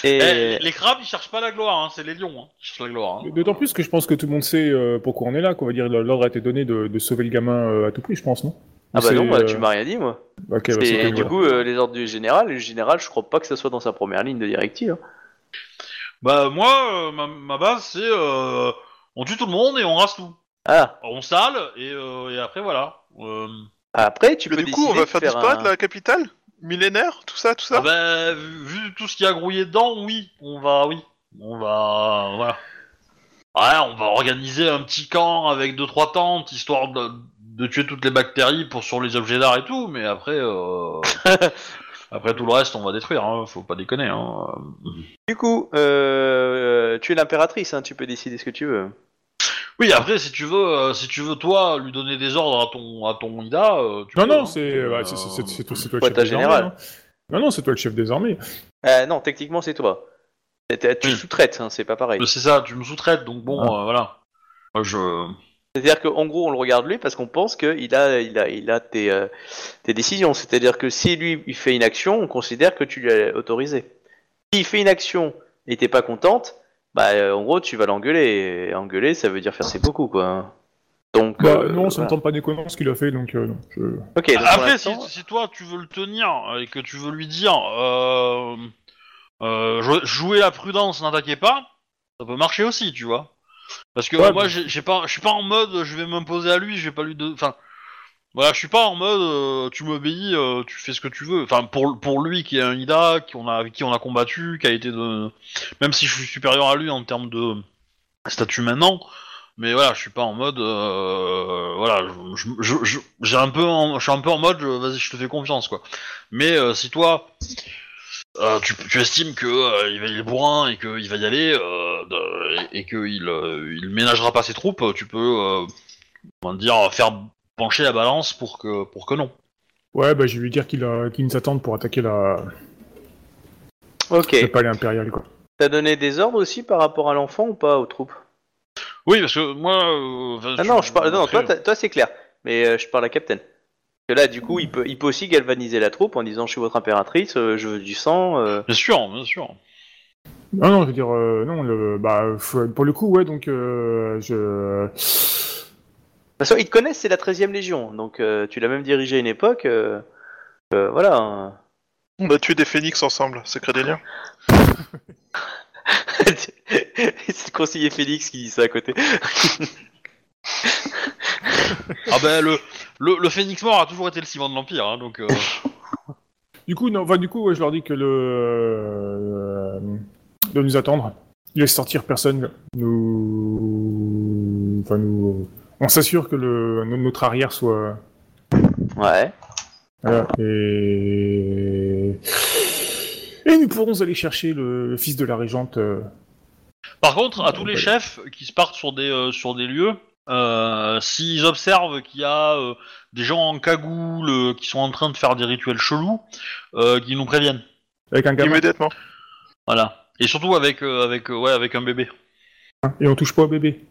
Les crabes, ils cherchent pas la gloire, hein, c'est les lions qui cherchent la gloire. Hein. D'autant plus que je pense que tout le monde sait pourquoi on est là, qu'on va dire l'ordre a été donné de sauver le gamin à tout prix, je pense, non? Ah bah C'est, non, tu m'as rien dit, moi. Ok, bah, Et c'est du coup, les ordres du général, et le général, je crois pas que ça soit dans sa première ligne de directive. Hein. Bah moi, ma base, c'est on tue tout le monde et on rase tout. Ah, On sale et après voilà. après, tu Mais peux du coup, on décider va de faire faire disparaître un... la capitale millénaire, tout ça. Ah bah, vu tout ce qui a grouillé dedans, oui, on va, voilà. Ouais, on va organiser un petit camp avec 2-3 tentes, histoire de tuer toutes les bactéries sur les objets d'art et tout, mais après, après tout le reste, on va détruire, hein, faut pas déconner. Hein. Du coup, tu es l'impératrice, hein, tu peux décider ce que tu veux. Oui, après, si tu veux, toi, lui donner des ordres à ton Ida, tu Non, peux, non, hein. c'est toi le Ouais, chef ta des armées. générale. Hein. Non, c'est toi le chef des armées. Non, techniquement, c'est toi. Tu Oui. sous-traites, hein, c'est pas pareil. C'est ça, tu me sous-traites, donc bon, voilà. Moi, C'est-à-dire qu'en gros, on le regarde lui parce qu'on pense qu'il a tes décisions. C'est-à-dire que si lui, il fait une action, on considère que tu lui as autorisé. S'il fait une action et t'es pas contente, bah, en gros, tu vas l'engueuler. Et engueuler, ça veut dire faire ses beaucoup, quoi. Donc, Non, ça voilà. me tente pas déconnant ce qu'il a fait, donc non. Ok, donc pour Après, l'instant- si toi tu veux le tenir et que tu veux lui dire jouez la prudence, n'attaquez pas, ça peut marcher aussi, tu vois. Parce que Ouais, moi, mais- je suis pas en mode je vais m'imposer à lui, je vais pas lui enfin, voilà, je suis pas en mode tu m'obéis, tu fais ce que tu veux. Enfin, pour lui qui est un Ida, avec qui on a combattu, qui a été même si je suis supérieur à lui en termes de statut maintenant. Mais voilà, je suis pas en mode, voilà, je suis un peu en mode, vas-y, je te fais confiance, quoi. Mais si toi, tu estimes que il est bourrin et qu'il va y aller et qu'il il ménagera pas ses troupes, tu peux, on va dire, faire pencher la balance pour que non. Ouais, bah je vais lui dire qu'il nous attende pour attaquer Ok. le palais impérial, quoi. T'as donné des ordres aussi par rapport à l'enfant ou pas aux troupes? Oui, parce que moi, Ah non, je parle. Non, après, toi c'est clair. Mais je parle à Captain. Que là, du coup, il peut aussi galvaniser la troupe en disant je suis votre impératrice, je veux du sang. bien sûr, bien sûr. Non, je veux dire, non, pour le coup, ouais, donc De toute façon, ils te connaissent, c'est la 13e Légion. Donc tu l'as même dirigé à une époque. Voilà. Hein. On a tué des phénix ensemble, secret des liens. C'est le conseiller Félix qui dit ça à côté. Ah ben le Phénix mort a toujours été le ciment de l'Empire, hein, donc. Du coup, ouais, je leur dis que de nous attendre. Ils laissent sortir personne. On s'assure que notre arrière soit. Ouais. Voilà. Et nous pourrons aller chercher le fils de la régente. Par contre, à tous les chefs qui se partent sur des lieux, s'ils observent qu'il y a des gens en cagoule qui sont en train de faire des rituels chelous, qu'ils nous préviennent. Avec un gamin. Immédiatement. Voilà. Et surtout avec un bébé. Et on touche pas au bébé.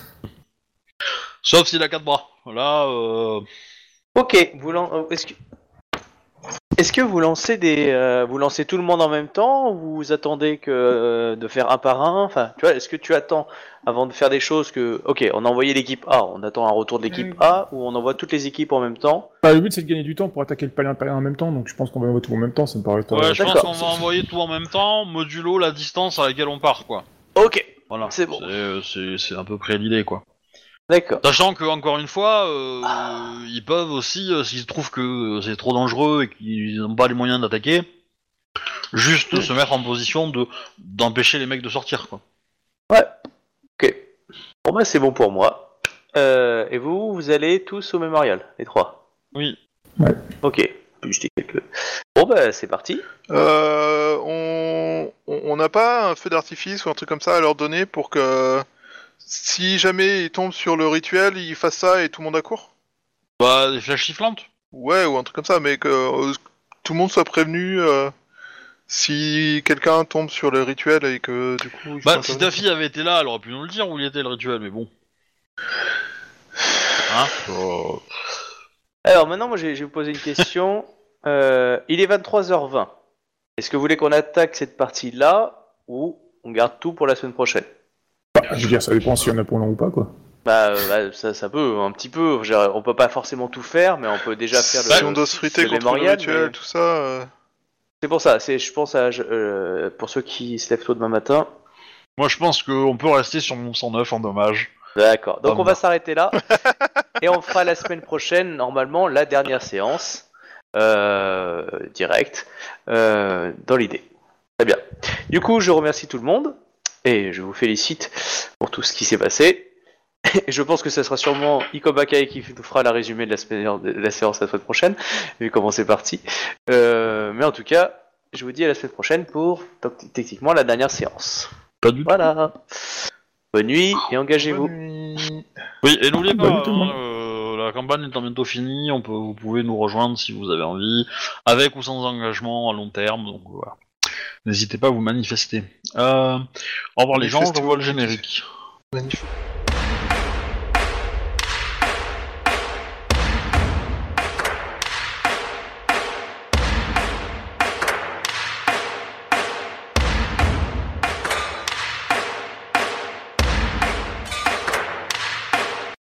Sauf s'il a 4 bras. Là, Ok. Est-ce que vous lancez vous lancez tout le monde en même temps ou vous attendez de faire un par un? Enfin, tu vois, est-ce que tu attends avant de faire des choses que, ok, on a envoyé l'équipe A, on attend un retour de l'équipe A ou on envoie toutes les équipes en même temps? Le but c'est de gagner du temps pour attaquer le palais impérial en même temps, donc je pense qu'on va envoyer tout en même temps, ça me paraît. ouais, je pense d'accord. qu'on va envoyer tout en même temps, modulo la distance à laquelle on part, quoi. Ok. Voilà. C'est bon. C'est à peu près l'idée, quoi. D'accord. Sachant que encore une fois, ils peuvent aussi, s'ils trouvent que c'est trop dangereux et qu'ils n'ont pas les moyens d'attaquer, juste se mettre en position d'empêcher les mecs de sortir, quoi. Ouais. Ok. Bon bah c'est bon pour moi. Et vous allez tous au mémorial, les 3. Oui. Ok. Puis jeter quelques. Bon bah c'est parti. On n'a pas un feu d'artifice ou un truc comme ça à leur donner pour que si jamais ils tombent sur le rituel, ils fassent ça et tout le monde accourt? Bah, des flèches sifflantes. Ouais, ou un truc comme ça, mais que tout le monde soit prévenu si quelqu'un tombe sur le rituel et que du coup... il faut Bah, si intervenir. ta fille avait été là, elle aurait pu nous le dire où il était le rituel, mais bon. Hein Alors maintenant moi je vais vous poser une question. Il est 23h20. Est-ce que vous voulez qu'on attaque cette partie-là ou on garde tout pour la semaine prochaine? Bah, je veux dire, ça dépend s'il y en a pour long ou pas, quoi. Ça peut, un petit peu. On peut pas forcément tout faire, mais on peut déjà faire Si on doit se friter le contre le mémorial, rituel, mais- tout ça... C'est pour ça, je pense pour ceux qui se lèvent tôt demain matin. Moi, je pense qu'on peut rester sur mon 109 en dommage. D'accord, donc Oh, on va non. s'arrêter là. Et on fera la semaine prochaine, normalement, la dernière séance. Direct. Dans l'idée. Très bien. Du coup, je remercie tout le monde. Et je vous félicite pour tout ce qui s'est passé. Et je pense que ce sera sûrement Iko Bakai qui nous fera la résumé de la séance la semaine prochaine, vu comment c'est parti. Mais en tout cas, je vous dis à la semaine prochaine pour techniquement la dernière séance. Pas du tout. Voilà. Bonne nuit et engagez-vous. Bonne nuit. Oui, et n'oubliez Bonne pas, nuit tout le monde. la campagne étant bientôt finie, vous pouvez nous rejoindre si vous avez envie, avec ou sans engagement à long terme, donc voilà. N'hésitez pas à vous manifester. Au revoir les gens, je Manifestez-vous. revois le générique. Magnifique.